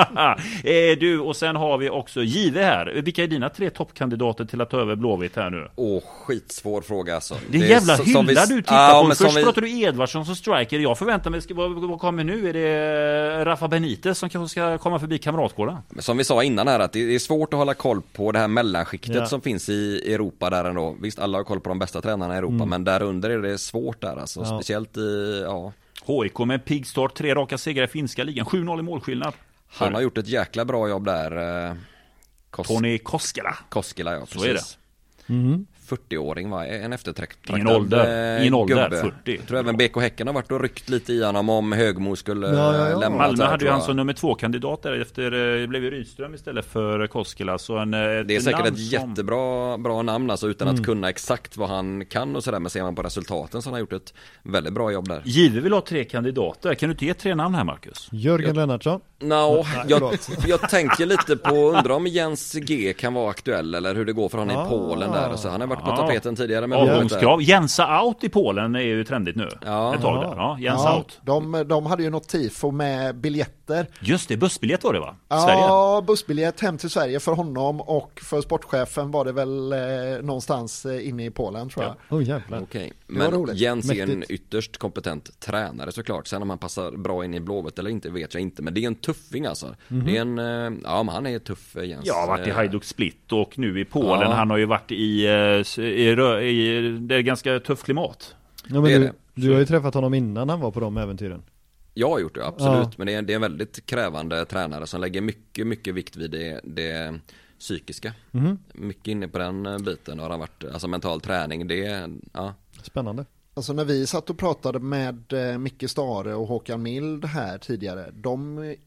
[SPEAKER 3] eh, du, och sen har vi också Give här. Vilka är dina tre toppkandidater till att ta över Blåvitt här nu?
[SPEAKER 4] Åh, skitsvår fråga alltså.
[SPEAKER 3] Det är en jävla
[SPEAKER 4] så-
[SPEAKER 3] hylla
[SPEAKER 4] som vi-
[SPEAKER 3] du tittar
[SPEAKER 4] Ja,
[SPEAKER 3] på.
[SPEAKER 4] men som
[SPEAKER 3] Först
[SPEAKER 4] vi-
[SPEAKER 3] pratar du Edvardsson som striker. Jag förväntar mig, ska, vad, vad kommer nu? Är det Rafa Benitez som kanske ska komma förbi Kamratgården?
[SPEAKER 4] Men som vi sa innan här, att det är svårt att hålla koll på det här mellanskiktet
[SPEAKER 2] Ja.
[SPEAKER 4] som finns i Europa där ändå. Visst, alla har koll på de bästa tränarna i Europa,
[SPEAKER 2] Mm.
[SPEAKER 4] men där under är det svårt där alltså.
[SPEAKER 2] Ja.
[SPEAKER 4] Speciellt i, ja.
[SPEAKER 3] H I K med pigg start, tre raka segrar i finska ligan, sju noll i målskillnad.
[SPEAKER 4] Han har gjort ett jäkla bra jobb där. eh, Kos-
[SPEAKER 3] Tony Koskela.
[SPEAKER 4] Koskela, ja, precis.
[SPEAKER 3] Så är det.
[SPEAKER 2] Mm.
[SPEAKER 4] fyrtioåring va? En eftertraktad
[SPEAKER 3] Ingen ålder.
[SPEAKER 4] eh,
[SPEAKER 3] Ingen ålder,
[SPEAKER 4] gubbe.
[SPEAKER 3] fyrtio.
[SPEAKER 4] Jag tror även B K Häcken har varit och ryckt lite i honom om Högmo skulle
[SPEAKER 2] Ja, ja, ja.
[SPEAKER 4] lämna.
[SPEAKER 3] Malmö
[SPEAKER 4] där,
[SPEAKER 3] hade ju
[SPEAKER 4] tror
[SPEAKER 3] han
[SPEAKER 4] jag.
[SPEAKER 3] som nummer två kandidat där efter, det blev ju Rydström istället för Koskela. Så en,
[SPEAKER 4] Det är säkert
[SPEAKER 3] namn
[SPEAKER 4] ett
[SPEAKER 3] som-
[SPEAKER 4] jättebra bra namn alltså, utan
[SPEAKER 2] Mm.
[SPEAKER 4] att kunna exakt vad han kan och sådär, men ser man på resultaten så har han gjort ett väldigt bra jobb där.
[SPEAKER 3] Give vill ha tre kandidater. Kan du inte ge tre namn här, Marcus?
[SPEAKER 2] Jörgen Lennartsson.
[SPEAKER 4] No,
[SPEAKER 2] Nej,
[SPEAKER 4] jag,
[SPEAKER 2] förlåt.
[SPEAKER 4] jag tänker lite på, undrar om Jens G kan vara aktuell eller hur det går för honom
[SPEAKER 2] Ah.
[SPEAKER 4] i Polen där. Så han har varit på
[SPEAKER 3] Ja.
[SPEAKER 4] tapeten tidigare med Blåvitt där.
[SPEAKER 3] Avgångskrav. Jensa out i Polen är ju trendigt nu.
[SPEAKER 4] Ja.
[SPEAKER 3] Ett tag där. Ja, Jens
[SPEAKER 1] Ja,
[SPEAKER 3] out.
[SPEAKER 1] de, de hade ju något tifo med biljetter.
[SPEAKER 3] Just det, bussbiljett var det va? Sverige.
[SPEAKER 1] Ja, bussbiljett hem till Sverige för honom och för sportchefen var det väl eh, någonstans eh, inne i Polen tror jag.
[SPEAKER 2] Åh oh, jävlar.
[SPEAKER 4] Okej,
[SPEAKER 1] Det var
[SPEAKER 4] men
[SPEAKER 1] roligt.
[SPEAKER 4] Jens är en
[SPEAKER 2] Mäktigt.
[SPEAKER 4] ytterst kompetent tränare såklart. Sen om han passar bra in i Blåvitt eller inte vet jag inte. Men det är en tuffing alltså. Det är en, eh, ja men han är tuff eh, Jens.
[SPEAKER 3] Jag har varit i
[SPEAKER 4] Eh,
[SPEAKER 3] Hajduk Split och nu i Polen.
[SPEAKER 4] Ja.
[SPEAKER 3] Han har ju varit i, eh, i, rö- i det är ganska tufft klimat.
[SPEAKER 2] Ja, men
[SPEAKER 4] Det är
[SPEAKER 2] du,
[SPEAKER 4] det.
[SPEAKER 2] du har ju träffat honom innan han var på de äventyren.
[SPEAKER 4] Jag har gjort det, absolut.
[SPEAKER 2] Ja.
[SPEAKER 4] Men det är, det är en väldigt krävande tränare som lägger mycket, mycket vikt vid det, det psykiska.
[SPEAKER 2] Mhm.
[SPEAKER 4] Mycket inne på den eh, biten har han varit, alltså mental träning, det är, ja.
[SPEAKER 2] Spännande.
[SPEAKER 1] Alltså när vi satt och pratade med eh, Micke Stare och Håkan Mild här tidigare, de, eh,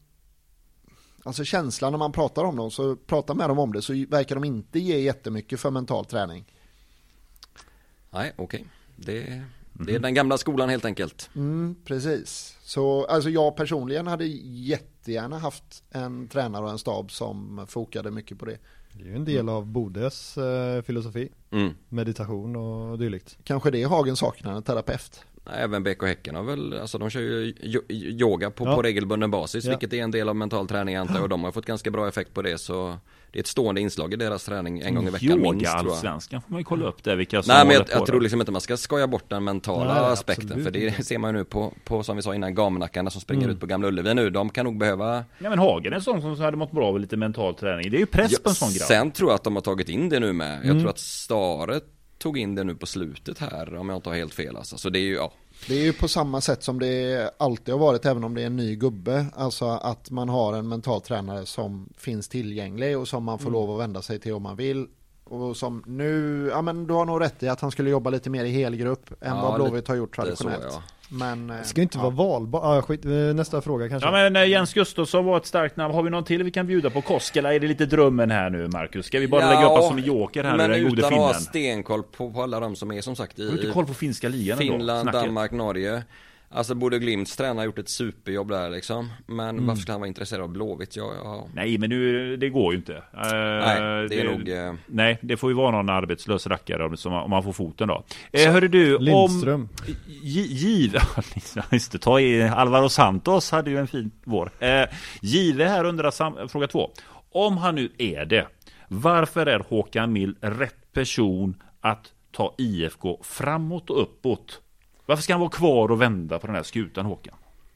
[SPEAKER 1] alltså känslan när man pratar om dem, så pratar med dem om det, så verkar de inte ge jättemycket för mental träning.
[SPEAKER 4] Nej, okej. Det, det är den gamla skolan helt enkelt.
[SPEAKER 1] Mm, precis. Så alltså jag personligen hade jättegärna haft en tränare och en stab som fokade mycket på det.
[SPEAKER 2] Det är ju en del av Bodes eh, filosofi.
[SPEAKER 4] Mm.
[SPEAKER 2] Meditation och dylikt.
[SPEAKER 1] Kanske det Hagen saknar, en terapeut.
[SPEAKER 4] Även B K Häcken har väl, alltså de kör ju yo- yoga på,
[SPEAKER 2] Ja.
[SPEAKER 4] på regelbunden basis,
[SPEAKER 2] Ja.
[SPEAKER 4] vilket är en del av mental träning antar jag, och de har fått ganska bra effekt på det, så det är ett stående inslag i deras träning en gång i veckan minst,
[SPEAKER 3] Yoga
[SPEAKER 4] tror jag.
[SPEAKER 3] allsvenskan får man ju kolla upp där vilka som
[SPEAKER 4] Nej, men
[SPEAKER 3] håller
[SPEAKER 4] jag,
[SPEAKER 3] på
[SPEAKER 4] jag
[SPEAKER 3] där.
[SPEAKER 4] tror liksom inte man ska skoja bort den mentala
[SPEAKER 2] Nej,
[SPEAKER 4] aspekten,
[SPEAKER 2] absolut
[SPEAKER 4] för det
[SPEAKER 2] inte.
[SPEAKER 4] ser man ju nu på, på som vi sa innan, gamnackarna som springer
[SPEAKER 2] Mm.
[SPEAKER 4] ut på Gamla Ullevi nu, de kan nog behöva.
[SPEAKER 3] Ja, men Hagen är en sån som hade mått bra av lite mental träning. Det är ju press på en sån grabb.
[SPEAKER 4] Sen tror jag att de har tagit in det nu med, jag
[SPEAKER 2] Mm.
[SPEAKER 4] tror att Stare tog in det nu på slutet här, om jag inte har helt fel alltså. Så det är ju, ja.
[SPEAKER 1] Det är ju på samma sätt som det alltid har varit, även om det är en ny gubbe. Alltså att man har en mental tränare som finns tillgänglig och som man får
[SPEAKER 2] Mm.
[SPEAKER 1] lov att vända sig till om man vill. Och som nu, ja men du har nog rätt i att han skulle jobba lite mer i helgrupp än
[SPEAKER 4] Ja,
[SPEAKER 1] vad Blåvitt har gjort
[SPEAKER 4] det är så,
[SPEAKER 1] traditionellt.
[SPEAKER 4] ja.
[SPEAKER 1] Men, eh,
[SPEAKER 2] Det ska ju inte
[SPEAKER 1] ja.
[SPEAKER 2] vara valbar. Ah, skit. eh, Nästa fråga kanske.
[SPEAKER 3] Ja, men eh, Jens Gustafsson var ett starkt namn. Har vi någon till vi kan bjuda på? Koskela, är det lite drömmen här nu, Marcus? Ska vi bara lägga upp oss som en joker här nu,
[SPEAKER 4] men
[SPEAKER 3] den gode
[SPEAKER 4] utan att ha
[SPEAKER 3] finnen?
[SPEAKER 4] stenkoll på, på alla de som är som sagt i
[SPEAKER 3] Har du inte koll på finska ligan ändå?
[SPEAKER 4] Finland,
[SPEAKER 3] Snacket.
[SPEAKER 4] Danmark, Norge. Alltså Bodø Glimts tränare har gjort ett superjobb där liksom. Men
[SPEAKER 3] Mm.
[SPEAKER 4] varför skulle han vara intresserad av Blåvitt? Ja, ja.
[SPEAKER 3] Nej, men nu, det går ju inte. Eh,
[SPEAKER 4] Nej, det är nog... eh,
[SPEAKER 3] Nej, det får ju vara någon arbetslös rackare om, som, om man får foten då. Eh, hörru du,
[SPEAKER 2] Lindström.
[SPEAKER 3] om... Gi- Giv... Just det, ta i Alvaro Santos hade ju en fin vår. Eh, Give här undrar sam... fråga två. Om han nu är det, varför är Håkan Mild rätt person att ta I F K framåt och uppåt? Varför ska han vara kvar och vända på den här skutan, Håkan?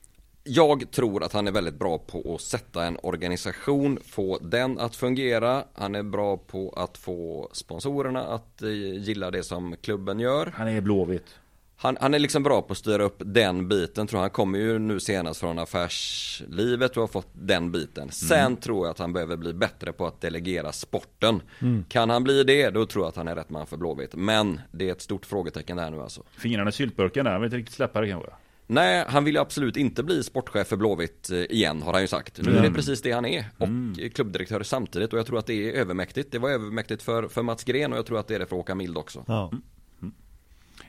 [SPEAKER 4] Jag tror att han är väldigt bra på att sätta en organisation, få den att fungera. Han är bra på att få sponsorerna att eh, gilla det som klubben gör.
[SPEAKER 3] Han är Blåvitt.
[SPEAKER 4] Han, han är liksom bra på att styra upp den biten, tror jag. Han kommer ju nu senast från affärslivet och har fått den biten. Sen
[SPEAKER 3] Mm.
[SPEAKER 4] tror jag att han behöver bli bättre på att delegera sporten.
[SPEAKER 2] Mm.
[SPEAKER 4] Kan han bli det, då tror jag att han är rätt man för Blåvitt. Men det är ett stort frågetecken där nu alltså.
[SPEAKER 3] Fingrarna i syltburken där, han vill inte riktigt släppa det kanske.
[SPEAKER 4] Nej, han vill ju absolut inte bli sportchef för Blåvitt eh, igen, har han ju sagt. Nu är det precis det han är. Och mm. klubbdirektör samtidigt. Och jag tror att det är övermäktigt. Det var övermäktigt för, för Mats Gren och jag tror att det är det för Håkan Mild också.
[SPEAKER 2] Ja.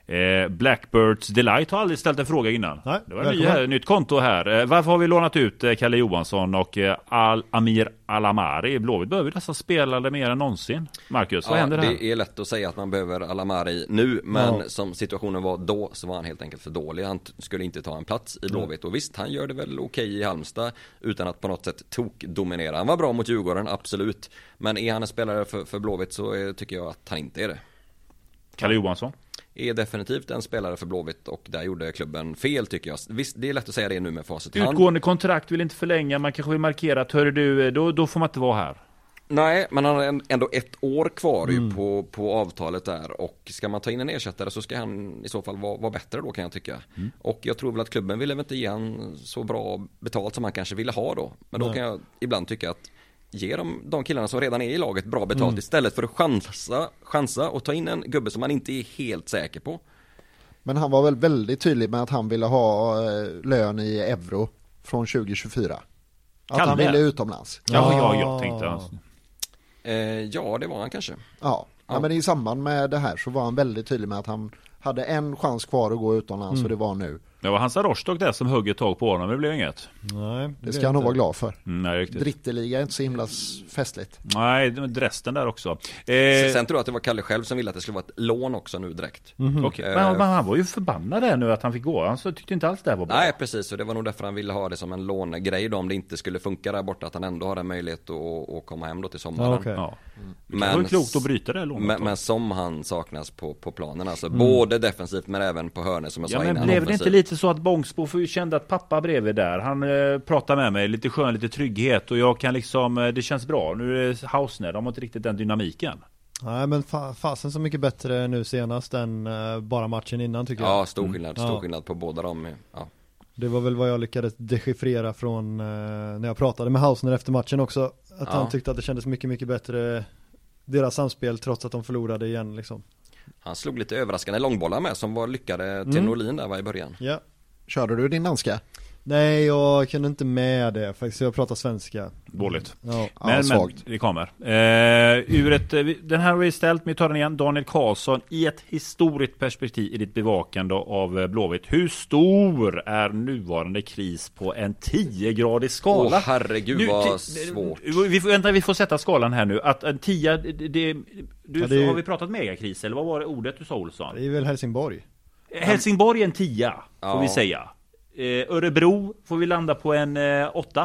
[SPEAKER 3] Eh, Blackbirds Delight har aldrig ställt en fråga innan.
[SPEAKER 2] Nej,
[SPEAKER 3] det var ett ny här, nytt konto här. Eh, varför har vi lånat ut eh, Kalle Johansson och eh, Al Amir Alamari? Blåvitt behöver dessa spelare mer än någonsin. Marcus, vad
[SPEAKER 4] ja,
[SPEAKER 3] händer här?
[SPEAKER 4] Det är lätt att säga att man behöver Alamari nu, men
[SPEAKER 2] ja.
[SPEAKER 4] som situationen var då så var han helt enkelt för dålig. Han t- skulle inte ta en plats i Blåvitt. Och visst, han gör det väl okej i Halmstad utan att på något sätt tok-dominera. Han var bra mot Djurgården, absolut. Men är han en spelare för, för Blåvitt så är, tycker jag att han inte är det.
[SPEAKER 3] Kalle Johansson?
[SPEAKER 4] Är definitivt en spelare för Blåvitt och där gjorde klubben fel tycker jag. Visst, det är lätt att säga det nu med facit.
[SPEAKER 3] Utgående kontrakt vill inte förlänga, man kanske vill markera att hör du, då, då får man inte vara här.
[SPEAKER 4] Nej, men han har ändå ett år kvar
[SPEAKER 2] mm.
[SPEAKER 4] ju på, på avtalet där. Och ska man ta in en ersättare så ska han i så fall vara, vara bättre då kan jag tycka. Mm. Och jag tror väl att klubben ville väl inte ge han så bra betalt som han kanske ville ha då. Men då Nej. kan jag ibland tycka att ge de, de killarna som redan är i laget bra betalt mm. istället för att chansa, chansa och ta in en gubbe som man inte är helt säker på.
[SPEAKER 1] Men han var väl väldigt tydlig med att han ville ha eh, lön i euro från tjugo tjugofyra. Att
[SPEAKER 3] Kalle.
[SPEAKER 1] han ville utomlands.
[SPEAKER 3] Ja, ja, jag tänkte han.
[SPEAKER 4] Eh, ja, det var han kanske.
[SPEAKER 1] Ja. Ja. ja, men i samband med det här så var han väldigt tydlig med att han hade en chans kvar att gå utomlands mm. och det var nu.
[SPEAKER 3] Det var Hansa Rostock där som högg ett tag på honom, det blev inget.
[SPEAKER 2] Nej,
[SPEAKER 1] det, det ska han nog vara glad för.
[SPEAKER 3] Mm, nej, riktigt.
[SPEAKER 1] Dritteliga är inte så himla festligt.
[SPEAKER 3] Nej, resten där också. Eh...
[SPEAKER 4] Sen tror jag att det var Kalle själv som ville att det skulle vara ett lån också nu direkt.
[SPEAKER 3] Mm-hmm. Okay. Eh... Men, men han var ju förbannad där nu att han fick gå. Han så tyckte inte alls det här var bra.
[SPEAKER 4] Nej, precis. Och det var nog därför han ville ha det som en lånegrej då, om det inte skulle funka där borta. Att han ändå har en möjlighet att, att komma hem då till sommaren.
[SPEAKER 2] Ja, okay.
[SPEAKER 3] Ja. Mm. Men, det var ju klokt att bryta det lånet.
[SPEAKER 4] Men, men som han saknas på, på planen. Alltså mm. både defensivt men även på hörnet som jag
[SPEAKER 3] ja,
[SPEAKER 4] sa
[SPEAKER 3] men
[SPEAKER 4] innan.
[SPEAKER 3] Blev det inte lite så att Bångsbo kände att pappa bredvid där, han eh, pratar med mig, lite skön, lite trygghet och jag kan liksom, eh, det känns bra. Nu är det Hausner, de har inte riktigt den dynamiken.
[SPEAKER 2] Nej, men fa- fasen så mycket bättre nu senast än uh, bara matchen innan tycker jag.
[SPEAKER 4] Ja, stor skillnad,
[SPEAKER 2] mm.
[SPEAKER 4] stor
[SPEAKER 2] ja.
[SPEAKER 4] skillnad på båda dem. Ja.
[SPEAKER 2] Det var väl vad jag lyckades dechiffrera från uh, när jag pratade med Hausner efter matchen också. Att ja. han tyckte att det kändes mycket, mycket bättre deras samspel trots att de förlorade igen liksom.
[SPEAKER 4] Han slog lite överraskande långbollar med som var lyckade till mm. Norlin där var i början.
[SPEAKER 2] Ja.
[SPEAKER 1] Körde du din danska?
[SPEAKER 2] Nej, jag kunde inte med det faktiskt. Jag pratar svenska.
[SPEAKER 3] Dåligt.
[SPEAKER 2] Ja.
[SPEAKER 3] Men,
[SPEAKER 1] ja,
[SPEAKER 3] men det kommer. Eh, ur ett, den här har vi ställt, men vi tar den igen. Daniel Karlsson, i ett historiskt perspektiv i ditt bevakande av Blåvitt. Hur stor är nuvarande kris på en tio-gradig skala?
[SPEAKER 4] Åh, herregud nu, vad t- svårt.
[SPEAKER 3] Vi får, vänta, vi får sätta skalan här nu. Att en tia, det, det, du,
[SPEAKER 2] ja, det,
[SPEAKER 3] har vi pratat megakris? Eller vad var det ordet du sa, Olsson?
[SPEAKER 2] Det är väl Helsingborg.
[SPEAKER 3] Helsingborg är en tia, får
[SPEAKER 4] ja.
[SPEAKER 3] vi säga. Eh, Örebro får vi landa på en eh, åtta.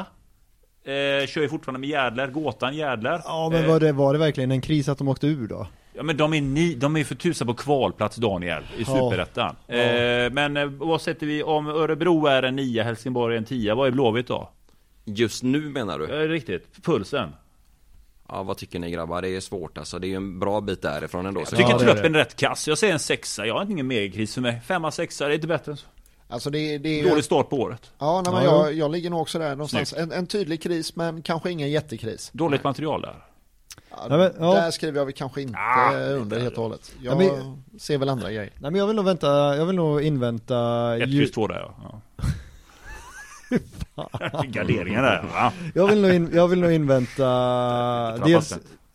[SPEAKER 3] Eh, kör ju fortfarande med Järdler, Gåtan Järdler.
[SPEAKER 2] Ja, men var det, var det verkligen en kris att de åkte ur då?
[SPEAKER 3] Ja, men de är, ni, de är för tusen på kvalplats, Daniel, i Superettan. Ja. Eh, men eh, vad sätter vi om Örebro är en nia, Helsingborg är en tia? Vad är Blåvitt då?
[SPEAKER 4] Just nu menar du?
[SPEAKER 3] Ja, riktigt. Pulsen.
[SPEAKER 4] Ja, vad tycker ni grabbar? Det är svårt alltså. Det är ju en bra bit därifrån ändå.
[SPEAKER 3] Jag tycker ja, truppen är rätt kass. Jag säger en sexa. Jag har ingen megakris för mig. Femma, sexa, det är inte bättre än så.
[SPEAKER 1] Alltså det, det är
[SPEAKER 3] dålig start på året.
[SPEAKER 1] Ja, nej, men jag, jag ligger nog också där någonstans. En, en tydlig kris, men kanske ingen jättekris.
[SPEAKER 3] Dåligt material där.
[SPEAKER 1] Ja, nej, men, ja. Där skriver jag väl kanske inte ah, under helt och hållet. Jag nej, men, ser väl andra grejer.
[SPEAKER 2] Nej, men jag vill nog vänta. Jag vill nog invänta.
[SPEAKER 3] Ett kryss två där, ja. ja. Garderingar där, va?
[SPEAKER 2] Jag vill nog, in, jag vill nog invänta. dels,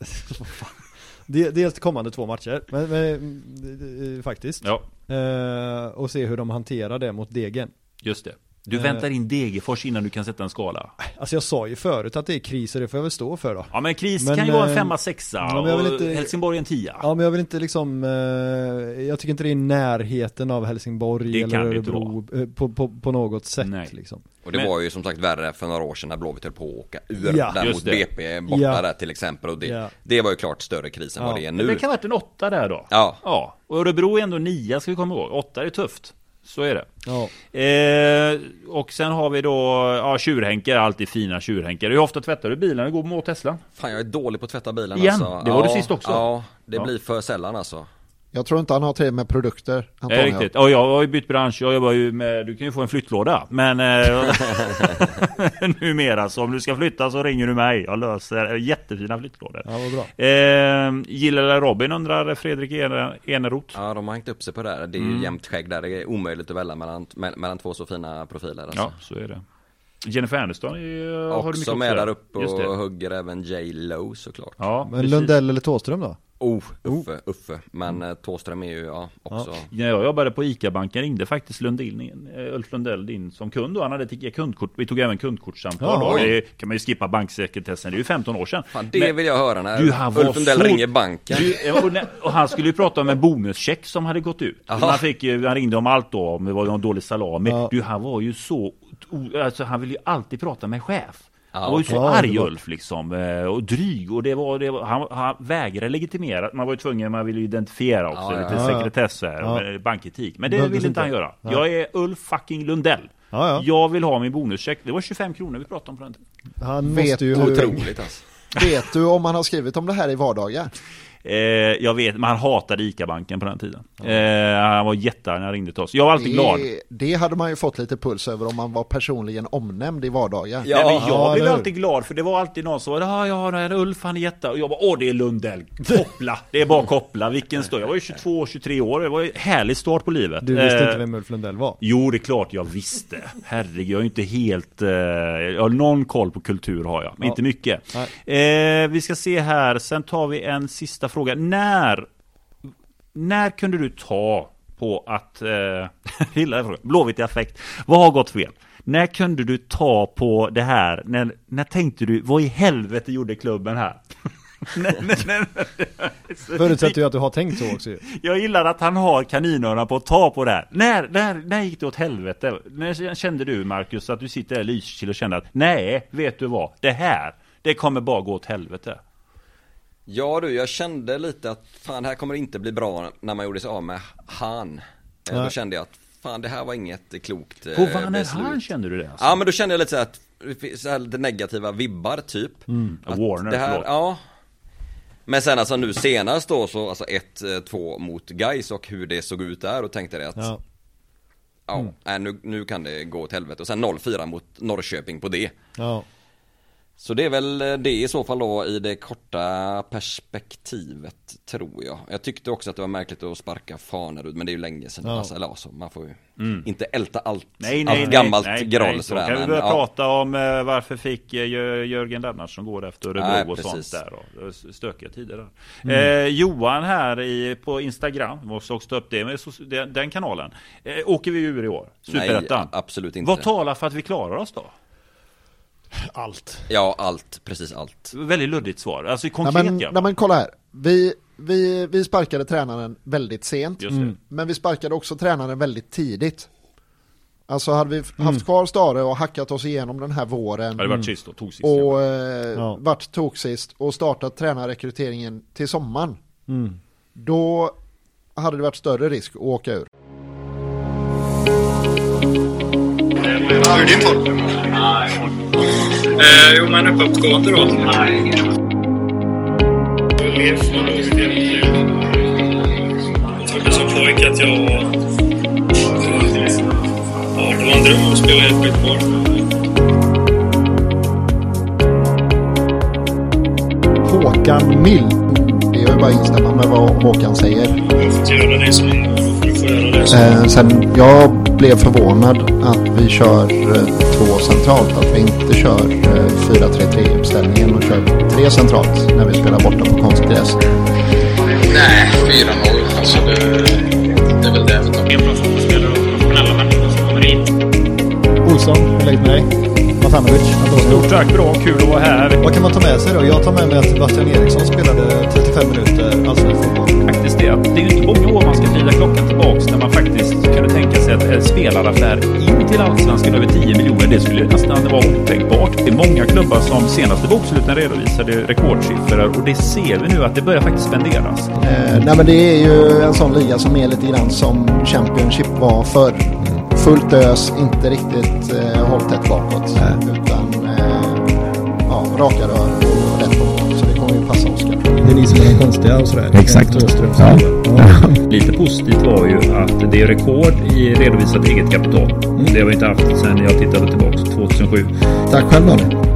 [SPEAKER 2] dels kommande två matcher, men, men faktiskt.
[SPEAKER 3] Ja.
[SPEAKER 2] Uh, och se hur de hanterar det mot Degen.
[SPEAKER 3] Just det. Du uh, väntar in Degerfors innan du kan sätta en skala.
[SPEAKER 2] Alltså jag sa ju förut att det är kris och det får jag väl stå för då.
[SPEAKER 3] Ja, men kris men, kan ju vara en femma, sexa ja, och inte, Helsingborg en tia.
[SPEAKER 2] Ja, men jag vill inte liksom uh, jag tycker inte det är i närheten av Helsingborg det eller Örebro på, på, på något sätt. Nej. Liksom.
[SPEAKER 4] Och det men, var ju som sagt värre för några år sedan när Blåvitt höll på att åka ur
[SPEAKER 2] ja,
[SPEAKER 4] där mot
[SPEAKER 3] det.
[SPEAKER 4] B P borta
[SPEAKER 2] ja.
[SPEAKER 4] där till exempel. Och det, ja. det var ju klart större kris än ja. vad det är nu.
[SPEAKER 3] Men det kan ha varit en åtta där då.
[SPEAKER 4] Ja.
[SPEAKER 3] ja. Och Örebro är ändå nia, ska vi komma ihåg. Åtta är tufft. Så är det.
[SPEAKER 2] Ja.
[SPEAKER 3] Eh, och sen har vi då ja, tjurhänkar, alltid fina tjurhänkar. Hur ofta tvättar du bilen och går mot Tesla?
[SPEAKER 4] Fan, jag är dålig på att tvätta bilen.
[SPEAKER 3] Igen,
[SPEAKER 4] alltså.
[SPEAKER 3] det var
[SPEAKER 4] ja,
[SPEAKER 3] det sist också.
[SPEAKER 4] Ja, det
[SPEAKER 3] ja.
[SPEAKER 4] blir för sällan alltså.
[SPEAKER 1] Jag tror inte han har till med produkter.
[SPEAKER 3] Eh, riktigt. Och jag har ju bytt bransch. Jag jobbar ju med, du kan ju få en flyttlåda. Men eh, numera så om du ska flytta så ringer du mig. Jag löser jättefina flyttlådor.
[SPEAKER 2] Ja, vad bra.
[SPEAKER 3] Eh, gillar Robin undrar Fredrik Eneroth.
[SPEAKER 4] Ja, de har hängt upp sig på det där. Det är mm. ju jämnt skägg där. Det är omöjligt att välja mellan, mellan två så fina profiler. Alltså.
[SPEAKER 3] Ja, så är det. Jennifer Aniston är,
[SPEAKER 4] också
[SPEAKER 3] har du mycket
[SPEAKER 4] med där uppe och hugger även J Lo såklart.
[SPEAKER 2] Ja, men precis. Lundell eller Thåström då?
[SPEAKER 4] Oh, Uffe, Uffe. Men mm. Tåström är ju ja, också...
[SPEAKER 3] Ja. När jag jobbade på ICA-banken ringde faktiskt Lundin, Ulf Lundell in som kund. Och han hade ett kundkort. Vi tog även kundkortssamtal. Ja, det kan man ju skippa banksekretessen. Det är ju femton år sedan.
[SPEAKER 4] Fan, det Men, vill jag höra när du, Ulf Lundell så... ringer banken. Du,
[SPEAKER 3] och, och han skulle ju prata om en bonuscheck som hade gått ut. Han, fick, han ringde om allt då. Om det var någon dålig salami. Ja. Du, han var ju så... Alltså, han ville ju alltid prata med chef. Han var ju så ja, arg Ulf liksom, och dryg, och det var, det var han, han vägrade legitimera. Man var ju tvungen, man ville identifiera också, ja, lite ja, sekretess här, ja. banketik. Men det vill inte, inte han göra. Ja. Jag är Ulf fucking Lundell. Ja, ja. Jag vill ha min bonuscheck. Det var tjugofem kronor vi pratade om på den tiden.
[SPEAKER 1] Han vet ju otroligt alltså. Vet du om han har skrivit om det här i vardagar?
[SPEAKER 3] Eh, jag vet, men han hatade ICA-banken på den tiden. Eh, han var jättearg när han ringde till oss. Jag var alltid
[SPEAKER 1] det,
[SPEAKER 3] glad.
[SPEAKER 1] Det hade man ju fått lite puls över om man var personligen omnämnd i vardagar.
[SPEAKER 3] Ja, Nej, men jag ja, blev alltid glad, för det var alltid någon som var ja, ja, det är Ulf, han är jätte. Och jag bara, åh, det är Lundell. Koppla, det är bara koppla. Vilken stund. Jag var ju tjugotvå tjugotre år. Det var ju en härlig start på livet.
[SPEAKER 2] Du visste
[SPEAKER 3] eh,
[SPEAKER 2] inte vem Ulf Lundell var?
[SPEAKER 3] Jo, det är klart jag visste. Herregud, jag är inte helt... Eh, jag har någon koll på kultur har jag, men ja. inte mycket. Eh, vi ska se här, sen tar vi en sista fråga. När När kunde du ta på att eh, Blåvitt i affekt, vad har gått fel? När kunde du ta på det här? När, när tänkte du, vad i helvete gjorde klubben här?
[SPEAKER 2] Förutsätter ju att du har tänkt så också.
[SPEAKER 3] Jag gillar att han har kaninöron på att ta på det här. När, när, när gick det åt helvete? När kände du, Marcus, att du sitter där i Lysekil och kände att nej, vet du vad? Det här, det kommer bara gå åt helvete.
[SPEAKER 4] Ja du, jag kände lite att fan, det här kommer inte bli bra när man gjorde sig av med han. Ja. Då kände jag att fan, det här var inget klokt
[SPEAKER 3] På eh, vad beslut. Han kände du det? Alltså?
[SPEAKER 4] Ja, men då kände jag lite så att så här, lite negativa vibbar typ.
[SPEAKER 3] Mm. Att Warner,
[SPEAKER 4] det här, ja. Men sen alltså nu senast då så alltså ett två mot Gais och hur det såg ut där, och tänkte det att ja, ja mm. äh, nu, nu kan det gå åt helvete. Och sen noll fyra mot Norrköping på det.
[SPEAKER 2] Ja.
[SPEAKER 4] Så det är väl det i så fall då i det korta perspektivet, tror jag. Jag tyckte också att det var märkligt att sparka Fanerud, men det är ju länge sedan. Ja. Alltså, eller alltså, man får ju mm. inte älta allt,
[SPEAKER 3] nej, nej,
[SPEAKER 4] allt gammalt
[SPEAKER 3] nej,
[SPEAKER 4] groll.
[SPEAKER 3] Nej, sådär, kan vi börja ja. prata om uh, varför fick uh, Jörgen Lennartsson gå efter Örebro och sånt där. Och stökiga tider där. Mm. Uh, Johan här i, på Instagram, måste också ta upp det med den, den kanalen. Uh, åker vi ur i år? Superettan?
[SPEAKER 4] Nej, absolut inte.
[SPEAKER 3] Vad talar för att vi klarar oss då?
[SPEAKER 2] Allt.
[SPEAKER 4] Ja, allt. Precis allt.
[SPEAKER 3] Väldigt luddigt svar. Alltså konkret.
[SPEAKER 1] Nej, men, nej, men kolla här. Vi, vi, vi sparkade tränaren väldigt sent.
[SPEAKER 3] Mm.
[SPEAKER 1] Men vi sparkade också tränaren väldigt tidigt. Alltså hade vi mm. haft kvar Stare och hackat oss igenom den här våren.
[SPEAKER 3] Ja, det varit sist då, tog sist.
[SPEAKER 1] Och eh, ja. varit tog sist och startat tränarrekryteringen till sommaren.
[SPEAKER 2] Mm.
[SPEAKER 1] Då hade det varit större risk att åka ur.
[SPEAKER 5] Hur är din form? Eh, jo, men uppåtgående då. Nej. Jag trodde som pojk att jag var... Ja, det var en dröm att spela helt skitbar.
[SPEAKER 1] Håkan Mild. Det är ju bara att instämma med vad Håkan säger.
[SPEAKER 5] Jag får göra det som du får göra det som.
[SPEAKER 1] Eh, sen jag blev förvånad att vi kör eh, två centralt, att vi inte kör eh, fyra tre tre-uppställningen och kör tre centralt när vi spelar borta på konstgräs.
[SPEAKER 5] Nej, fyra noll. Alltså det, det är väl det. Vi tar en fotbollsspelare och professionella människor som kommer hit.
[SPEAKER 2] Olsson, lägg mig. Matanovic.
[SPEAKER 3] Stort tack, bra, kul att vara här.
[SPEAKER 2] Vad kan man ta med sig då? Jag tar med mig att Sebastian Eriksson spelade trettiofem minuter allsvensk fotboll.
[SPEAKER 3] Faktiskt det. Det är ju inte många år man ska vrida klockan tillbaks när man faktiskt kunde tänka sig att en spelaraffär in till allsvenskan över tio miljoner, det skulle nästan vara otänkbart. Det är många klubbar som senaste boksluten redovisade rekordsiffror, och det ser vi nu att det börjar faktiskt spenderas.
[SPEAKER 1] Eh, nej men det är ju en sån liga som är lite grann som Championship var för fullt ös, inte riktigt eh, hållt tätt bakåt. Mm. Utan eh, ja, raka rör och rätt på. Så det kommer ju passa Oskar.
[SPEAKER 2] Det är ni som är konstiga och sådär.
[SPEAKER 3] Exakt.
[SPEAKER 2] Ja.
[SPEAKER 3] Ja. Lite positivt var ju att det är rekord i redovisat eget kapital. Mm. Det har vi inte haft sedan jag tittade tillbaka tjugohundrasju.
[SPEAKER 2] Tack själv då.